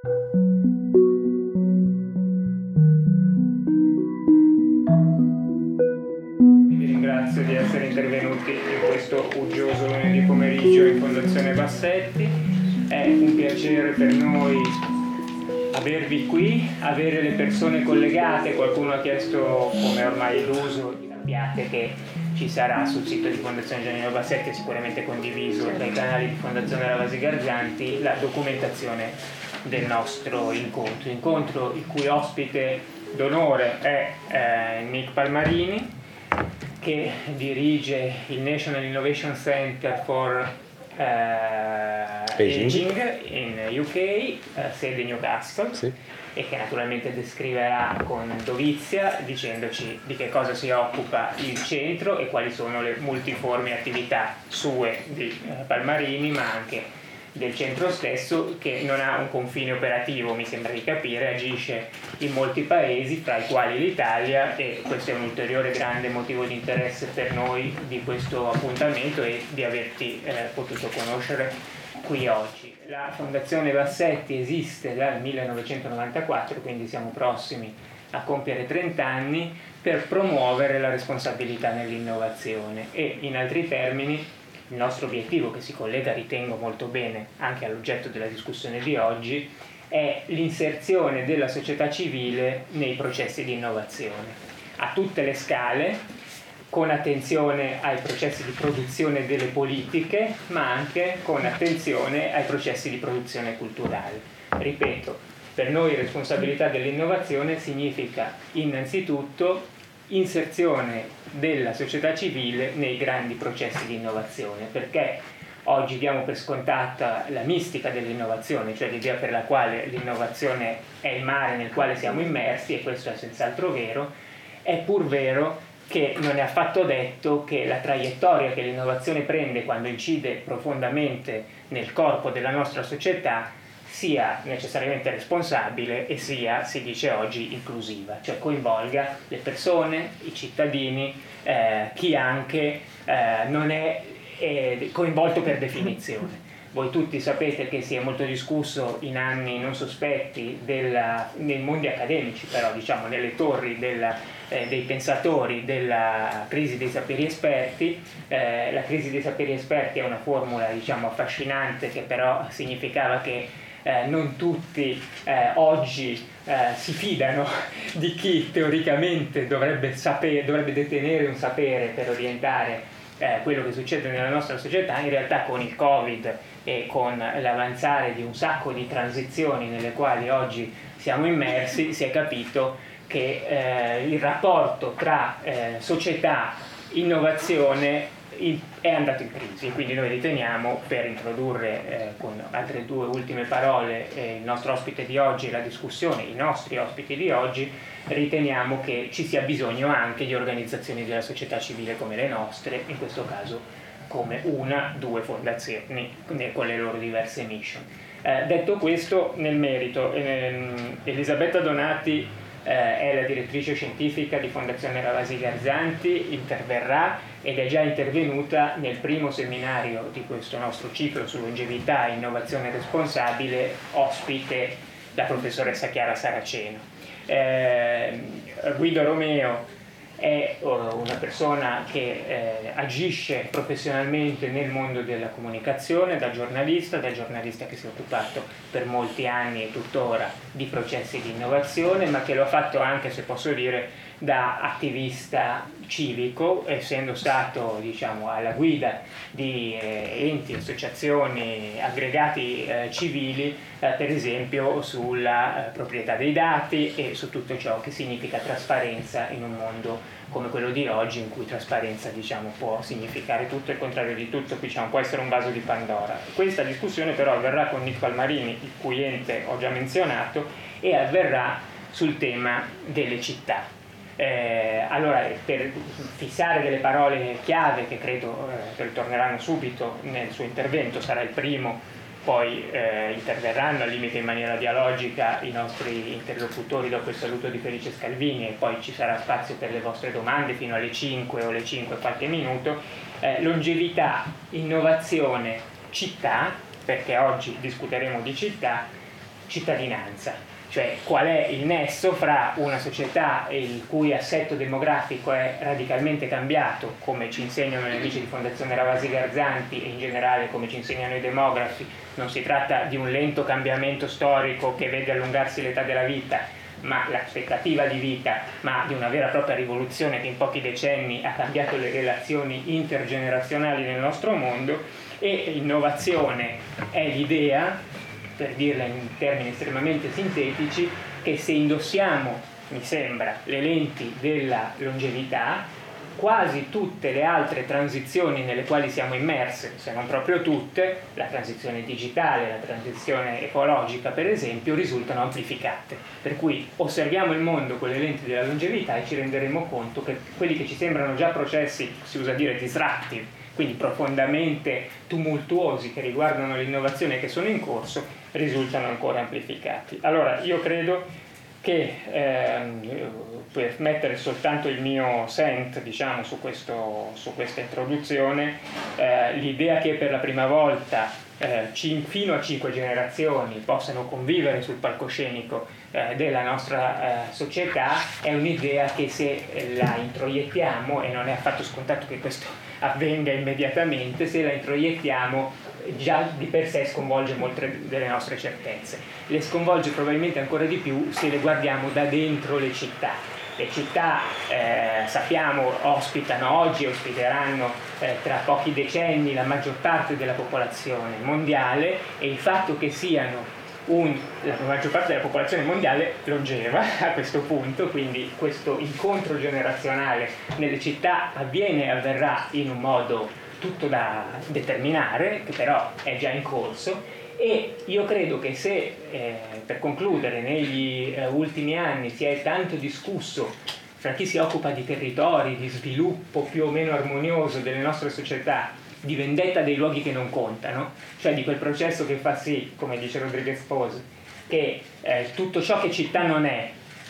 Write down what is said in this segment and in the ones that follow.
Vi ringrazio di essere intervenuti in questo uggioso lunedì pomeriggio in Fondazione Bassetti. È un piacere per noi avervi qui, avere le persone collegate. Qualcuno ha chiesto, come ormai l'uso, sappiate che ci sarà sul sito di Fondazione Giannino Bassetti, sicuramente condiviso dai canali di Fondazione Ravasi Garzanti, la documentazione del nostro incontro il cui ospite d'onore è Nick Palmarini, che dirige il National Innovation Center for Aging in UK, sede Newcastle, sì, e che naturalmente descriverà con dovizia dicendoci di che cosa si occupa il centro e quali sono le multiformi attività sue di Palmarini, ma anche del centro stesso, che non ha un confine operativo, mi sembra di capire, agisce in molti paesi, fra i quali l'Italia, e questo è un ulteriore grande motivo di interesse per noi di questo appuntamento e di averti potuto conoscere qui oggi. La Fondazione Bassetti esiste dal 1994, quindi siamo prossimi a compiere 30 anni, per promuovere la responsabilità nell'innovazione e, in altri termini, il nostro obiettivo, che si collega, ritengo, molto bene anche all'oggetto della discussione di oggi, è l'inserzione della società civile nei processi di innovazione, a tutte le scale, con attenzione ai processi di produzione delle politiche, ma anche con attenzione ai processi di produzione culturale. Ripeto, per noi responsabilità dell'innovazione significa innanzitutto inserzione della società civile nei grandi processi di innovazione, perché oggi diamo per scontata la mistica dell'innovazione, cioè l'idea per la quale l'innovazione è il mare nel quale siamo immersi, e questo è senz'altro vero. È pur vero che non è affatto detto che la traiettoria che l'innovazione prende quando incide profondamente nel corpo della nostra società sia necessariamente responsabile e sia, si dice oggi, inclusiva, cioè coinvolga le persone, i cittadini, chi anche non è coinvolto per definizione. Voi tutti sapete che si è molto discusso in anni non sospetti nei mondi accademici, però diciamo nelle torri dei pensatori, della crisi dei saperi esperti. La crisi dei saperi esperti è una formula, diciamo, affascinante, che però significava che non tutti oggi si fidano di chi teoricamente dovrebbe detenere un sapere per orientare quello che succede nella nostra società. In realtà, con il Covid e con l'avanzare di un sacco di transizioni nelle quali oggi siamo immersi, si è capito che il rapporto tra società e innovazione è andato in crisi, quindi noi riteniamo, per introdurre con altre due ultime parole il nostro ospite di oggi e la discussione, i nostri ospiti di oggi, riteniamo che ci sia bisogno anche di organizzazioni della società civile come le nostre, in questo caso come due fondazioni con le loro diverse mission. Detto questo, nel merito, Elisabetta Donati è la direttrice scientifica di Fondazione Ravasi Garzanti, interverrà ed è già intervenuta nel primo seminario di questo nostro ciclo su longevità e innovazione responsabile, ospite la professoressa Chiara Saraceno. Guido Romeo è una persona che agisce professionalmente nel mondo della comunicazione, da giornalista che si è occupato per molti anni e tuttora di processi di innovazione, ma che lo ha fatto anche, se posso dire, da attivista civico, essendo stato, diciamo, alla guida di enti, associazioni, aggregati civili, per esempio sulla proprietà dei dati e su tutto ciò che significa trasparenza in un mondo come quello di oggi, in cui trasparenza, diciamo, può significare tutto e il contrario di tutto, diciamo, può essere un vaso di Pandora. Questa discussione però avverrà con Nick Palmarini, il cui ente ho già menzionato, e avverrà sul tema delle città. Allora, per fissare delle parole chiave che credo ritorneranno subito nel suo intervento, sarà il primo, poi interverranno al limite in maniera dialogica i nostri interlocutori dopo il saluto di Felice Scalvini, e poi ci sarà spazio per le vostre domande fino alle 5 o alle 5 qualche minuto. Longevità, innovazione, città, perché oggi discuteremo di città, cittadinanza, cioè qual è il nesso fra una società il cui assetto demografico è radicalmente cambiato, come ci insegnano gli amici di Fondazione Ravasi Garzanti e in generale come ci insegnano i demografi. Non si tratta di un lento cambiamento storico che vede allungarsi l'età della vita, ma l'aspettativa di vita, ma di una vera e propria rivoluzione che in pochi decenni ha cambiato le relazioni intergenerazionali nel nostro mondo. E innovazione è l'idea, per dirla in termini estremamente sintetici, che se indossiamo, mi sembra, le lenti della longevità, quasi tutte le altre transizioni nelle quali siamo immerse, se non proprio tutte, la transizione digitale, la transizione ecologica per esempio, risultano amplificate. Per cui osserviamo il mondo con le lenti della longevità e ci renderemo conto che quelli che ci sembrano già processi, si usa dire disruptive, quindi profondamente tumultuosi che riguardano l'innovazione che sono in corso, risultano ancora amplificati. Allora io credo che per mettere soltanto il mio sent, diciamo, su questa introduzione, l'idea che per la prima volta fino a 5 generazioni possano convivere sul palcoscenico della nostra società è un'idea che se la introiettiamo, e non è affatto scontato che questo avvenga immediatamente, se la introiettiamo già di per sé sconvolge molte delle nostre certezze. Le sconvolge probabilmente ancora di più se le guardiamo da dentro le città. Le città, sappiamo, ospitano oggi, ospiteranno tra pochi decenni la maggior parte della popolazione mondiale, e il fatto che siano la maggior parte della popolazione mondiale longeva a questo punto, quindi questo incontro generazionale nelle città avviene e avverrà in un modo tutto da determinare, che però è già in corso. E io credo che se, per concludere, negli ultimi anni si è tanto discusso fra chi si occupa di territori, di sviluppo più o meno armonioso delle nostre società, di vendetta dei luoghi che non contano, cioè di quel processo che fa sì, come dice Rodriguez Pose, che tutto ciò che città non è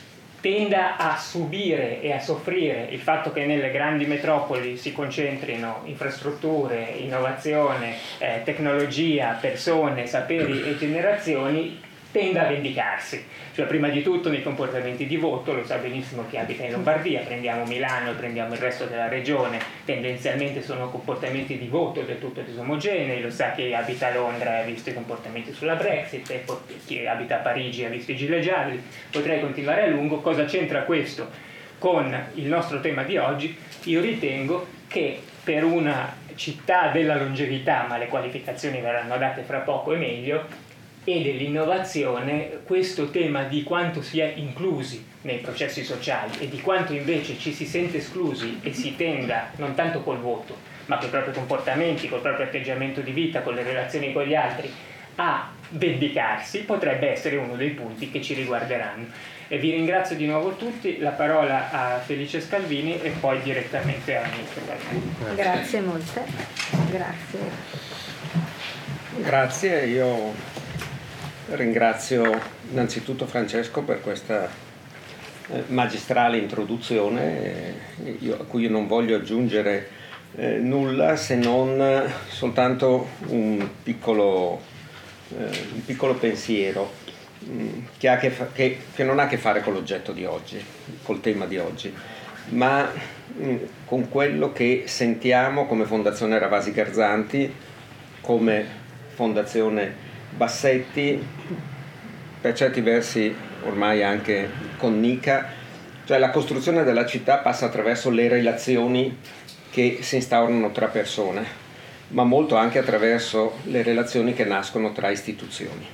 tenda a subire e a soffrire il fatto che nelle grandi metropoli si concentrino infrastrutture, innovazione, tecnologia, persone, saperi e generazioni, tenda a vendicarsi. Cioè, prima di tutto nei comportamenti di voto, lo sa benissimo chi abita in Lombardia, prendiamo Milano e prendiamo il resto della regione, tendenzialmente sono comportamenti di voto del tutto disomogenei, lo sa chi abita a Londra e ha visto i comportamenti sulla Brexit, e chi abita a Parigi ha visto i gilet gialli, potrei continuare a lungo. Cosa c'entra questo con il nostro tema di oggi? Io ritengo che per una città della longevità, ma le qualificazioni verranno date fra poco e meglio, e dell'innovazione, questo tema di quanto si è inclusi nei processi sociali e di quanto invece ci si sente esclusi e si tenda, non tanto col voto, ma con i propri comportamenti, col proprio atteggiamento di vita, con le relazioni con gli altri, a vendicarsi, potrebbe essere uno dei punti che ci riguarderanno. E vi ringrazio di nuovo tutti, la parola a Felice Scalvini e poi direttamente a Mirko Calvini. Grazie molte, grazie. Grazie, io ringrazio innanzitutto Francesco per questa magistrale introduzione a cui io non voglio aggiungere nulla se non soltanto un piccolo pensiero che non ha a che fare con l'oggetto di oggi, col tema di oggi, ma con quello che sentiamo come Fondazione Ravasi Garzanti, come Fondazione Bassetti, per certi versi ormai anche con Nica, cioè la costruzione della città passa attraverso le relazioni che si instaurano tra persone, ma molto anche attraverso le relazioni che nascono tra istituzioni.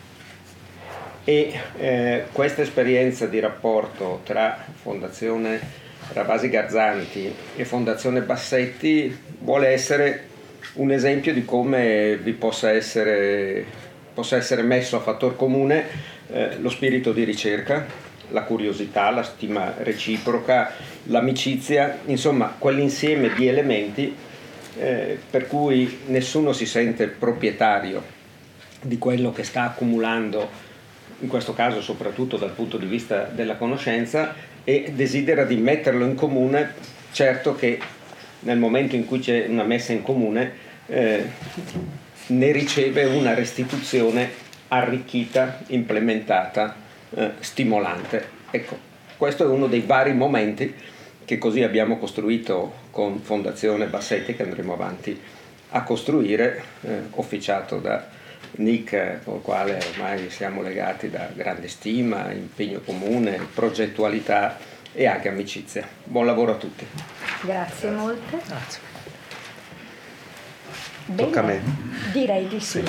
E questa esperienza di rapporto tra Fondazione Ravasi Garzanti e Fondazione Bassetti vuole essere un esempio di come vi possa essere messo a fattor comune lo spirito di ricerca, la curiosità, la stima reciproca, l'amicizia, insomma quell'insieme di elementi per cui nessuno si sente proprietario di quello che sta accumulando, in questo caso soprattutto dal punto di vista della conoscenza, e desidera di metterlo in comune. Certo che nel momento in cui c'è una messa in comune ne riceve una restituzione arricchita, implementata, stimolante. Ecco, questo è uno dei vari momenti che così abbiamo costruito con Fondazione Bassetti, che andremo avanti a costruire, officiato da Nick, con il quale ormai siamo legati da grande stima, impegno comune, progettualità e anche amicizia. Buon lavoro a tutti. Grazie molte. Grazie. Bene, Tocca a me. direi di sì.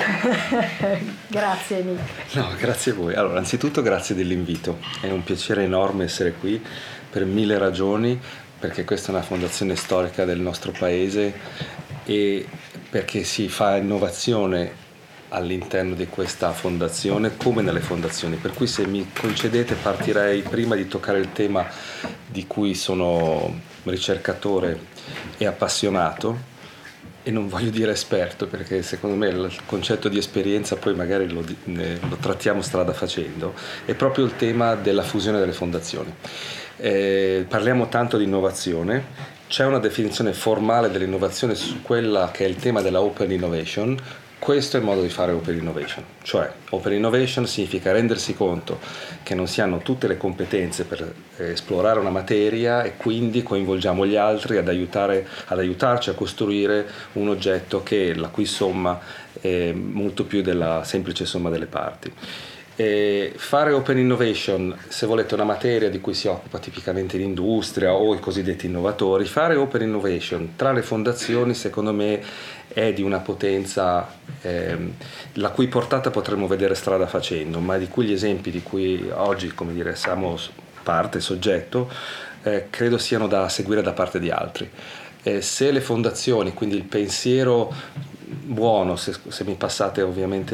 Grazie Nick. No, grazie a voi. Allora, anzitutto grazie dell'invito. È un piacere enorme essere qui per 1000 ragioni, perché questa è una fondazione storica del nostro paese e perché si fa innovazione all'interno di questa fondazione come nelle fondazioni. Per cui, se mi concedete, partirei prima di toccare il tema di cui sono ricercatore e appassionato, e non voglio dire esperto, perché secondo me il concetto di esperienza poi magari lo trattiamo strada facendo. È proprio il tema della fusione delle fondazioni. Parliamo tanto di innovazione, c'è una definizione formale dell'innovazione su quella che è il tema della Open Innovation. Questo è il modo di fare Open Innovation, cioè Open Innovation significa rendersi conto che non si hanno tutte le competenze per esplorare una materia e quindi coinvolgiamo gli altri ad aiutarci a costruire un oggetto la cui somma è molto più della semplice somma delle parti. Fare Open Innovation, se volete, una materia di cui si occupa tipicamente l'industria o i cosiddetti innovatori. Fare Open Innovation tra le fondazioni, secondo me, è di una potenza la cui portata potremmo vedere strada facendo, ma di cui gli esempi di cui oggi, come dire, siamo parte, soggetto, credo siano da seguire da parte di altri. Se le fondazioni, quindi il pensiero buono, se mi passate ovviamente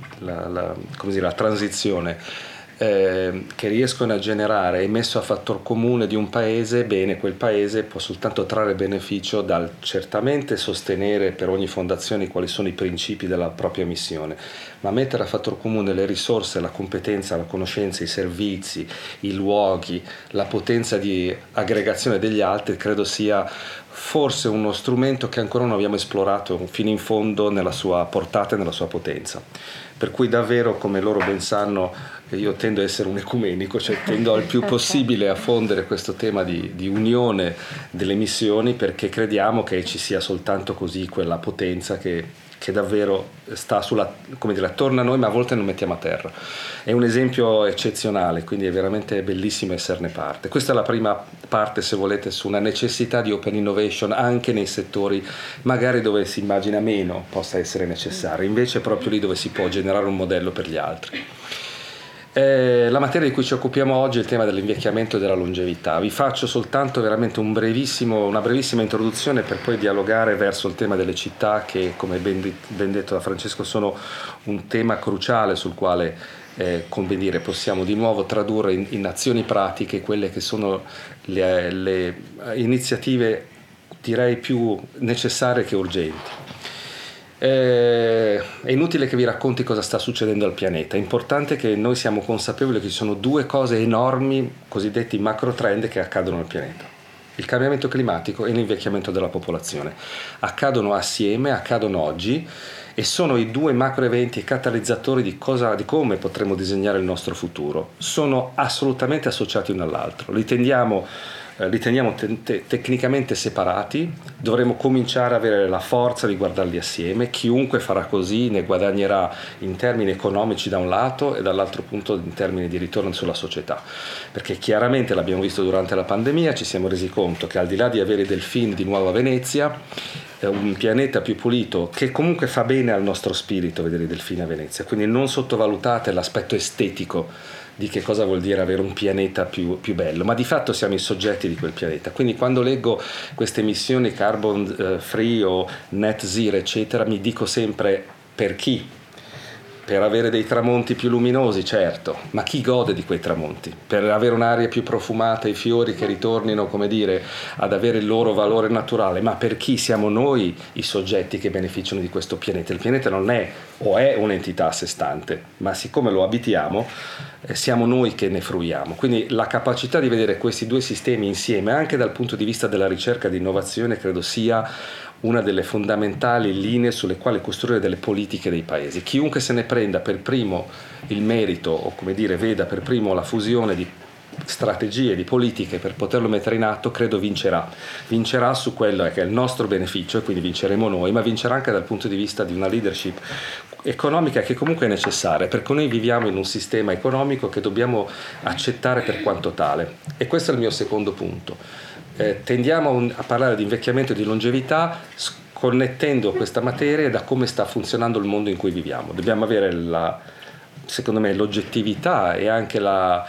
la transizione, che riescono a generare e messo a fattor comune di un paese, bene, quel paese può soltanto trarre beneficio dal certamente sostenere per ogni fondazione quali sono i principi della propria missione, ma mettere a fattor comune le risorse, la competenza, la conoscenza, i servizi, i luoghi, la potenza di aggregazione degli altri, credo sia forse uno strumento che ancora non abbiamo esplorato fino in fondo nella sua portata e nella sua potenza. Per cui davvero, come loro ben sanno, io tendo a essere un ecumenico, cioè tendo al più possibile a fondere questo tema di unione delle missioni, perché crediamo che ci sia soltanto così quella potenza che davvero sta attorno a noi, ma a volte non mettiamo a terra. È un esempio eccezionale, quindi è veramente bellissimo esserne parte. Questa è la prima parte, se volete, su una necessità di open innovation anche nei settori magari dove si immagina meno possa essere necessario, invece è proprio lì dove si può generare un modello per gli altri. La materia di cui ci occupiamo oggi è il tema dell'invecchiamento e della longevità. Vi faccio soltanto veramente una brevissima introduzione per poi dialogare verso il tema delle città, che, come ben detto da Francesco, sono un tema cruciale sul quale possiamo di nuovo tradurre in azioni pratiche quelle che sono le iniziative, direi, più necessarie che urgenti. È inutile che vi racconti cosa sta succedendo al pianeta, è importante che noi siamo consapevoli che ci sono due cose enormi, cosiddetti macro trend, che accadono al pianeta: il cambiamento climatico e l'invecchiamento della popolazione. Accadono assieme, accadono oggi, e sono i due macro eventi catalizzatori di come potremo disegnare il nostro futuro. Sono assolutamente associati uno all'altro, li teniamo tecnicamente separati, dovremo cominciare ad avere la forza di guardarli assieme. Chiunque farà così ne guadagnerà in termini economici da un lato e dall'altro punto in termini di ritorno sulla società, perché chiaramente l'abbiamo visto durante la pandemia, ci siamo resi conto che al di là di avere i delfini di nuovo a Venezia, un pianeta più pulito, che comunque fa bene al nostro spirito vedere i delfini a Venezia, quindi non sottovalutate l'aspetto estetico di che cosa vuol dire avere un pianeta più bello, ma di fatto siamo i soggetti di quel pianeta. Quindi quando leggo queste missioni carbon free o net zero eccetera, mi dico sempre: per chi? Per avere dei tramonti più luminosi, certo, ma chi gode di quei tramonti? Per avere un'aria più profumata, i fiori che ritornino, come dire, ad avere il loro valore naturale, ma per chi? Siamo noi i soggetti che beneficiano di questo pianeta. Il pianeta non è o è un'entità a sé stante, ma siccome lo abitiamo, siamo noi che ne fruiamo. Quindi la capacità di vedere questi due sistemi insieme, anche dal punto di vista della ricerca di innovazione, credo sia una delle fondamentali linee sulle quali costruire delle politiche dei paesi. Chiunque se ne prenda per primo il merito, o come dire, veda per primo la fusione di strategie, di politiche per poterlo mettere in atto, credo vincerà su quello che è il nostro beneficio, e quindi vinceremo noi, ma vincerà anche dal punto di vista di una leadership economica che comunque è necessaria, perché noi viviamo in un sistema economico che dobbiamo accettare per quanto tale. E questo è il mio secondo punto. Tendiamo a parlare di invecchiamento e di longevità connettendo questa materia da come sta funzionando il mondo in cui viviamo. Dobbiamo avere secondo me l'oggettività e anche la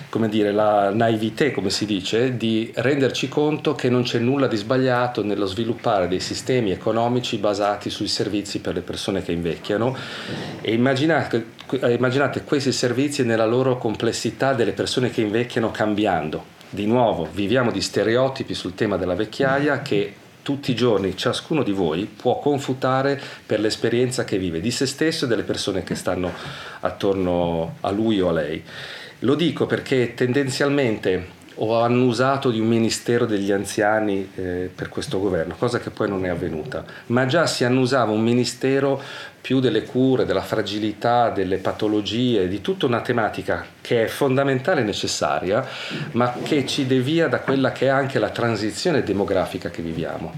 naivete, come si dice, di renderci conto che non c'è nulla di sbagliato nello sviluppare dei sistemi economici basati sui servizi per le persone che invecchiano, e immaginate questi servizi nella loro complessità delle persone che invecchiano cambiando. Di nuovo, viviamo di stereotipi sul tema della vecchiaia che tutti i giorni ciascuno di voi può confutare per l'esperienza che vive di se stesso e delle persone che stanno attorno a lui o a lei. Lo dico perché tendenzialmente ho annusato di un ministero degli anziani per questo governo, cosa che poi non è avvenuta, ma già si annusava un ministero più delle cure, della fragilità, delle patologie, di tutta una tematica che è fondamentale e necessaria, ma che ci devia da quella che è anche la transizione demografica che viviamo.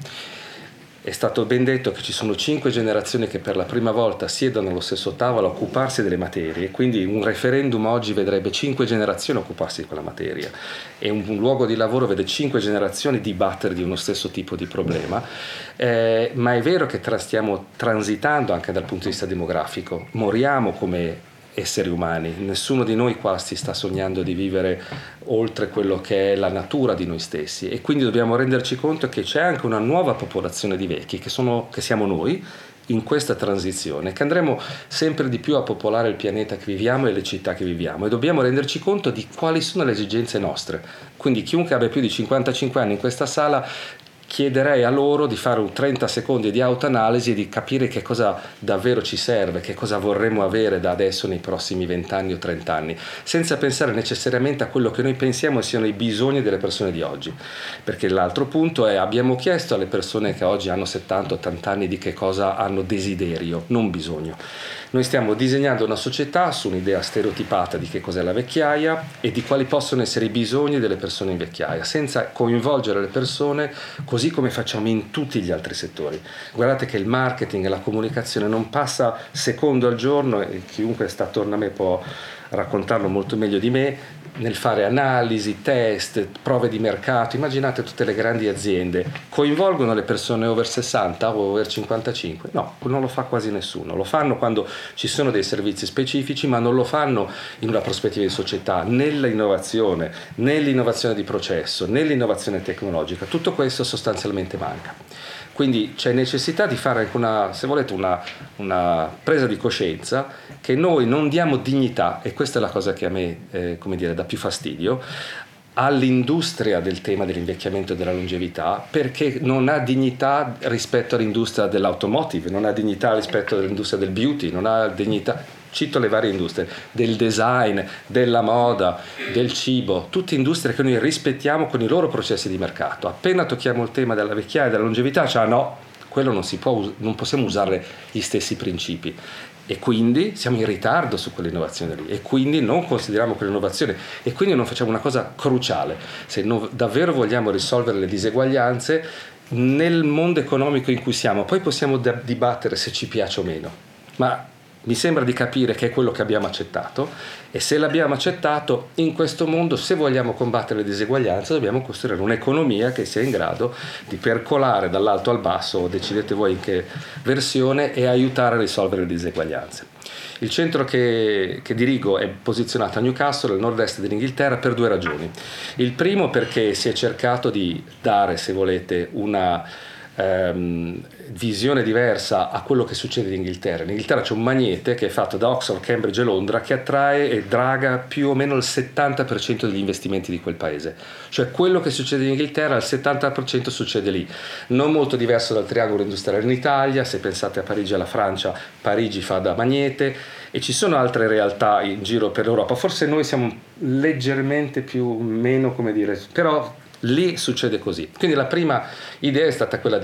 È stato ben detto che ci sono 5 generazioni che per la prima volta siedono allo stesso tavolo a occuparsi delle materie, quindi un referendum oggi vedrebbe 5 generazioni occuparsi di quella materia, e un luogo di lavoro vede 5 generazioni dibattere di uno stesso tipo di problema, ma è vero che stiamo transitando anche dal punto di vista demografico, moriamo come esseri umani, nessuno di noi qua si sta sognando di vivere oltre quello che è la natura di noi stessi, e quindi dobbiamo renderci conto che c'è anche una nuova popolazione di vecchi che siamo noi in questa transizione, che andremo sempre di più a popolare il pianeta che viviamo e le città che viviamo, e dobbiamo renderci conto di quali sono le esigenze nostre. Quindi chiunque abbia più di 55 anni in questa sala, chiederei a loro di fare un 30 secondi di autoanalisi e di capire che cosa davvero ci serve, che cosa vorremmo avere da adesso nei prossimi 20 anni o 30 anni, senza pensare necessariamente a quello che noi pensiamo siano i bisogni delle persone di oggi. Perché l'altro punto è: abbiamo chiesto alle persone che oggi hanno 70-80 anni di che cosa hanno desiderio, non bisogno. Noi stiamo disegnando una società su un'idea stereotipata di che cos'è la vecchiaia e di quali possono essere i bisogni delle persone in vecchiaia, senza coinvolgere le persone così come facciamo in tutti gli altri settori. Guardate che il marketing e la comunicazione non passa secondo al giorno, e chiunque sta attorno a me può raccontarlo molto meglio di me, nel fare analisi, test, prove di mercato. Immaginate tutte le grandi aziende coinvolgono le persone over 60 o over 55? No, non lo fa quasi nessuno. Lo fanno quando ci sono dei servizi specifici, ma non lo fanno in una prospettiva di società, nell'innovazione di processo, nell'innovazione tecnologica. Tutto questo sostanzialmente manca. Quindi c'è necessità di fare anche una presa di coscienza che noi non diamo dignità, e questa è la cosa che a me dà più fastidio, all'industria del tema dell'invecchiamento e della longevità, perché non ha dignità rispetto all'industria dell'automotive, non ha dignità rispetto all'industria del beauty, non ha dignità, cito le varie industrie, del design, della moda, del cibo, tutte industrie che noi rispettiamo con i loro processi di mercato. Appena tocchiamo il tema della vecchiaia e della longevità, no, quello non possiamo usare gli stessi principi, e quindi siamo in ritardo su quell'innovazione lì, e quindi non consideriamo quell'innovazione, e quindi non facciamo una cosa cruciale. Se davvero vogliamo risolvere le diseguaglianze nel mondo economico in cui siamo, poi possiamo dibattere se ci piace o meno, ma mi sembra di capire che è quello che abbiamo accettato, e se l'abbiamo accettato, in questo mondo, se vogliamo combattere le diseguaglianze, dobbiamo costruire un'economia che sia in grado di percolare dall'alto al basso, decidete voi in che versione, e aiutare a risolvere le diseguaglianze. Il centro che dirigo è posizionato a Newcastle, nel nord-est dell'Inghilterra, per 2 ragioni. Il primo, perché si è cercato di dare, se volete, una visione diversa a quello che succede in Inghilterra. In Inghilterra c'è un magnete che è fatto da Oxford, Cambridge e Londra, che attrae e draga più o meno il 70% degli investimenti di quel paese. Cioè quello che succede in Inghilterra, il 70% succede lì. Non molto diverso dal triangolo industriale in Italia. Se pensate a Parigi e alla Francia, Parigi fa da magnete, e ci sono altre realtà in giro per l'Europa. Forse noi siamo leggermente meno, però lì succede così. Quindi la prima idea è stata quella di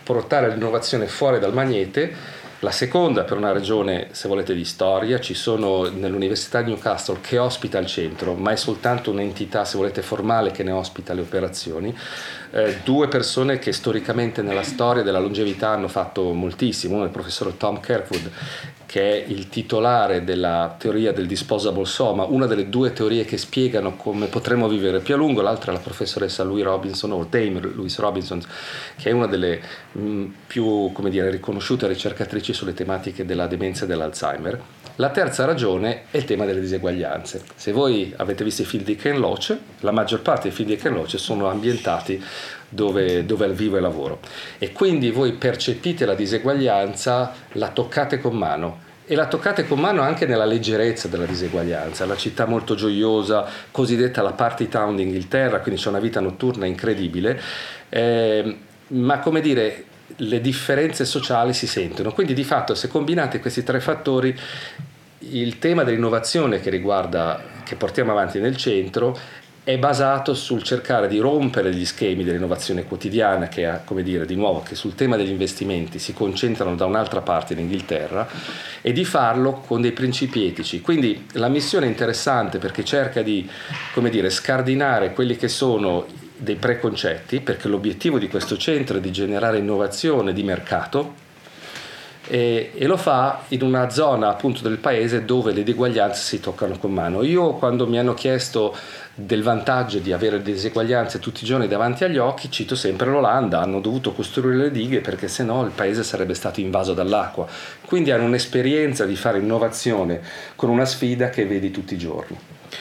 portare l'innovazione fuori dal magnete. La seconda, per una ragione, se volete, di storia, ci sono nell'Università di Newcastle, che ospita il centro, ma è soltanto un'entità, se volete, formale che ne ospita le operazioni, due persone che storicamente nella storia della longevità hanno fatto moltissimo. Uno è il professor Tom Kirkwood, che è il titolare della teoria del disposable soma, una delle due teorie che spiegano come potremmo vivere più a lungo. L'altra è la professoressa Louise Robinson, o Dame Louise Robinson, che è una delle più, come dire, riconosciute ricercatrici sulle tematiche della demenza e dell'Alzheimer. La terza ragione è il tema delle diseguaglianze. Se voi avete visto i film di Ken Loach, la maggior parte dei film di Ken Loach sono ambientati dove vivo e lavoro, e quindi voi percepite la diseguaglianza, la toccate con mano, e la toccate con mano anche nella leggerezza della diseguaglianza. La città molto gioiosa, cosiddetta la party town d'Inghilterra, quindi c'è una vita notturna incredibile, ma come dire, le differenze sociali si sentono. Quindi di fatto, se combinate questi tre fattori, il tema dell'innovazione che portiamo avanti nel centro è basato sul cercare di rompere gli schemi dell'innovazione quotidiana, che ha, come dire, di nuovo, che sul tema degli investimenti si concentrano da un'altra parte in Inghilterra, e di farlo con dei principi etici. Quindi la missione è interessante perché cerca di, come dire, scardinare quelli che sono dei preconcetti, perché l'obiettivo di questo centro è di generare innovazione di mercato, e lo fa in una zona appunto del paese dove le diseguaglianze si toccano con mano. Io, quando mi hanno chiesto del vantaggio di avere diseguaglianze tutti i giorni davanti agli occhi, cito sempre l'Olanda. Hanno dovuto costruire le dighe perché sennò il paese sarebbe stato invaso dall'acqua. Quindi hanno un'esperienza di fare innovazione con una sfida che vedi tutti i giorni.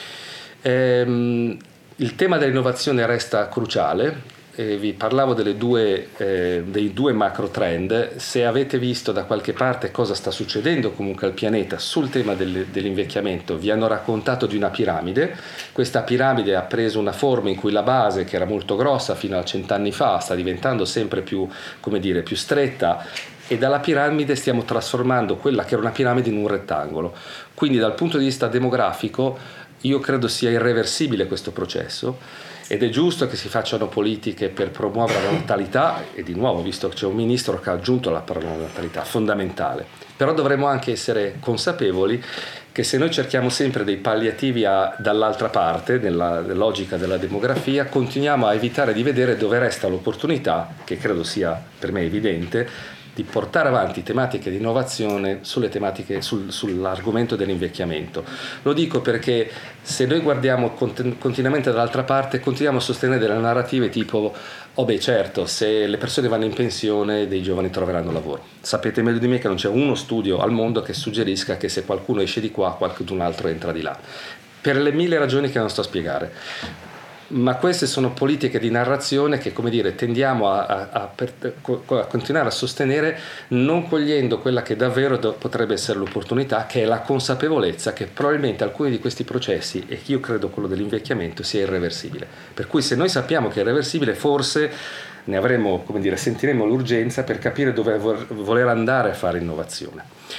Il tema dell'innovazione resta cruciale. Vi parlavo dei due macro trend. Se avete visto da qualche parte cosa sta succedendo comunque al pianeta sul tema dell'invecchiamento, vi hanno raccontato di una piramide. Questa piramide ha preso una forma in cui la base, che era molto grossa fino a 100 anni fa, sta diventando sempre più, come dire, più stretta, e dalla piramide stiamo trasformando quella che era una piramide in un rettangolo. Quindi dal punto di vista demografico io credo sia irreversibile questo processo, ed è giusto che si facciano politiche per promuovere la natalità, e di nuovo, visto che c'è un ministro che ha aggiunto la parola natalità, fondamentale. Però dovremmo anche essere consapevoli che se noi cerchiamo sempre dei palliativi dall'altra parte, nella logica della demografia, continuiamo a evitare di vedere dove resta l'opportunità, che credo sia per me evidente, di portare avanti tematiche di innovazione sulle tematiche, sull'argomento dell'invecchiamento. Lo dico perché se noi guardiamo continuamente dall'altra parte, continuiamo a sostenere delle narrative tipo certo, se le persone vanno in pensione, dei giovani troveranno lavoro. Sapete meglio di me che non c'è uno studio al mondo che suggerisca che se qualcuno esce di qua, qualcun altro entra di là, per le mille ragioni che non sto a spiegare. Ma queste sono politiche di narrazione che, come dire, tendiamo a continuare a sostenere, non cogliendo quella che davvero potrebbe essere l'opportunità, che è la consapevolezza che probabilmente alcuni di questi processi, e io credo quello dell'invecchiamento, sia irreversibile. Per cui se noi sappiamo che è irreversibile, forse ne avremo, come dire, sentiremo l'urgenza per capire dove voler andare a fare innovazione.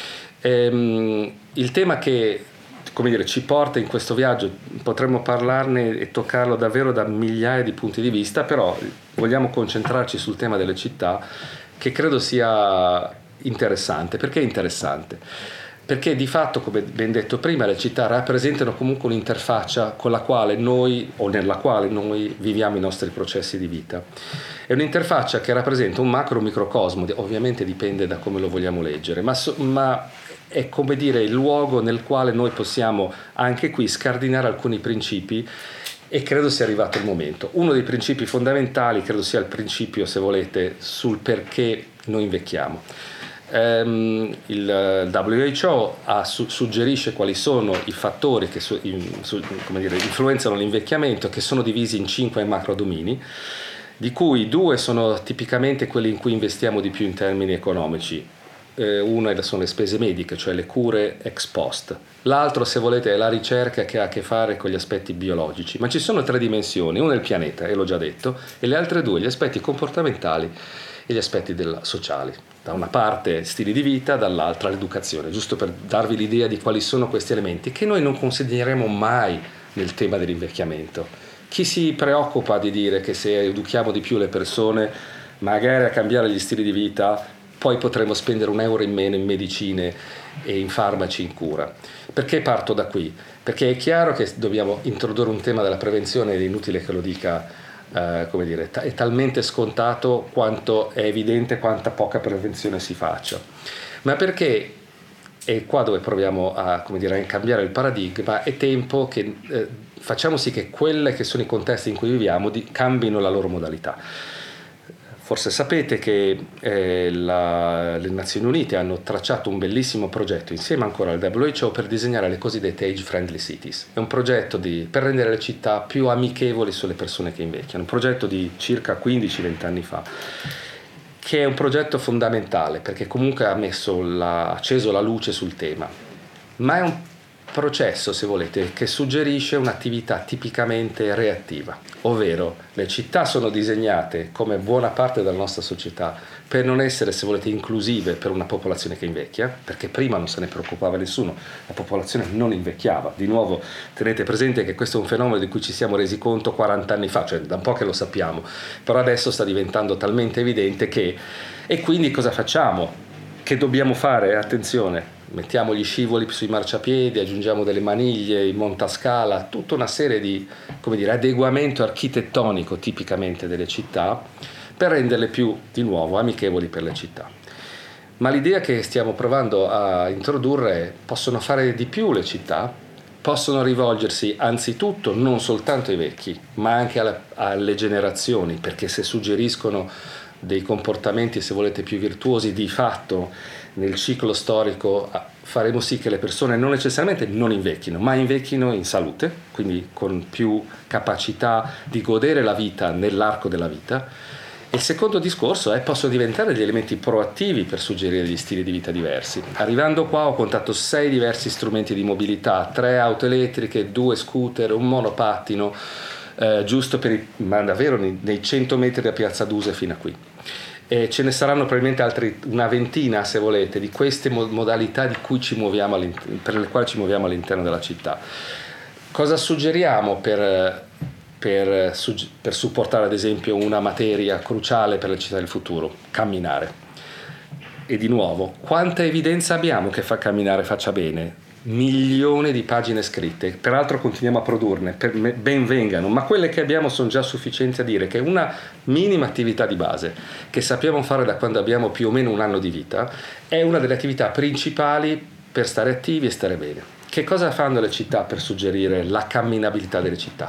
Il tema che, come dire, ci porta in questo viaggio, potremmo parlarne e toccarlo davvero da migliaia di punti di vista, però vogliamo concentrarci sul tema delle città, che credo sia interessante. Perché è interessante? Perché di fatto, come ben detto prima, le città rappresentano comunque un'interfaccia con la quale noi, o nella quale noi viviamo i nostri processi di vita. È un'interfaccia che rappresenta un macro microcosmo, ovviamente dipende da come lo vogliamo leggere, ma è, come dire, il luogo nel quale noi possiamo anche qui scardinare alcuni principi, e credo sia arrivato il momento. Uno dei principi fondamentali credo sia il principio, se volete, sul perché noi invecchiamo. Il WHO suggerisce quali sono i fattori che influenzano l'invecchiamento, che sono divisi in 5 macrodomini, di cui 2 sono tipicamente quelli in cui investiamo di più in termini economici. Una sono le spese mediche, cioè le cure ex post. L'altro, se volete, è la ricerca che ha a che fare con gli aspetti biologici. Ma ci sono 3 dimensioni: una è il pianeta, e l'ho già detto, e le altre 2 gli aspetti comportamentali e gli aspetti sociali. Da una parte stili di vita, dall'altra l'educazione, giusto per darvi l'idea di quali sono questi elementi che noi non considereremo mai nel tema dell'invecchiamento. Chi si preoccupa di dire che se educhiamo di più le persone magari a cambiare gli stili di vita, poi potremo spendere €1 in meno in medicine e in farmaci, in cura. Perché parto da qui? Perché è chiaro che dobbiamo introdurre un tema della prevenzione, ed è inutile che lo dica, è talmente scontato quanto è evidente quanta poca prevenzione si faccia. Ma perché, e qua dove proviamo a cambiare il paradigma, è tempo che facciamo sì che quelli che sono i contesti in cui viviamo cambino la loro modalità. Forse sapete che le Nazioni Unite hanno tracciato un bellissimo progetto insieme ancora al WHO per disegnare le cosiddette age-friendly cities. È un progetto per rendere le città più amichevoli sulle persone che invecchiano, un progetto di circa 15-20 anni fa, che è un progetto fondamentale perché comunque ha acceso la luce sul tema, ma è un processo, se volete, che suggerisce un'attività tipicamente reattiva, ovvero le città sono disegnate, come buona parte della nostra società, per non essere, se volete, inclusive per una popolazione che invecchia, perché prima non se ne preoccupava nessuno, la popolazione non invecchiava. Di nuovo, tenete presente che questo è un fenomeno di cui ci siamo resi conto 40 anni fa, cioè da un po' che lo sappiamo, però adesso sta diventando talmente evidente che... E quindi cosa facciamo? Che dobbiamo fare? Attenzione! Mettiamo gli scivoli sui marciapiedi, aggiungiamo delle maniglie in montascala, tutta una serie di adeguamento architettonico tipicamente delle città per renderle più, di nuovo, amichevoli per le città. Ma l'idea che stiamo provando a introdurre è: possono fare di più le città, possono rivolgersi anzitutto non soltanto ai vecchi, ma anche alle generazioni, perché se suggeriscono dei comportamenti, se volete, più virtuosi, di fatto nel ciclo storico faremo sì che le persone non necessariamente non invecchino, ma invecchino in salute, quindi con più capacità di godere la vita nell'arco della vita. E il secondo discorso è: possono diventare degli elementi proattivi per suggerire degli stili di vita diversi. Arrivando qua ho contato 6 diversi strumenti di mobilità, 3 auto elettriche, 2 scooter, un monopattino, giusto ma davvero nei 100 metri da Piazza Duse fino a qui. E ce ne saranno probabilmente una ventina, se volete, di queste modalità per le quali ci muoviamo all'interno della città. Cosa suggeriamo per supportare, ad esempio, una materia cruciale per le città del futuro? Camminare. E di nuovo, quanta evidenza abbiamo che camminare faccia bene? Milioni di pagine scritte, peraltro continuiamo a produrne, ben vengano, ma quelle che abbiamo sono già sufficienti a dire che una minima attività di base che sappiamo fare da quando abbiamo più o meno un anno di vita è una delle attività principali per stare attivi e stare bene. Che cosa fanno le città per suggerire la camminabilità delle città?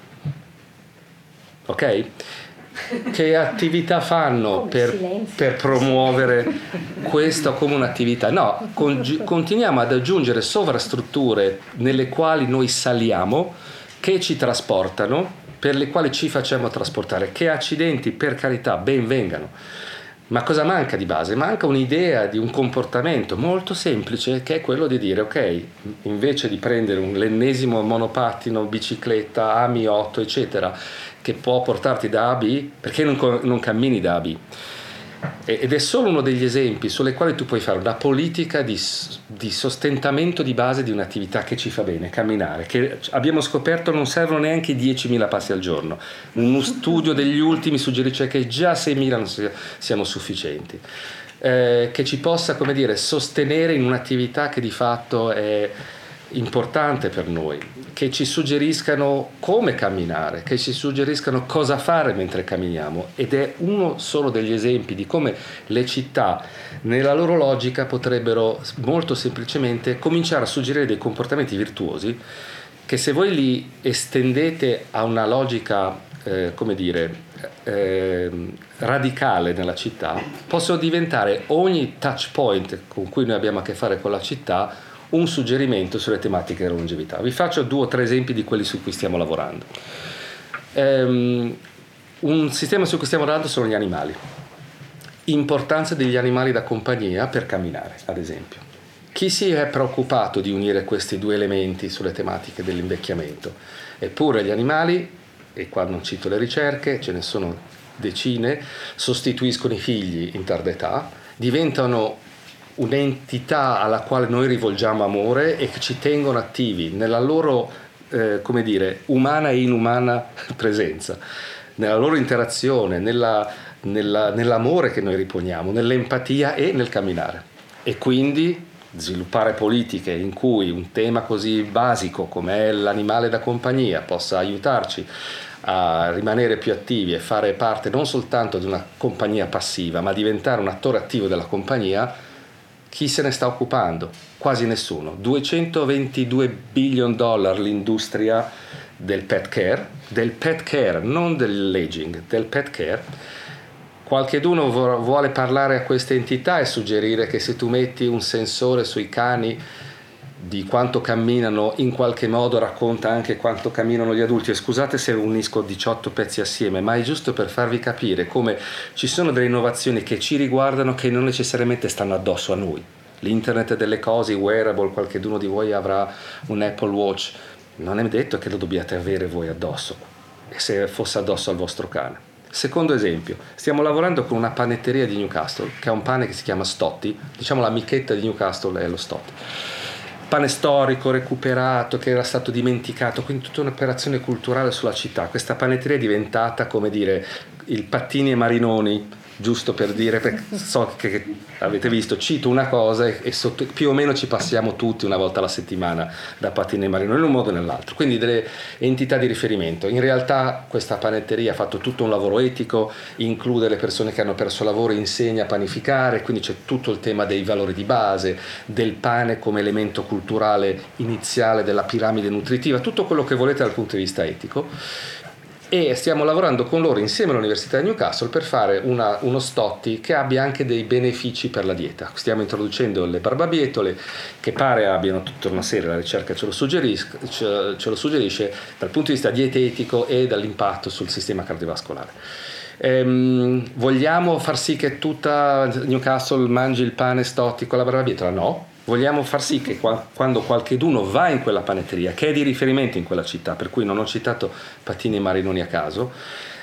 Ok? Che attività fanno per promuovere questo come un'attività? No, continuiamo ad aggiungere sovrastrutture nelle quali noi saliamo, che ci trasportano, per le quali ci facciamo trasportare. Che accidenti, per carità, ben vengano. Ma cosa manca di base? Manca un'idea di un comportamento molto semplice, che è quello di dire: ok, invece di prendere l'ennesimo monopattino, bicicletta, AMI 8, eccetera, che può portarti da A a B, perché non cammini da A a B? Ed è solo uno degli esempi sulle quali tu puoi fare una politica di sostentamento di base di un'attività che ci fa bene, camminare, che abbiamo scoperto non servono neanche 10.000 passi al giorno. Uno studio degli ultimi suggerisce che già 6.000 non siano sufficienti, che ci possa, sostenere in un'attività che di fatto è importante per noi, che ci suggeriscano come camminare, che ci suggeriscano cosa fare mentre camminiamo. Ed è uno solo degli esempi di come le città, nella loro logica, potrebbero molto semplicemente cominciare a suggerire dei comportamenti virtuosi che, se voi li estendete a una logica radicale nella città, possono diventare ogni touch point con cui noi abbiamo a che fare con la città un suggerimento sulle tematiche della longevità. Vi faccio 2 o 3 esempi di quelli su cui stiamo lavorando. Un sistema su cui stiamo lavorando sono gli animali. Importanza degli animali da compagnia per camminare, ad esempio. Chi si è preoccupato di unire questi 2 elementi sulle tematiche dell'invecchiamento? Eppure gli animali, e qua non cito le ricerche, ce ne sono decine, sostituiscono i figli in tarda età, diventano un'entità alla quale noi rivolgiamo amore e che ci tengono attivi nella loro, umana e inumana presenza, nella loro interazione, nella nell'amore che noi riponiamo, nell'empatia e nel camminare. E quindi sviluppare politiche in cui un tema così basico come l'animale da compagnia possa aiutarci a rimanere più attivi e fare parte non soltanto di una compagnia passiva, ma diventare un attore attivo della compagnia, chi se ne sta occupando? Quasi nessuno. 222 billion dollar l'industria del pet care, non dell'aging, del pet care. Qualcheduno vuole parlare a queste entità e suggerire che se tu metti un sensore sui cani di quanto camminano, in qualche modo racconta anche quanto camminano gli adulti. E scusate se unisco 18 pezzi assieme, ma è giusto per farvi capire come ci sono delle innovazioni che ci riguardano che non necessariamente stanno addosso a noi. L'internet delle cose, i wearable, qualcheduno di voi avrà un Apple Watch, non è detto che lo dobbiate avere voi addosso, se fosse addosso al vostro cane. Secondo esempio, stiamo lavorando con una panetteria di Newcastle che ha un pane che si chiama Stotti, diciamo l'amichetta di Newcastle è lo Stotti. Pane storico, recuperato, che era stato dimenticato, quindi tutta un'operazione culturale sulla città. Questa panetteria è diventata, come dire, il Pattini e Marinoni, giusto per dire, perché so che avete visto, cito una cosa e più o meno ci passiamo tutti una volta alla settimana da Pattini e Marinoni in un modo o nell'altro, quindi delle entità di riferimento. In realtà questa panetteria ha fatto tutto un lavoro etico, include le persone che hanno perso lavoro, insegna a panificare, quindi c'è tutto il tema dei valori di base, del pane come elemento culturale iniziale della piramide nutritiva, tutto quello che volete dal punto di vista etico. E stiamo lavorando con loro insieme all'Università di Newcastle per fare uno Stotti che abbia anche dei benefici per la dieta. Stiamo introducendo le barbabietole che pare abbiano tutta una serie, la ricerca ce lo suggerisce dal punto di vista dietetico e dall'impatto sul sistema cardiovascolare. Vogliamo far sì che tutta Newcastle mangi il pane Stotti con la barbabietola? No. Vogliamo far sì che quando qualcheduno va in quella panetteria, che è di riferimento in quella città, per cui non ho citato Pattini e Marinoni a caso,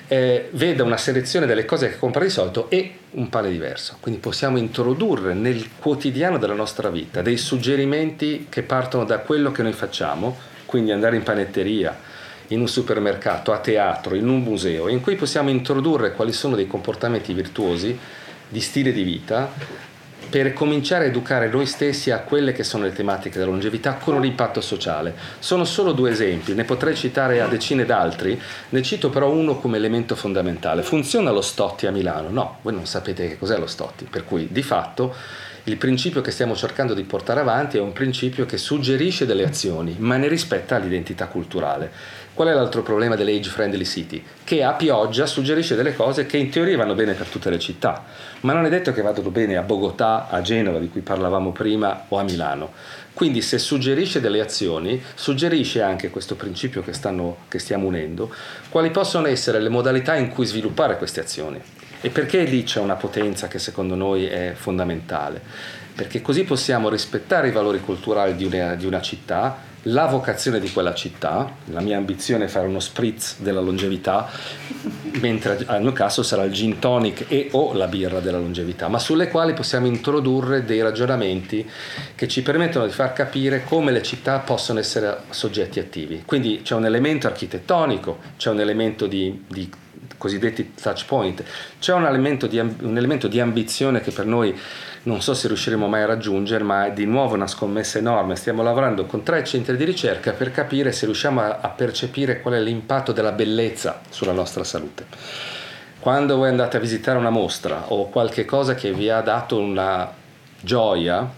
veda una selezione delle cose che compra di solito e un pane diverso. Quindi possiamo introdurre nel quotidiano della nostra vita dei suggerimenti che partono da quello che noi facciamo, quindi andare in panetteria, in un supermercato, a teatro, in un museo, in cui possiamo introdurre quali sono dei comportamenti virtuosi di stile di vita, per cominciare a educare noi stessi a quelle che sono le tematiche della longevità con un impatto sociale. Sono solo 2 esempi, ne potrei citare a decine d'altri, ne cito però uno come elemento fondamentale. Funziona lo Stotti a Milano? No, voi non sapete che cos'è lo Stotti, per cui di fatto il principio che stiamo cercando di portare avanti è un principio che suggerisce delle azioni, ma ne rispetta l'identità culturale. Qual è l'altro problema dell'Age Friendly City? Che a pioggia suggerisce delle cose che in teoria vanno bene per tutte le città, ma non è detto che vadano bene a Bogotà, a Genova, di cui parlavamo prima, o a Milano. Quindi se suggerisce delle azioni, suggerisce anche questo principio che stiamo unendo, quali possono essere le modalità in cui sviluppare queste azioni. E perché lì c'è una potenza che secondo noi è fondamentale? Perché così possiamo rispettare i valori culturali di una città, la vocazione di quella città. La mia ambizione è fare uno spritz della longevità, mentre a Newcastle sarà il gin tonic e o la birra della longevità, ma sulle quali possiamo introdurre dei ragionamenti che ci permettono di far capire come le città possono essere soggetti attivi. Quindi c'è un elemento architettonico, c'è un elemento di cosiddetti touch point, c'è un elemento di ambizione che per noi non so se riusciremo mai a raggiungere, ma è di nuovo una scommessa enorme. Stiamo lavorando con 3 centri di ricerca per capire se riusciamo a percepire qual è l'impatto della bellezza sulla nostra salute. Quando voi andate a visitare una mostra o qualche cosa che vi ha dato una gioia,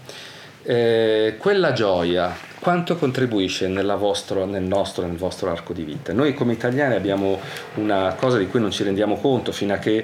quella gioia quanto contribuisce nel vostro arco di vita? Noi come italiani abbiamo una cosa di cui non ci rendiamo conto fino a che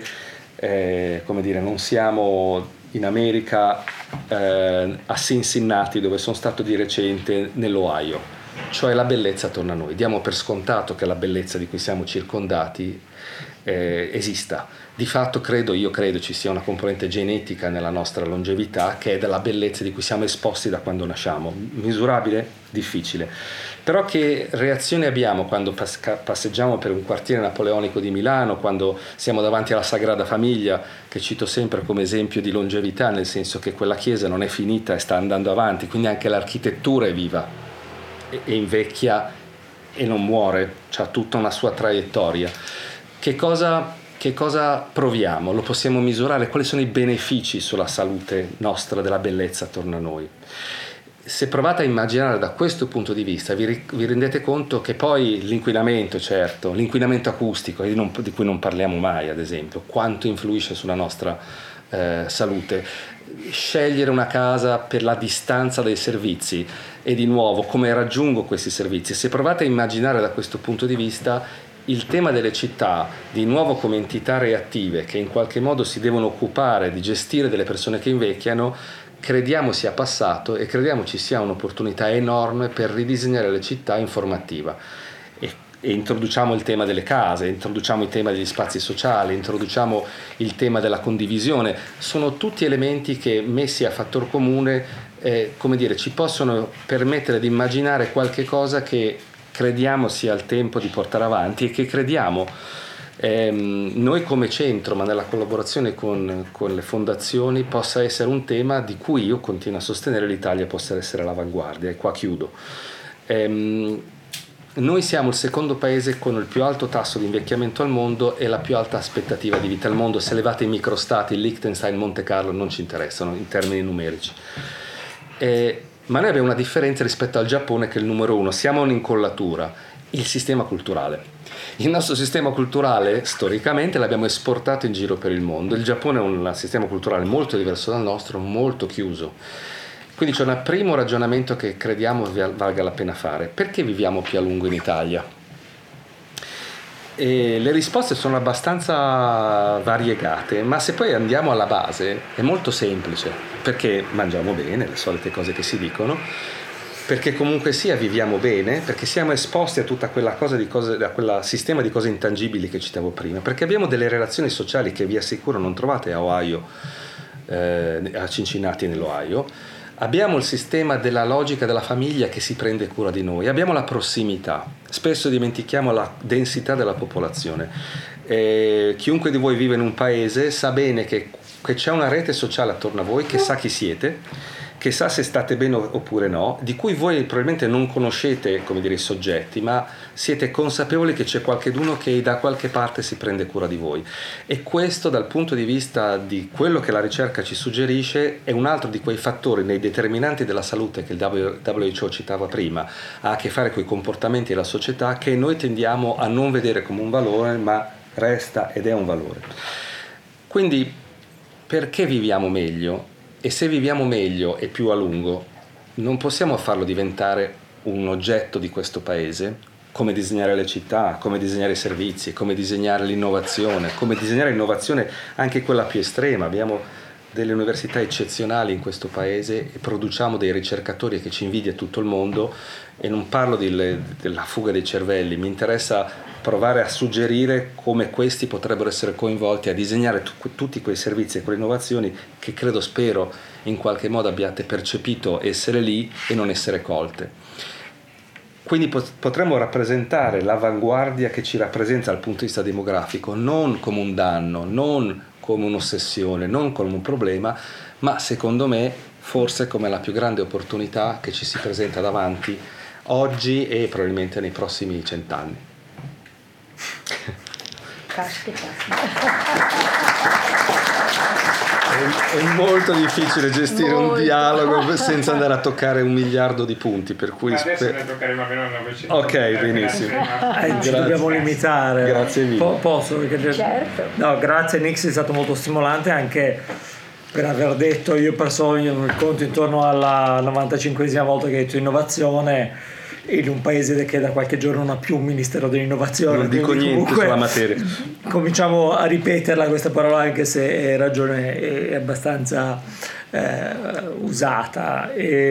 non siamo in America, a Cincinnati, dove sono stato di recente, nell'Ohio. Cioè la bellezza torna a noi. Diamo per scontato che la bellezza di cui siamo circondati esista. Di fatto io credo ci sia una componente genetica nella nostra longevità, che è della bellezza di cui siamo esposti da quando nasciamo. Misurabile? Difficile. Però che reazione abbiamo quando passeggiamo per un quartiere napoleonico di Milano, quando siamo davanti alla Sagrada Famiglia, che cito sempre come esempio di longevità, nel senso che quella chiesa non è finita e sta andando avanti, quindi anche l'architettura è viva e invecchia e non muore, ha tutta una sua traiettoria. Che cosa che cosa proviamo? Lo possiamo misurare? Quali sono i benefici sulla salute nostra, della bellezza attorno a noi? Se provate a immaginare da questo punto di vista, vi rendete conto che poi l'inquinamento, certo, l'inquinamento acustico, di cui non parliamo mai, ad esempio, quanto influisce sulla nostra salute. Scegliere una casa per la distanza dai servizi e di nuovo come raggiungo questi servizi. Se provate a immaginare da questo punto di vista il tema delle città, di nuovo come entità reattive che in qualche modo si devono occupare di gestire delle persone che invecchiano, crediamo sia passato e crediamo ci sia un'opportunità enorme per ridisegnare le città in formativa. E introduciamo il tema delle case, introduciamo il tema degli spazi sociali, introduciamo il tema della condivisione. Sono tutti elementi che, messi a fattor comune, ci possono permettere di immaginare qualche cosa che crediamo sia il tempo di portare avanti e che crediamo noi come centro, ma nella collaborazione con le fondazioni, possa essere un tema di cui io continuo a sostenere l'Italia possa essere all'avanguardia. E qua chiudo. Noi siamo il secondo paese con il più alto tasso di invecchiamento al mondo e la più alta aspettativa di vita al mondo. Se levate i microstati, Liechtenstein, Monte Carlo non ci interessano in termini numerici. Ma noi abbiamo una differenza rispetto al Giappone, che è il numero 1. Siamo un'incollatura, il sistema culturale. Il nostro sistema culturale storicamente l'abbiamo esportato in giro per il mondo. Il Giappone è un sistema culturale molto diverso dal nostro, molto chiuso. Quindi c'è un primo ragionamento che crediamo valga la pena fare. Perché viviamo più a lungo in Italia? E le risposte sono abbastanza variegate, ma se poi andiamo alla base è molto semplice. Perché mangiamo bene, le solite cose che si dicono, perché comunque sia viviamo bene, perché siamo esposti a tutta quella a quel sistema di cose intangibili che citavo prima, perché abbiamo delle relazioni sociali che vi assicuro non trovate a Ohio, a Cincinnati nell'Ohio. Abbiamo il sistema della logica della famiglia che si prende cura di noi, abbiamo la prossimità, spesso dimentichiamo la densità della popolazione. Chiunque di voi vive in un paese sa bene che c'è una rete sociale attorno a voi che sa chi siete, che sa se state bene oppure no, di cui voi probabilmente non conoscete, i soggetti, ma siete consapevoli che c'è qualcheduno che da qualche parte si prende cura di voi. E questo, dal punto di vista di quello che la ricerca ci suggerisce, è un altro di quei fattori nei determinanti della salute che il WHO citava prima, ha a che fare con i comportamenti della società, che noi tendiamo a non vedere come un valore, ma resta ed è un valore. Quindi, perché viviamo meglio? E se viviamo meglio e più a lungo, non possiamo farlo diventare un oggetto di questo paese, come disegnare le città, come disegnare i servizi, come disegnare l'innovazione, anche quella più estrema. Abbiamo delle università eccezionali in questo paese e produciamo dei ricercatori che ci invidia tutto il mondo, e non parlo della fuga dei cervelli, mi interessa provare a suggerire come questi potrebbero essere coinvolti a disegnare tutti quei servizi e quelle innovazioni che spero in qualche modo abbiate percepito essere lì e non essere colte. Quindi potremmo rappresentare l'avanguardia che ci rappresenta dal punto di vista demografico non come un danno, non come un'ossessione, non come un problema, ma secondo me forse come la più grande opportunità che ci si presenta davanti oggi e probabilmente nei prossimi 100 anni. È molto difficile gestire un dialogo senza andare a toccare 1 miliardo di punti, per cui adesso ne toccheremo almeno 900. Ok, benissimo. Ci dobbiamo limitare. Grazie mille. Posso? Perché certo. No, grazie Nix, è stato molto stimolante anche per aver detto, io personalmente conto intorno alla 95esima volta che hai detto innovazione in un paese che da qualche giorno non ha più un ministero dell'innovazione. Non dico niente sulla materia. Cominciamo a ripeterla questa parola, anche se è ragione, è abbastanza usata.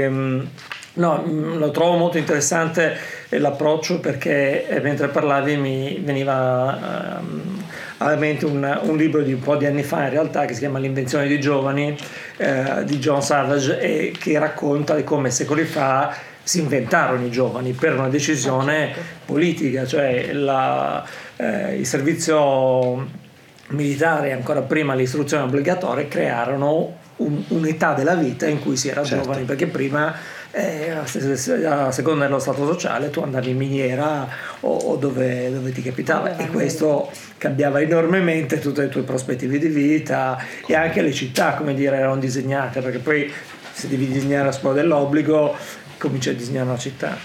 Lo trovo molto interessante l'approccio, perché mentre parlavi mi veniva alla mente un libro di un po' di anni fa, in realtà, che si chiama L'invenzione dei giovani, di John Savage, e che racconta di come secoli fa si inventarono i giovani per una decisione politica, cioè il servizio militare, ancora prima l'istruzione obbligatoria, crearono un'età della vita in cui si era giovani, perché prima a seconda dello stato sociale tu andavi in miniera o dove ti capitava, e questo cambiava enormemente tutte le tue prospettive di vita, e anche le città, come dire, erano disegnate, perché poi se devi disegnare la scuola dell'obbligo cominci a disegnare una città.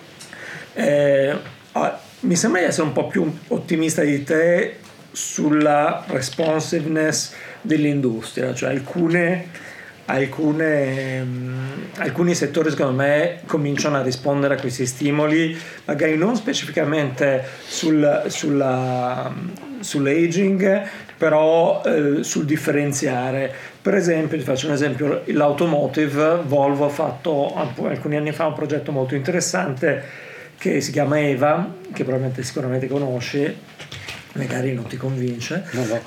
Mi sembra di essere un po' più ottimista di te sulla responsiveness dell'industria, cioè alcuni settori secondo me cominciano a rispondere a questi stimoli, magari non specificamente sull'aging, però sul differenziare. Per esempio, ti faccio un esempio, l'automotive. Volvo ha fatto alcuni anni fa un progetto molto interessante che si chiama EVA, che sicuramente conosci, magari non ti convince. No.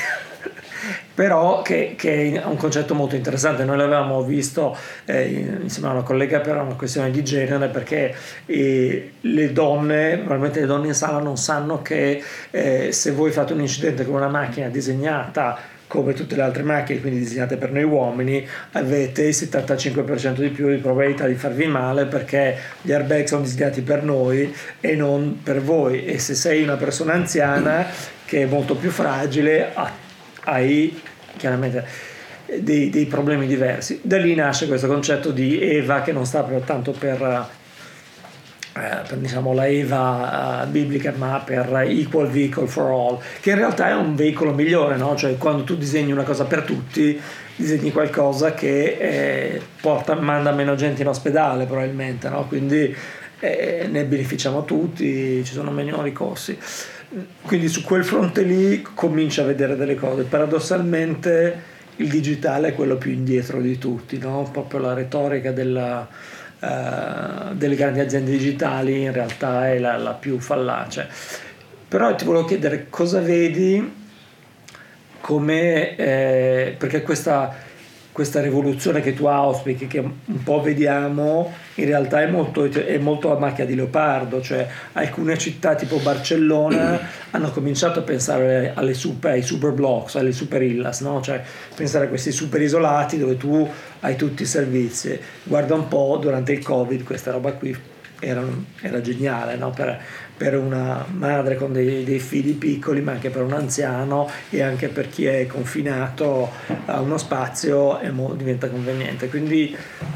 Però che è un concetto molto interessante. Noi l'avevamo visto insieme a una collega per una questione di genere, perché probabilmente le donne in sala non sanno che se voi fate un incidente con una macchina disegnata come tutte le altre macchine, quindi disegnate per noi uomini, avete il 75% di più di probabilità di farvi male, perché gli airbag sono disegnati per noi e non per voi, e se sei una persona anziana che è molto più fragile hai chiaramente dei problemi diversi. Da lì nasce questo concetto di EVA, che non sta tanto per diciamo la EVA biblica, ma per Equal Vehicle for All, che in realtà è un veicolo migliore, no? Cioè quando tu disegni una cosa per tutti, disegni qualcosa che manda meno gente in ospedale probabilmente, no? Quindi ne beneficiamo tutti, ci sono meno ricorsi. Quindi su quel fronte lì comincia a vedere delle cose. Paradossalmente il digitale è quello più indietro di tutti, no? Proprio la retorica delle grandi aziende digitali in realtà è la più fallace. Però ti volevo chiedere cosa vedi come perché questa rivoluzione che tu auspichi, che un po' vediamo, in realtà è molto a macchia di leopardo. Cioè alcune città tipo Barcellona hanno cominciato a pensare ai super blocks, alle super illas, no? Cioè pensare a questi super isolati dove tu hai tutti i servizi. Guarda un po', durante il Covid questa roba qui era geniale, no? Per una madre con dei figli piccoli, ma anche per un anziano e anche per chi è confinato a uno spazio diventa conveniente. Quindi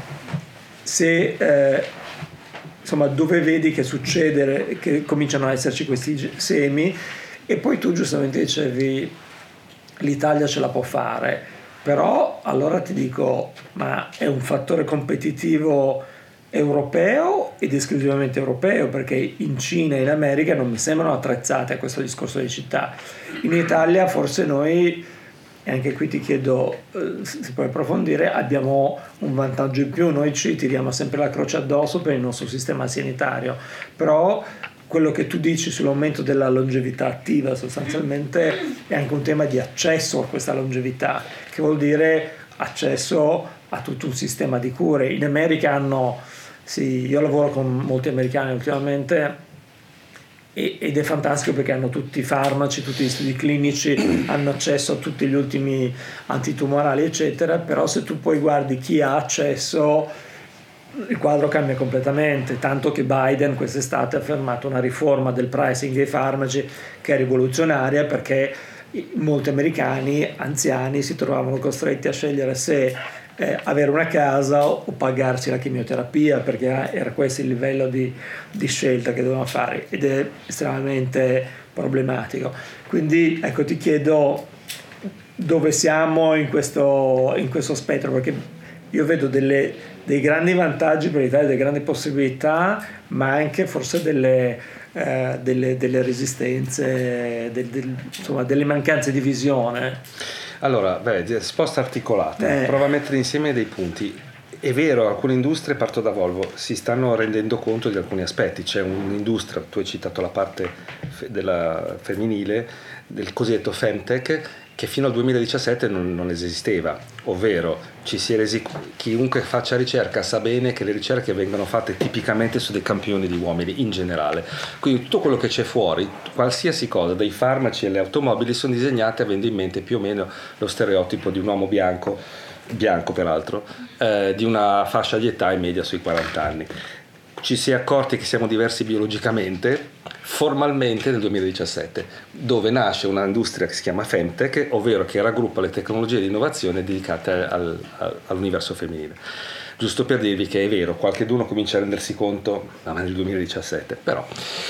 insomma, dove vedi che succede, che cominciano a esserci questi semi, e poi tu giustamente dicevi l'Italia ce la può fare, però allora ti dico, ma è un fattore competitivo europeo ed esclusivamente europeo, perché in Cina e in America non mi sembrano attrezzate a questo discorso di città. In Italia forse noi, e anche qui ti chiedo se puoi approfondire, abbiamo un vantaggio in più. Noi ci tiriamo sempre la croce addosso per il nostro sistema sanitario, però quello che tu dici sull'aumento della longevità attiva sostanzialmente è anche un tema di accesso a questa longevità, che vuol dire accesso a tutto un sistema di cure. In America io lavoro con molti americani ultimamente ed è fantastico perché hanno tutti i farmaci, tutti gli studi clinici, hanno accesso a tutti gli ultimi antitumorali eccetera, però se tu poi guardi chi ha accesso, il quadro cambia completamente, tanto che Biden quest'estate ha fermato una riforma del pricing dei farmaci che è rivoluzionaria, perché molti americani anziani si trovavano costretti a scegliere se avere una casa o pagarsi la chemioterapia, perché era questo il livello di scelta che dovevano fare, ed è estremamente problematico. Quindi ecco, ti chiedo dove siamo in questo spettro, perché io vedo dei grandi vantaggi per l'Italia, delle grandi possibilità, ma anche forse delle resistenze, insomma delle mancanze di visione. Allora, risposta articolata, prova a mettere insieme dei punti. È vero, alcune industrie, parto da Volvo, si stanno rendendo conto di alcuni aspetti. C'è un'industria, tu hai citato la parte della femminile, del cosiddetto Femtech, che fino al 2017 non esisteva, ovvero chiunque faccia ricerca sa bene che le ricerche vengono fatte tipicamente su dei campioni di uomini in generale, quindi tutto quello che c'è fuori, qualsiasi cosa, dai farmaci alle automobili, sono disegnate avendo in mente più o meno lo stereotipo di un uomo bianco bianco peraltro, di una fascia di età in media sui 40 anni. Ci si è accorti che siamo diversi biologicamente, formalmente nel 2017, dove nasce una industria che si chiama Femtech, ovvero che raggruppa le tecnologie di innovazione dedicate all'universo femminile. Giusto per dirvi che è vero, qualcheduno comincia a rendersi conto, ma nel 2017, però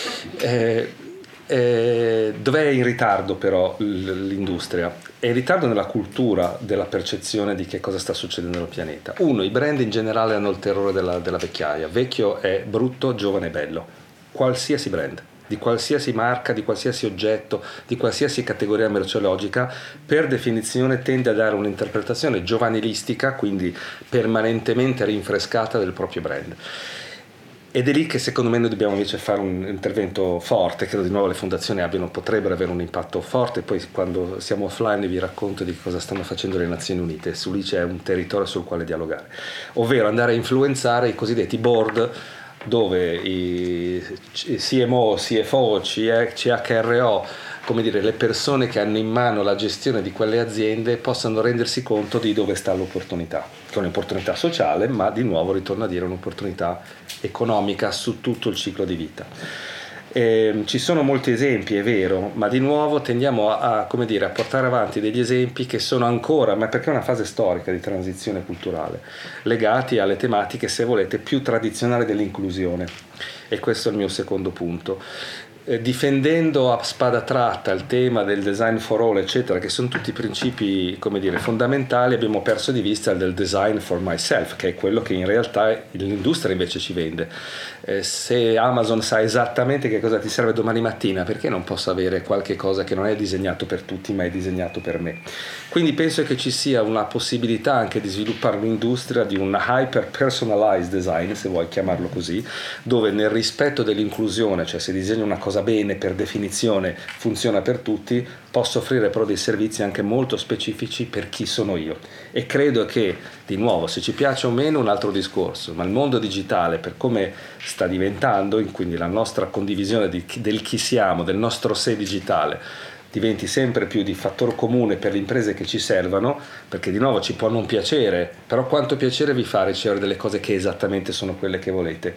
dov'è in ritardo però l'industria? È in ritardo nella cultura della percezione di che cosa sta succedendo nel pianeta. Uno, i brand in generale hanno il terrore della vecchiaia. Vecchio è brutto, giovane è bello. Qualsiasi brand, di qualsiasi marca, di qualsiasi oggetto, di qualsiasi categoria merceologica, per definizione tende a dare un'interpretazione giovanilistica, quindi permanentemente rinfrescata del proprio brand. Ed è lì che secondo me noi dobbiamo invece fare un intervento forte. Credo di nuovo le fondazioni potrebbero avere un impatto forte. Poi quando siamo offline vi racconto di cosa stanno facendo le Nazioni Unite. Su lì c'è un territorio sul quale dialogare, ovvero andare a influenzare i cosiddetti board, dove i CMO, CFO, CHRO, come dire, le persone che hanno in mano la gestione di quelle aziende possano rendersi conto di dove sta l'opportunità, che è un'opportunità sociale, ma di nuovo ritorno a dire un'opportunità economica su tutto il ciclo di vita. Ci sono molti esempi, è vero, ma di nuovo tendiamo a portare avanti degli esempi che sono ancora, ma perché è una fase storica di transizione culturale, legati alle tematiche, se volete, più tradizionali dell'inclusione. E questo è il mio secondo punto. Difendendo a spada tratta il tema del design for all, eccetera, che sono tutti principi, fondamentali, abbiamo perso di vista del design for myself, che è quello che in realtà l'industria invece ci vende. Se Amazon sa esattamente che cosa ti serve domani mattina, perché non posso avere qualche cosa che non è disegnato per tutti ma è disegnato per me? Quindi penso che ci sia una possibilità anche di sviluppare un'industria di un hyper personalized design, se vuoi chiamarlo così, dove nel rispetto dell'inclusione, cioè se disegno una cosa bene, per definizione funziona per tutti, posso offrire però dei servizi anche molto specifici per chi sono io. E credo che, di nuovo, se ci piace o meno un altro discorso, ma il mondo digitale, per come sta diventando, quindi la nostra condivisione del chi siamo, del nostro sé digitale, diventi sempre più di fattore comune per le imprese che ci servano, perché di nuovo ci può non piacere, però quanto piacere vi fa ricevere delle cose che esattamente sono quelle che volete.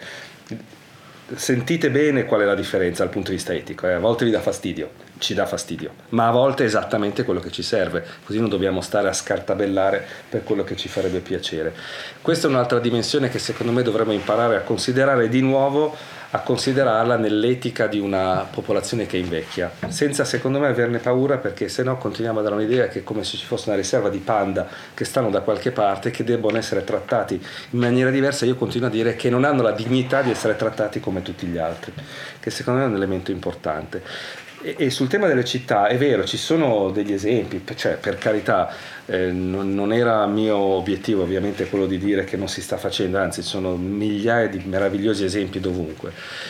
Sentite bene qual è la differenza dal punto di vista etico. A volte vi dà fastidio, ci dà fastidio, ma a volte è esattamente quello che ci serve, così non dobbiamo stare a scartabellare per quello che ci farebbe piacere. Questa è un'altra dimensione che secondo me dovremmo imparare a considerare di nuovo, a considerarla nell'etica di una popolazione che invecchia, senza secondo me averne paura, perché se no continuiamo a dare un'idea che è come se ci fosse una riserva di panda che stanno da qualche parte, che debbono essere trattati in maniera diversa. Io continuo a dire che non hanno la dignità di essere trattati come tutti gli altri, che secondo me è un elemento importante. E sul tema delle città è vero, ci sono degli esempi, cioè per carità, non era mio obiettivo ovviamente quello di dire che non si sta facendo, anzi ci sono migliaia di meravigliosi esempi dovunque.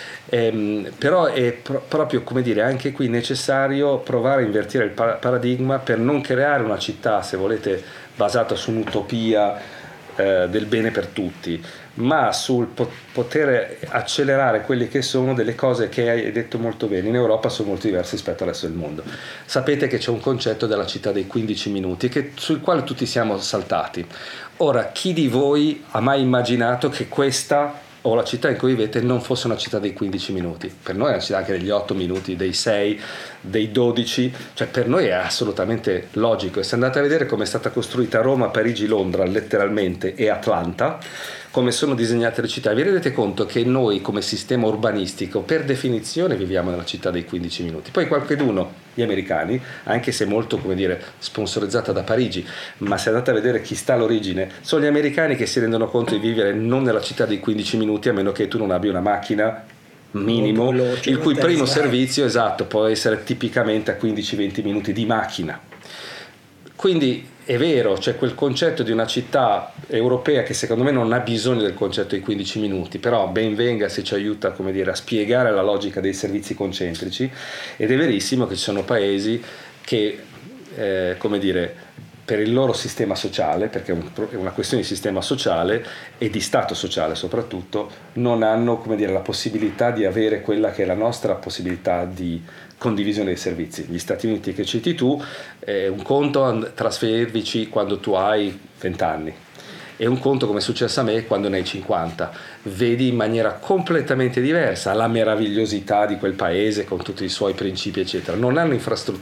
Però è proprio, anche qui necessario provare a invertire il paradigma per non creare una città, se volete, basata su un'utopia del bene per tutti, ma sul poter accelerare quelle che sono delle cose che hai detto molto bene. In Europa sono molto diverse rispetto al resto del mondo. Sapete che c'è un concetto della città dei 15 minuti sul quale tutti siamo saltati. Ora, chi di voi ha mai immaginato che questa o la città in cui vivete non fosse una città dei 15 minuti? Per noi è una città anche degli 8 minuti, dei 6, dei 12, cioè per noi è assolutamente logico. E se andate a vedere come è stata costruita Roma, Parigi, Londra letteralmente e Atlanta, come sono disegnate le città, vi rendete conto che noi come sistema urbanistico per definizione viviamo nella città dei 15 minuti. Poi qualcheduno, gli americani, anche se molto sponsorizzata da Parigi, ma se andate a vedere chi sta all'origine, sono gli americani che si rendono conto di vivere non nella città dei 15 minuti, a meno che tu non abbia una macchina minimo, il cui primo servizio può essere tipicamente a 15-20 minuti di macchina. Quindi è vero, c'è quel concetto di una città europea che secondo me non ha bisogno del concetto dei 15 minuti, però ben venga se ci aiuta a spiegare la logica dei servizi concentrici. Ed è verissimo che ci sono paesi che per il loro sistema sociale, perché è una questione di sistema sociale e di stato sociale soprattutto, non hanno, come dire, la possibilità di avere quella che è la nostra possibilità di condivisione dei servizi. Gli Stati Uniti che citi tu, è un conto trasferirvici quando tu hai 20 anni, è un conto, come è successo a me, quando ne hai 50. Vedi in maniera completamente diversa la meravigliosità di quel paese con tutti i suoi principi eccetera. Non hanno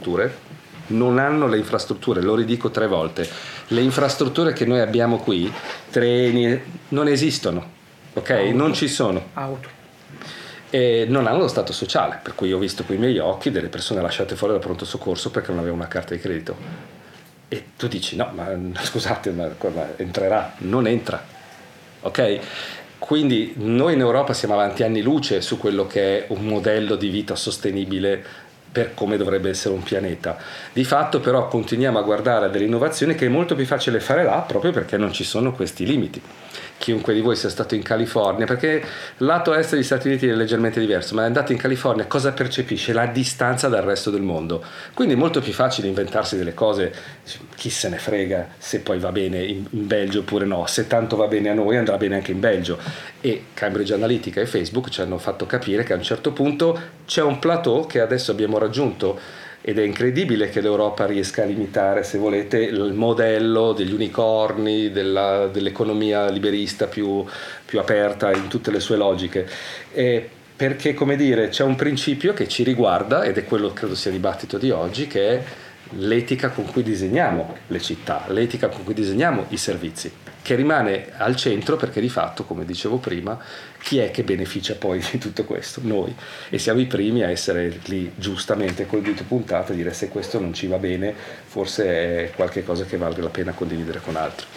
le infrastrutture, lo ridico 3 volte, le infrastrutture che noi abbiamo qui, treni, non esistono, ok? Non ci sono. Auto. E non hanno lo stato sociale, per cui ho visto con i miei occhi delle persone lasciate fuori dal pronto soccorso perché non avevano una carta di credito. E tu dici no, ma scusate, ma entrerà? Non entra, ok? Quindi noi in Europa siamo avanti anni luce su quello che è un modello di vita sostenibile per come dovrebbe essere un pianeta. Di fatto però continuiamo a guardare a delle innovazioni che è molto più facile fare là, proprio perché non ci sono questi limiti. Chiunque di voi sia stato in California, perché il lato est degli Stati Uniti è leggermente diverso, ma è andato in California, cosa percepisce? La distanza dal resto del mondo. Quindi è molto più facile inventarsi delle cose, chi se ne frega se poi va bene in Belgio oppure no, se tanto va bene a noi andrà bene anche in Belgio. E Cambridge Analytica e Facebook ci hanno fatto capire che a un certo punto c'è un plateau che adesso abbiamo raggiunto. Ed è incredibile che l'Europa riesca a limitare, se volete, il modello degli unicorni, dell'economia liberista più aperta in tutte le sue logiche. Perché, come dire, c'è un principio che ci riguarda, ed è quello che credo sia il dibattito di oggi, che è l'etica con cui disegniamo le città, l'etica con cui disegniamo i servizi, che rimane al centro perché di fatto, come dicevo prima, chi è che beneficia poi di tutto questo? Noi. E siamo i primi a essere lì giustamente col dito puntato e dire se questo non ci va bene, forse è qualche cosa che valga la pena condividere con altri.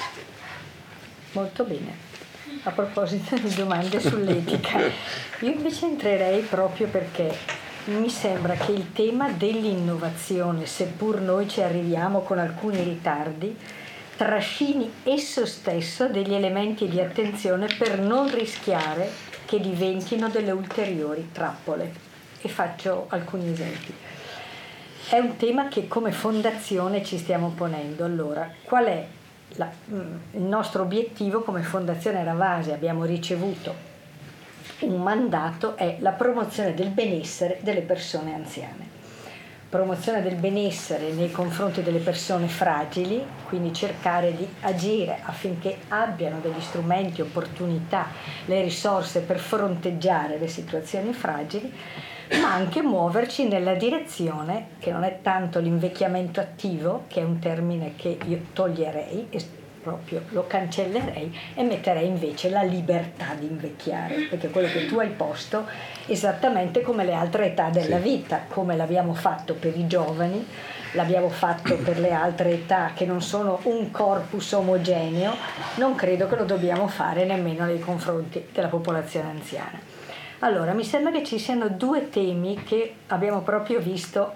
Molto bene. A proposito di domande sull'etica, io invece entrerei proprio perché mi sembra che il tema dell'innovazione, seppur noi ci arriviamo con alcuni ritardi, trascini esso stesso degli elementi di attenzione per non rischiare che diventino delle ulteriori trappole. E faccio alcuni esempi. È un tema che come fondazione ci stiamo ponendo. Allora, qual è il nostro obiettivo come Fondazione Ravasi? Abbiamo ricevuto un mandato, è la promozione del benessere delle persone anziane. Promozione del benessere nei confronti delle persone fragili, quindi cercare di agire affinché abbiano degli strumenti, opportunità, le risorse per fronteggiare le situazioni fragili, ma anche muoverci nella direzione che non è tanto l'invecchiamento attivo, che è un termine che io toglierei e proprio lo cancellerei e metterei invece la libertà di invecchiare, perché quello che tu hai posto esattamente come le altre età della vita, come l'abbiamo fatto per i giovani, l'abbiamo fatto per le altre età che non sono un corpus omogeneo, non credo che lo dobbiamo fare nemmeno nei confronti della popolazione anziana. Allora, mi sembra che ci siano 2 temi che abbiamo proprio visto.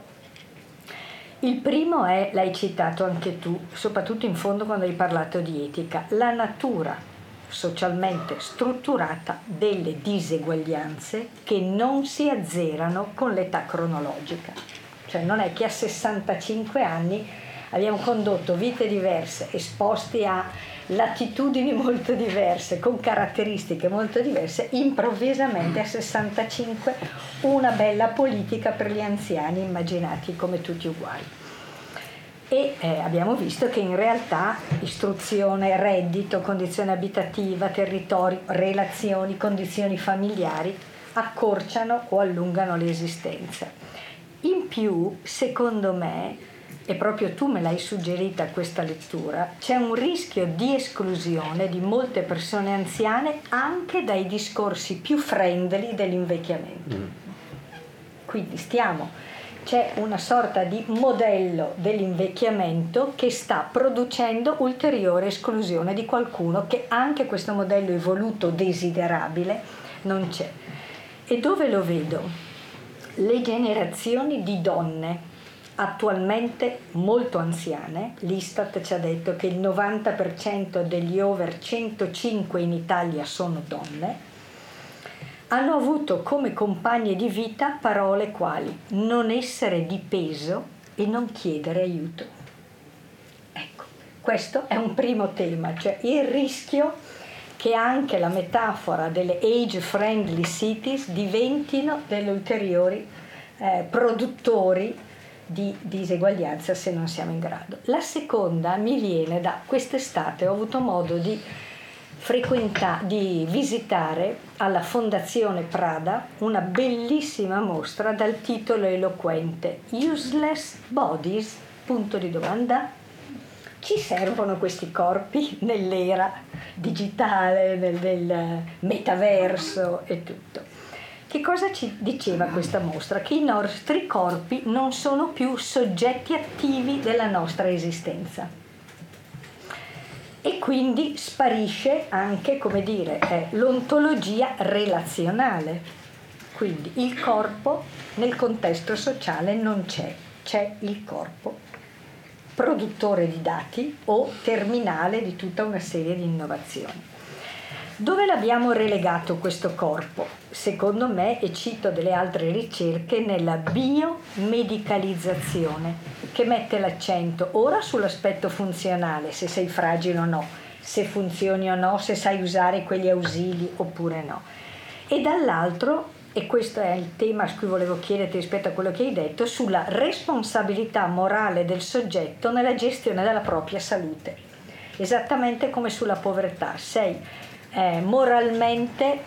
Il primo è, l'hai citato anche tu, soprattutto in fondo quando hai parlato di etica, la natura socialmente strutturata delle diseguaglianze che non si azzerano con l'età cronologica. Cioè non è che a 65 anni abbiamo condotto vite diverse, esposti a latitudini molto diverse, con caratteristiche molto diverse, improvvisamente a 65 una bella politica per gli anziani immaginati come tutti uguali. E abbiamo visto che in realtà istruzione, reddito, condizione abitativa, territorio, relazioni, condizioni familiari accorciano o allungano l'esistenza. In più, secondo me, e proprio tu me l'hai suggerita questa lettura, c'è un rischio di esclusione di molte persone anziane anche dai discorsi più friendly dell'invecchiamento. Quindi c'è una sorta di modello dell'invecchiamento che sta producendo ulteriore esclusione di qualcuno che anche questo modello evoluto desiderabile non c'è. E dove lo vedo? Le generazioni di donne attualmente molto anziane, l'Istat ci ha detto che il 90% degli over 105 in Italia sono donne, hanno avuto come compagne di vita parole quali non essere di peso e non chiedere aiuto. Ecco, questo è un primo tema, cioè il rischio che anche la metafora delle age-friendly cities diventino delle ulteriori produttori di diseguaglianza se non siamo in grado. La seconda mi viene da quest'estate, ho avuto modo di visitare alla Fondazione Prada una bellissima mostra dal titolo eloquente Useless Bodies? Punto di domanda. Ci servono questi corpi nell'era digitale, nel metaverso e tutto. Che cosa ci diceva questa mostra? Che i nostri corpi non sono più soggetti attivi della nostra esistenza. E quindi sparisce anche, come dire, l'ontologia relazionale. Quindi il corpo nel contesto sociale non c'è il corpo produttore di dati o terminale di tutta una serie di innovazioni. Dove l'abbiamo relegato questo corpo? Secondo me, e cito delle altre ricerche, nella biomedicalizzazione, che mette l'accento ora sull'aspetto funzionale, se sei fragile o no, se funzioni o no, se sai usare quegli ausili oppure no. E dall'altro, e questo è il tema su cui volevo chiederti rispetto a quello che hai detto, sulla responsabilità morale del soggetto nella gestione della propria salute. Esattamente come sulla povertà, sei moralmente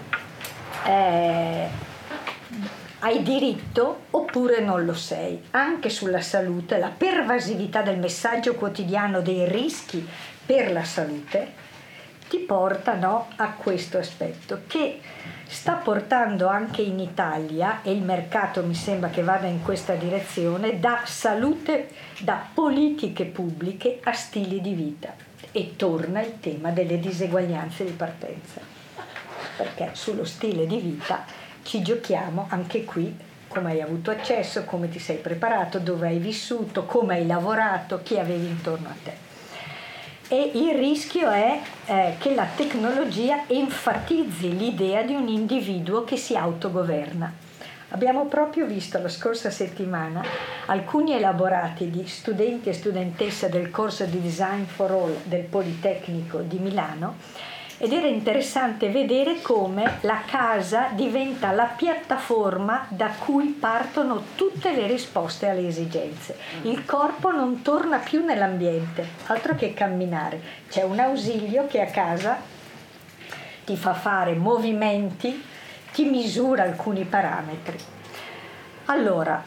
hai diritto oppure non lo sei. Anche sulla salute, la pervasività del messaggio quotidiano dei rischi per la salute ti porta a questo aspetto che sta portando anche in Italia, e il mercato mi sembra che vada in questa direzione, da salute, da politiche pubbliche a stili di vita, e torna il tema delle diseguaglianze di partenza, perché sullo stile di vita ci giochiamo anche qui come hai avuto accesso, come ti sei preparato, dove hai vissuto, come hai lavorato, chi avevi intorno a te. E il rischio è che la tecnologia enfatizzi l'idea di un individuo che si autogoverna. Abbiamo proprio visto la scorsa settimana alcuni elaborati di studenti e studentesse del corso di Design for All del Politecnico di Milano, ed era interessante vedere come la casa diventa la piattaforma da cui partono tutte le risposte alle esigenze. Il corpo non torna più nell'ambiente, altro che camminare. C'è un ausilio che a casa ti fa fare movimenti, ti misura alcuni parametri. Allora,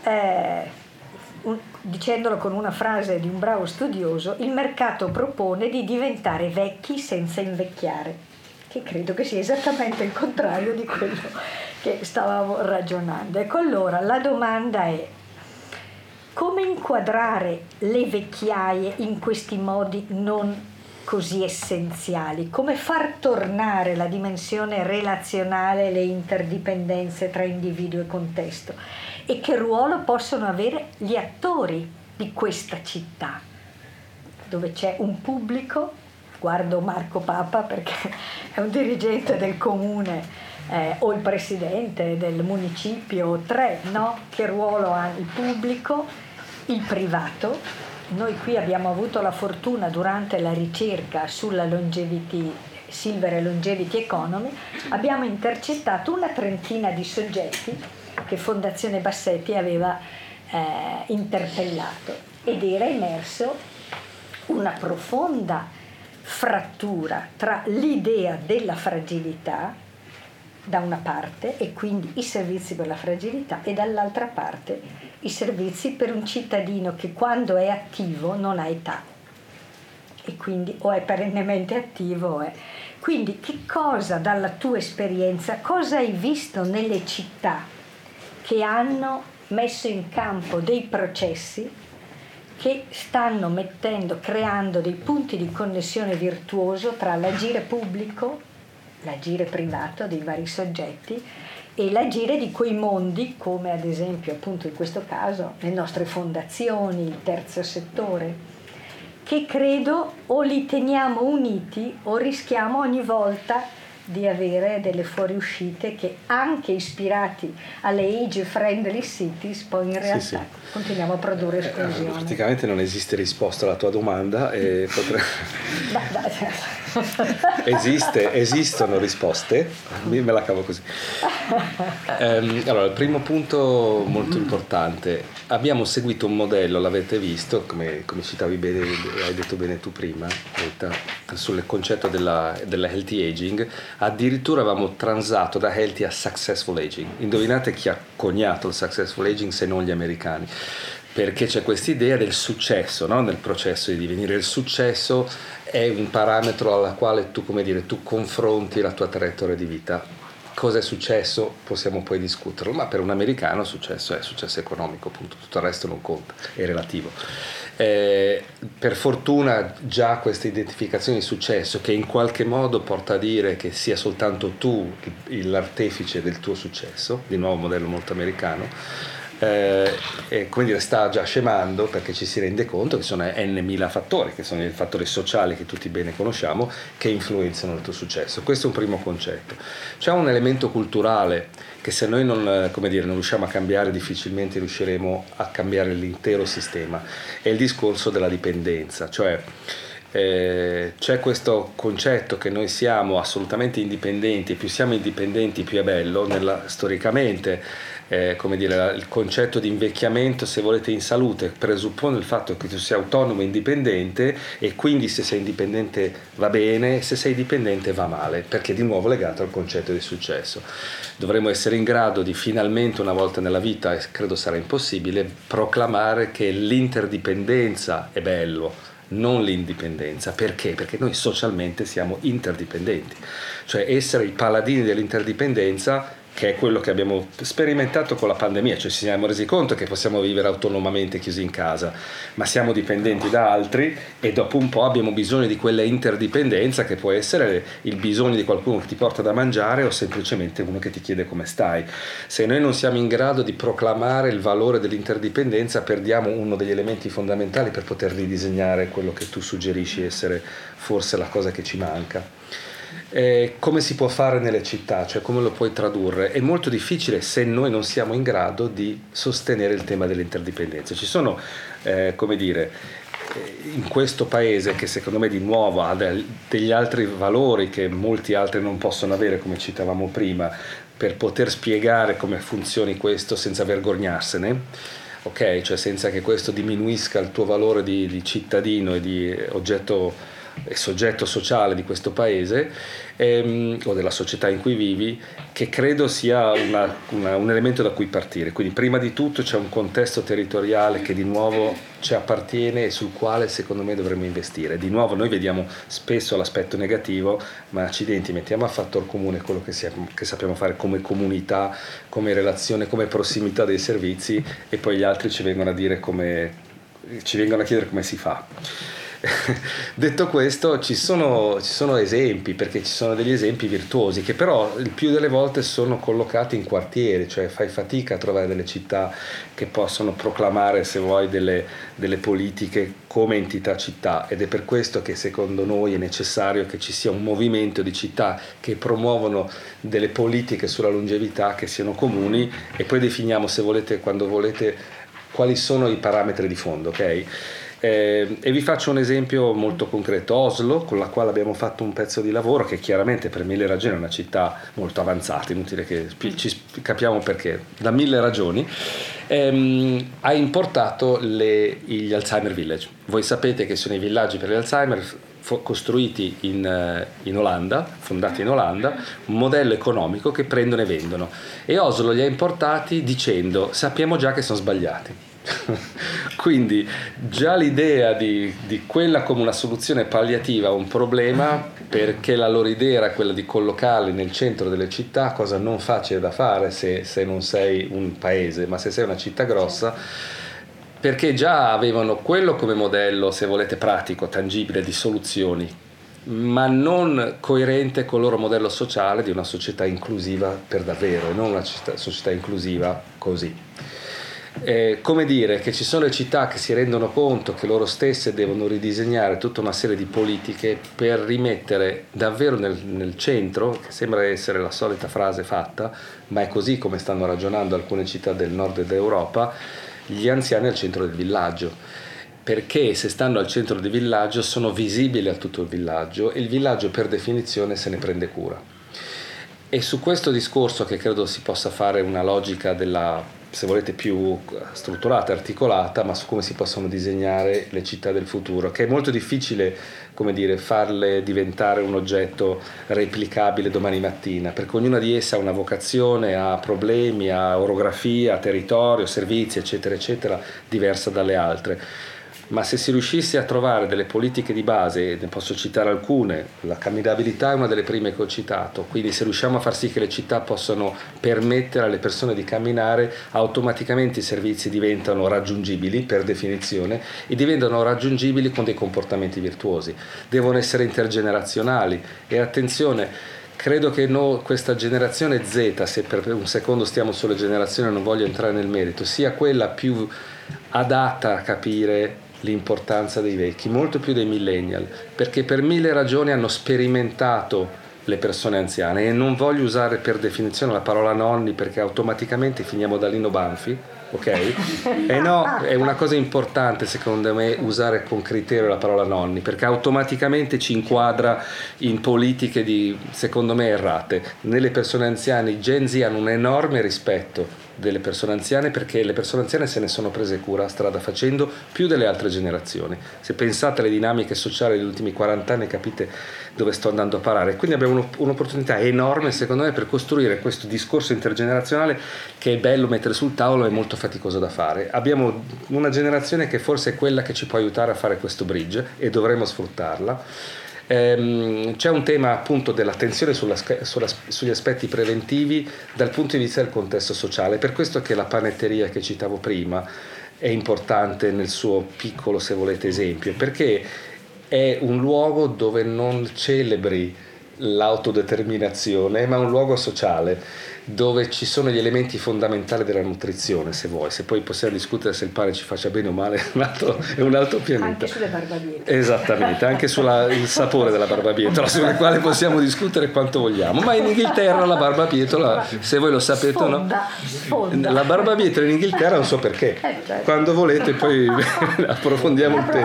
dicendolo con una frase di un bravo studioso, il mercato propone di diventare vecchi senza invecchiare, che credo che sia esattamente il contrario di quello che stavamo ragionando. Ecco, allora la domanda è: come inquadrare le vecchiaie in questi modi non così essenziali? Come far tornare la dimensione relazionale e le interdipendenze tra individuo e contesto? E che ruolo possono avere gli attori di questa città, dove c'è un pubblico, guardo Marco Papa perché è un dirigente del comune o il presidente del municipio, no? Che ruolo ha il pubblico, il privato? Noi qui abbiamo avuto la fortuna durante la ricerca sulla Silver Longevity Economy, abbiamo intercettato una trentina di soggetti che Fondazione Bassetti aveva interpellato, ed era emerso una profonda frattura tra l'idea della fragilità da una parte, e quindi i servizi per la fragilità, e dall'altra parte i servizi per un cittadino che quando è attivo non ha età, e quindi o è perennemente attivo Quindi che cosa, dalla tua esperienza, cosa hai visto nelle città che hanno messo in campo dei processi che stanno creando dei punti di connessione virtuoso tra l'agire pubblico, l'agire privato dei vari soggetti e l'agire di quei mondi, come ad esempio appunto in questo caso le nostre fondazioni, il terzo settore, che credo o li teniamo uniti o rischiamo ogni volta di avere delle fuoriuscite che, anche ispirati alle age friendly cities, poi in realtà continuiamo a produrre esclusione. Praticamente non esiste risposta alla tua domanda e esistono risposte, me la cavo così. Allora, il primo punto molto importante: abbiamo seguito un modello, l'avete visto, come citavi bene, hai detto bene tu prima, sul concetto della healthy aging. Addirittura avevamo transato da healthy a successful aging. Indovinate chi ha coniato il successful aging se non gli americani? Perché c'è questa idea del successo, no? Nel processo di divenire. Il successo è un parametro alla quale tu confronti la tua traiettoria di vita. Cosa è successo? Possiamo poi discuterlo, ma per un americano successo è successo economico, appunto, tutto il resto non conta, è relativo. Per fortuna già questa identificazione di successo, che in qualche modo porta a dire che sia soltanto tu l'artefice del tuo successo, di nuovo modello molto americano, come dire, sta già scemando, perché ci si rende conto che sono n.000 fattori, che sono i fattori sociali che tutti bene conosciamo, che influenzano il tuo successo. Questo è un primo concetto. C'è un elemento culturale che, se noi non riusciamo a cambiare, difficilmente riusciremo a cambiare l'intero sistema. È il discorso della dipendenza, cioè c'è questo concetto che noi siamo assolutamente indipendenti, più siamo indipendenti più è bello. Storicamente il concetto di invecchiamento, se volete, in salute presuppone il fatto che tu sia autonomo e indipendente, e quindi se sei indipendente va bene, se sei dipendente va male, perché è di nuovo legato al concetto di successo. Dovremmo essere in grado di finalmente, una volta nella vita, e credo sarà impossibile, proclamare che l'interdipendenza è bello, non l'indipendenza. Perché? Perché noi socialmente siamo interdipendenti, cioè essere i paladini dell'interdipendenza, che è quello che abbiamo sperimentato con la pandemia, cioè ci siamo resi conto che possiamo vivere autonomamente chiusi in casa, ma siamo dipendenti da altri, e dopo un po' abbiamo bisogno di quella interdipendenza, che può essere il bisogno di qualcuno che ti porta da mangiare o semplicemente uno che ti chiede come stai. Se noi non siamo in grado di proclamare il valore dell'interdipendenza, perdiamo uno degli elementi fondamentali per poter ridisegnare quello che tu suggerisci essere forse la cosa che ci manca. Come si può fare nelle città, cioè come lo puoi tradurre? È molto difficile se noi non siamo in grado di sostenere il tema dell'interdipendenza. Ci sono, in questo paese, che secondo me di nuovo ha degli altri valori che molti altri non possono avere, come citavamo prima, per poter spiegare come funzioni questo senza vergognarsene. Ok, cioè senza che questo diminuisca il tuo valore di cittadino e di oggetto e soggetto sociale di questo paese, o della società in cui vivi, che credo sia un elemento da cui partire. Quindi prima di tutto c'è un contesto territoriale che di nuovo ci appartiene e sul quale secondo me dovremmo investire. Di nuovo noi vediamo spesso l'aspetto negativo, ma accidenti, mettiamo a fattor comune quello che sappiamo fare come comunità, come relazione, come prossimità dei servizi, e poi gli altri ci vengono a chiedere come si fa. Detto questo, ci sono esempi, perché ci sono degli esempi virtuosi che però il più delle volte sono collocati in quartieri, cioè fai fatica a trovare delle città che possono proclamare, se vuoi, delle politiche come entità città, ed è per questo che secondo noi è necessario che ci sia un movimento di città che promuovono delle politiche sulla longevità che siano comuni, e poi definiamo, se volete, quando volete, quali sono i parametri di fondo, ok? E vi faccio un esempio molto concreto: Oslo, con la quale abbiamo fatto un pezzo di lavoro, che chiaramente per 1000 ragioni è una città molto avanzata, inutile che ci capiamo perché, da 1000 ragioni, ha importato gli Alzheimer Village. Voi sapete che sono i villaggi per gli Alzheimer costruiti in Olanda, fondati in Olanda, un modello economico che prendono e vendono, e Oslo li ha importati dicendo: sappiamo già che sono sbagliati. Quindi già l'idea di quella come una soluzione palliativa a un problema, perché la loro idea era quella di collocarli nel centro delle città, cosa non facile da fare se non sei un paese, ma se sei una città grossa, perché già avevano quello come modello, se volete, pratico, tangibile, di soluzioni, ma non coerente con il loro modello sociale di una società inclusiva per davvero, e non una società inclusiva così. come dire che ci sono le città che si rendono conto che loro stesse devono ridisegnare tutta una serie di politiche per rimettere davvero nel centro, che sembra essere la solita frase fatta, ma è così come stanno ragionando alcune città del nord d'Europa, gli anziani al centro del villaggio, perché se stanno al centro del villaggio sono visibili a tutto il villaggio e il villaggio per definizione se ne prende cura. E su questo discorso, che credo si possa fare una logica della, se volete, più strutturata, articolata, ma su come si possono disegnare le città del futuro, che è molto difficile, come dire, farle diventare un oggetto replicabile domani mattina, perché ognuna di esse ha una vocazione, ha problemi, ha orografia, territorio, servizi, eccetera, eccetera, diversa dalle altre. Ma se si riuscisse a trovare delle politiche di base, ne posso citare alcune, la camminabilità è una delle prime che ho citato, quindi se riusciamo a far sì che le città possano permettere alle persone di camminare, automaticamente i servizi diventano raggiungibili per definizione e diventano raggiungibili con dei comportamenti virtuosi, devono essere intergenerazionali e attenzione, credo che questa generazione Z, se per un secondo stiamo sulle generazioni non voglio entrare nel merito, sia quella più adatta a capire l'importanza dei vecchi, molto più dei millennial, perché per 1000 ragioni hanno sperimentato le persone anziane, e non voglio usare per definizione la parola nonni perché automaticamente finiamo da Lino Banfi, ok? E no, è una cosa importante secondo me usare con criterio la parola nonni, perché automaticamente ci inquadra in politiche secondo me errate. Nelle persone anziane i Gen Z hanno un enorme rispetto delle persone anziane, perché le persone anziane se ne sono prese cura strada facendo più delle altre generazioni. Se pensate alle dinamiche sociali degli ultimi 40 anni capite dove sto andando a parare. Quindi abbiamo un'opportunità enorme secondo me per costruire questo discorso intergenerazionale che è bello mettere sul tavolo, è molto faticoso da fare. Abbiamo una generazione che forse è quella che ci può aiutare a fare questo bridge e dovremo sfruttarla. C'è un tema appunto dell'attenzione sugli aspetti preventivi dal punto di vista del contesto sociale, per questo che la panetteria che citavo prima è importante nel suo piccolo, se volete, esempio, perché è un luogo dove non celebri l'autodeterminazione, ma un luogo sociale dove ci sono gli elementi fondamentali della nutrizione, se vuoi. Se poi possiamo discutere se il pane ci faccia bene o male è un altro pianeta. Anche sulle barbabietole. Esattamente, anche il sapore della barbabietola, sulle quali possiamo discutere quanto vogliamo. Ma in Inghilterra la barbabietola, se voi lo sapete o no, la barbabietola in Inghilterra non so perché. Certo. Quando volete poi approfondiamo il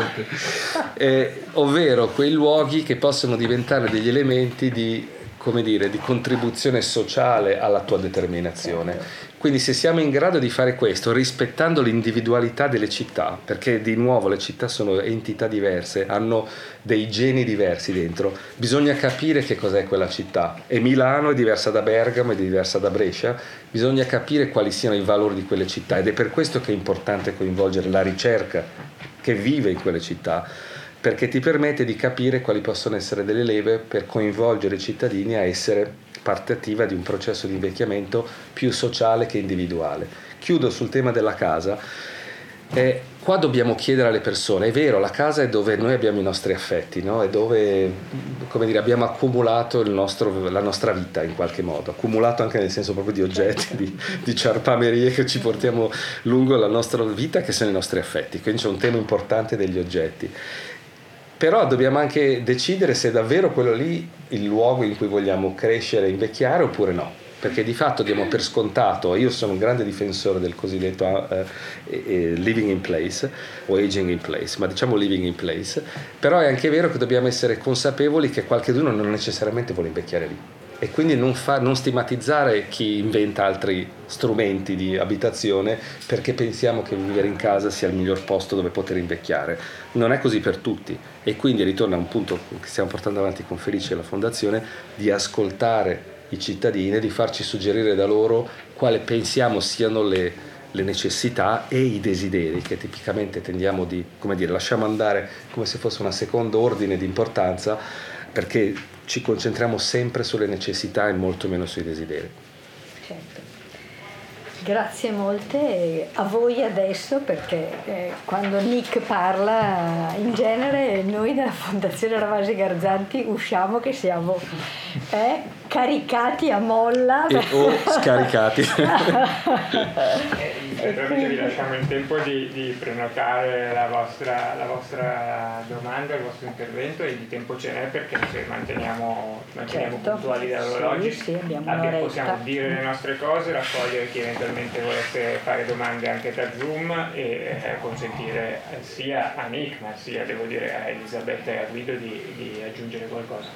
tema. Ovvero quei luoghi che possono diventare degli elementi di contribuzione sociale alla tua determinazione. Quindi se siamo in grado di fare questo rispettando l'individualità delle città, perché di nuovo le città sono entità diverse, hanno dei geni diversi dentro, bisogna capire che cos'è quella città, e Milano è diversa da Bergamo, è diversa da Brescia, bisogna capire quali siano i valori di quelle città, ed è per questo che è importante coinvolgere la ricerca che vive in quelle città, perché ti permette di capire quali possono essere delle leve per coinvolgere i cittadini a essere parte attiva di un processo di invecchiamento più sociale che individuale. Chiudo sul tema della casa. Qua dobbiamo chiedere alle persone, è vero, la casa è dove noi abbiamo i nostri affetti, no? È dove abbiamo accumulato la nostra vita in qualche modo, accumulato anche nel senso proprio di oggetti, di ciarpamerie che ci portiamo lungo la nostra vita, che sono i nostri affetti. Quindi c'è un tema importante degli oggetti. Però dobbiamo anche decidere se è davvero quello lì il luogo in cui vogliamo crescere e invecchiare oppure no, perché di fatto diamo per scontato, io sono un grande difensore del cosiddetto living in place o aging in place, ma diciamo living in place, però è anche vero che dobbiamo essere consapevoli che qualcheduno non necessariamente vuole invecchiare lì, e quindi non stigmatizzare chi inventa altri strumenti di abitazione perché pensiamo che vivere in casa sia il miglior posto dove poter invecchiare. Non è così per tutti, e quindi ritorna a un punto che stiamo portando avanti con Felice e la Fondazione, di ascoltare i cittadini e di farci suggerire da loro quale pensiamo siano le necessità e i desideri che tipicamente tendiamo di, lasciamo andare come se fosse una seconda ordine di importanza, perché ci concentriamo sempre sulle necessità e molto meno sui desideri. Certo. Grazie molte a voi adesso, perché quando Nick parla in genere noi della Fondazione Ravasi Garzanti usciamo che siamo caricati a molla o scaricati. Naturalmente vi lasciamo il tempo di prenotare la vostra domanda, il vostro intervento, e di tempo ce n'è perché se manteniamo puntuali dall'orologio. Sì, abbiamo possiamo dire le nostre cose, raccogliere chi eventualmente volesse fare domande anche da Zoom e consentire sia a Nick ma sia, devo dire, a Elisabetta e a Guido di aggiungere qualcosa.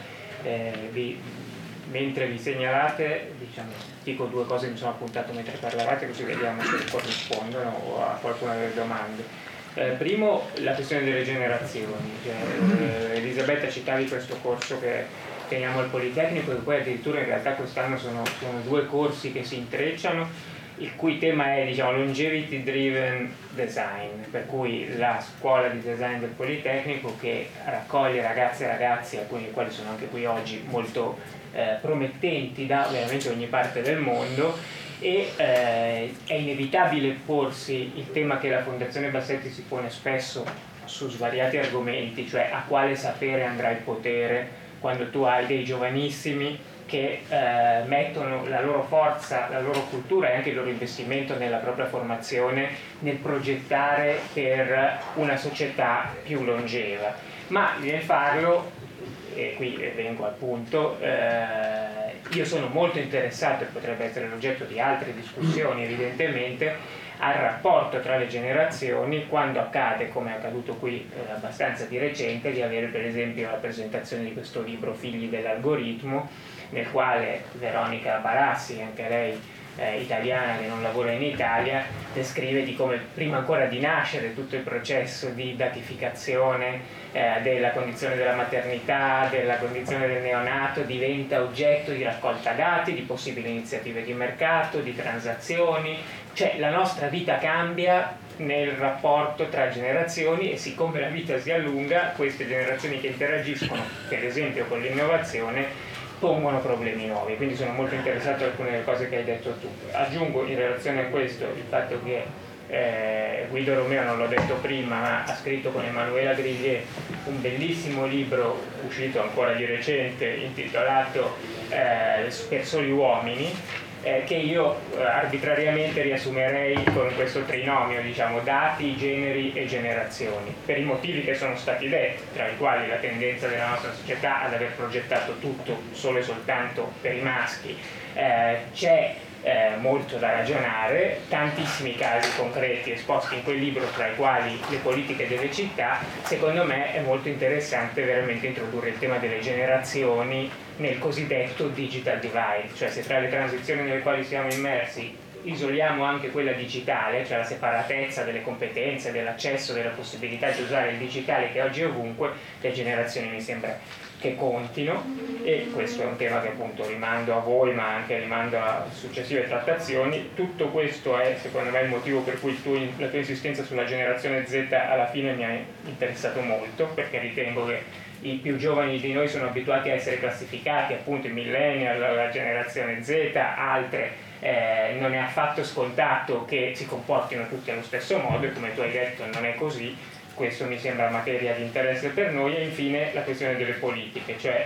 Mentre vi segnalate, dico due cose che mi sono appuntato mentre parlavate, così vediamo se corrispondono o a qualcuna delle domande. Primo, la questione delle generazioni. Elisabetta, citavi questo corso che teniamo al Politecnico, e poi addirittura in realtà quest'anno sono due corsi che si intrecciano, il cui tema è longevity driven design, per cui la scuola di design del Politecnico, che raccoglie ragazze e ragazzi, alcuni dei quali sono anche qui oggi, molto promettenti da veramente ogni parte del mondo, e è inevitabile porsi il tema che la Fondazione Bassetti si pone spesso su svariati argomenti, cioè a quale sapere andrà il potere quando tu hai dei giovanissimi che mettono la loro forza, la loro cultura e anche il loro investimento nella propria formazione nel progettare per una società più longeva. Ma nel farlo, e qui vengo al punto, io sono molto interessato, e potrebbe essere l'oggetto di altre discussioni evidentemente, al rapporto tra le generazioni quando accade, come è accaduto qui abbastanza di recente, di avere per esempio la presentazione di questo libro Figli dell'algoritmo, nel quale Veronica Barassi, anche lei italiana che non lavora in Italia, descrive di come prima ancora di nascere tutto il processo di datificazione della condizione della maternità, della condizione del neonato, diventa oggetto di raccolta dati, di possibili iniziative di mercato, di transazioni, cioè la nostra vita cambia nel rapporto tra generazioni, e siccome la vita si allunga, queste generazioni che interagiscono per esempio con l'innovazione pongono problemi nuovi, quindi sono molto interessato a alcune delle cose che hai detto tu. Aggiungo in relazione a questo il fatto che Guido Romeo, non l'ho detto prima, ma ha scritto con Emanuela Grillier un bellissimo libro uscito ancora di recente intitolato Per soli uomini, che io arbitrariamente riassumerei con questo trinomio, dati, generi e generazioni, per i motivi che sono stati detti, tra i quali la tendenza della nostra società ad aver progettato tutto solo e soltanto per i maschi. C'è molto da ragionare, tantissimi casi concreti esposti in quel libro, tra i quali le politiche delle città. Secondo me è molto interessante veramente introdurre il tema delle generazioni nel cosiddetto digital divide, cioè se tra le transizioni nelle quali siamo immersi isoliamo anche quella digitale, cioè la separatezza delle competenze, dell'accesso, della possibilità di usare il digitale che oggi è ovunque, le generazioni mi sembra che contino, e questo è un tema che appunto rimando a voi ma anche rimando a successive trattazioni. Tutto questo è secondo me il motivo per cui la tua insistenza sulla generazione Z alla fine mi ha interessato molto, perché ritengo che i più giovani di noi sono abituati a essere classificati appunto i millennial, la generazione Z, altre non è affatto scontato che si comportino tutti allo stesso modo, e come tu hai detto non è così. Questo mi sembra materia di interesse per noi. E infine la questione delle politiche, cioè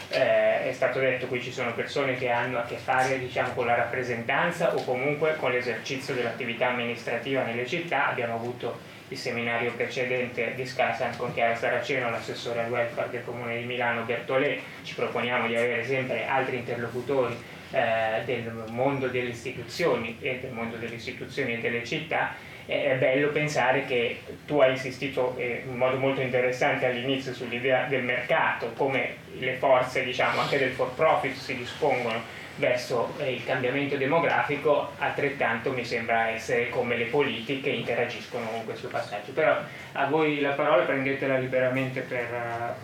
è stato detto qui ci sono persone che hanno a che fare con la rappresentanza o comunque con l'esercizio dell'attività amministrativa nelle città. Abbiamo avuto il seminario precedente di Scasan con Chiara Saraceno, l'assessore al welfare del Comune di Milano Bertolè. Ci proponiamo di avere sempre altri interlocutori del mondo delle istituzioni e del mondo delle istituzioni e delle città. È bello pensare che tu hai insistito in modo molto interessante all'inizio sull'idea del mercato, come le forze anche del for profit si dispongono verso il cambiamento demografico, altrettanto mi sembra essere come le politiche interagiscono con questo passaggio. Però a voi la parola, prendetela liberamente per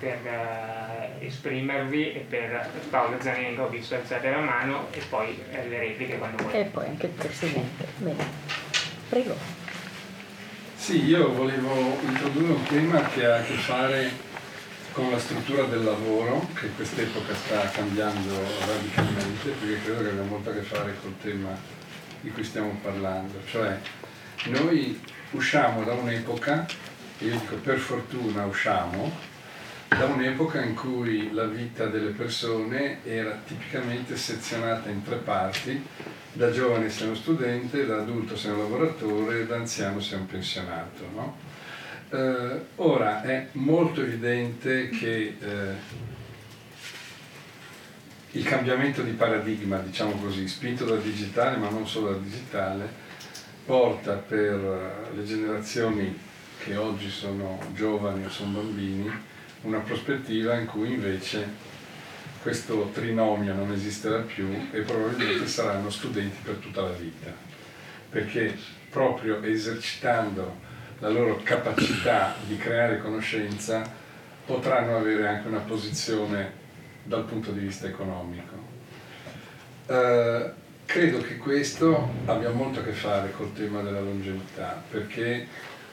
esprimervi, e per Paolo Zanengo ho visto alzare la mano, e poi le repliche quando volete. E poi anche il Presidente. Bene, prego. Sì, io volevo introdurre un tema che ha a che fare con la struttura del lavoro, che in quest'epoca sta cambiando radicalmente, perché credo che abbia molto a che fare col tema di cui stiamo parlando. Cioè, noi usciamo da un'epoca, e io dico per fortuna usciamo, da un'epoca in cui la vita delle persone era tipicamente sezionata in 3 parti: da giovane sei uno studente, da adulto sei un lavoratore, da anziano sei un pensionato, no? Ora è molto evidente che il cambiamento di paradigma, diciamo così, spinto dal digitale, ma non solo dal digitale, porta per le generazioni che oggi sono giovani o sono bambini una prospettiva in cui invece questo trinomio non esisterà più e probabilmente saranno studenti per tutta la vita, perché proprio esercitando la loro capacità di creare conoscenza potranno avere anche una posizione dal punto di vista economico. Credo che questo abbia molto a che fare col tema della longevità, perché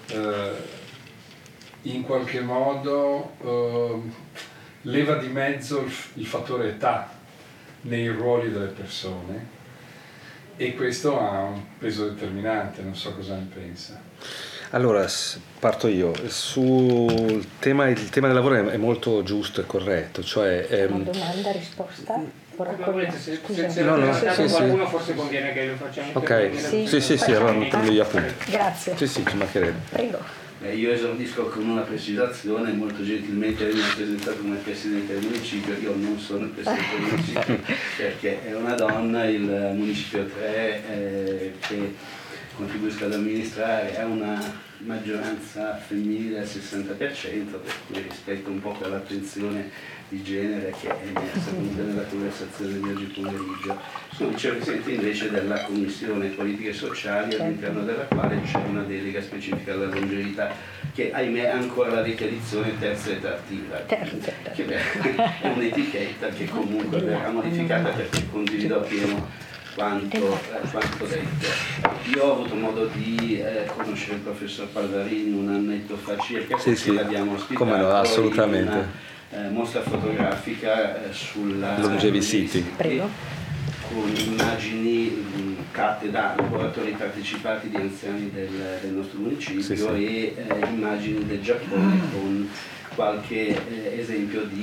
in qualche modo leva di mezzo il fattore età nei ruoli delle persone, e questo ha un peso determinante. Non so cosa ne pensa. Allora, parto io. Il tema del lavoro è molto giusto e corretto, cioè... Una domanda, risposta? Se qualcuno forse conviene che lo facciamo. Ok, sì, allora metto gli appunti. Grazie. Sì, ci mancherebbe. Prego. Io esordisco con una precisazione: molto gentilmente mi ha presentato come Presidente del Municipio. Io non sono il Presidente del Municipio perché è una donna, il Municipio 3 che contribuisco ad amministrare ha una maggioranza femminile al 60%, per cui rispetto un po' quell'attenzione di genere che è emersa comunque nella conversazione di oggi pomeriggio. Sono vicepresidente invece della Commissione Politiche Sociali, all'interno della quale c'è una delega specifica alla longevità, che ahimè ha ancora la vecchia edizione terza età attiva, che è un'etichetta che comunque verrà modificata, perché condivido appieno quanto detto. Io ho avuto modo di conoscere il professor Palvarini un annetto fa circa, perché l'abbiamo ospitato. Come no, assolutamente. In una mostra fotografica sulla Longevity, con immagini tratte da laboratori partecipati di anziani del nostro municipio, e immagini del Giappone con qualche esempio di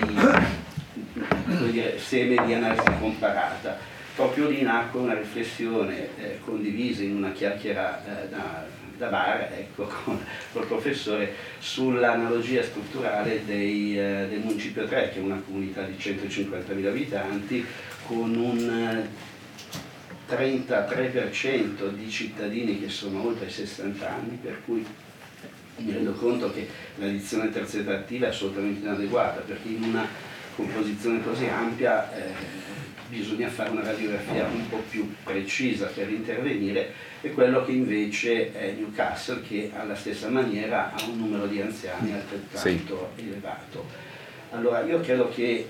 seme di analisi comparata. Proprio lì nacque una riflessione condivisa in una chiacchiera da bar, ecco, con il professore, sull'analogia strutturale del Municipio 3, che è una comunità di 150.000 abitanti, con un 33% di cittadini che sono oltre i 60 anni, per cui mi rendo conto che la dizione terza età attiva è assolutamente inadeguata, perché in una composizione così ampia bisogna fare una radiografia un po' più precisa per intervenire, e quello che invece è Newcastle, che alla stessa maniera ha un numero di anziani altrettanto elevato. Allora io credo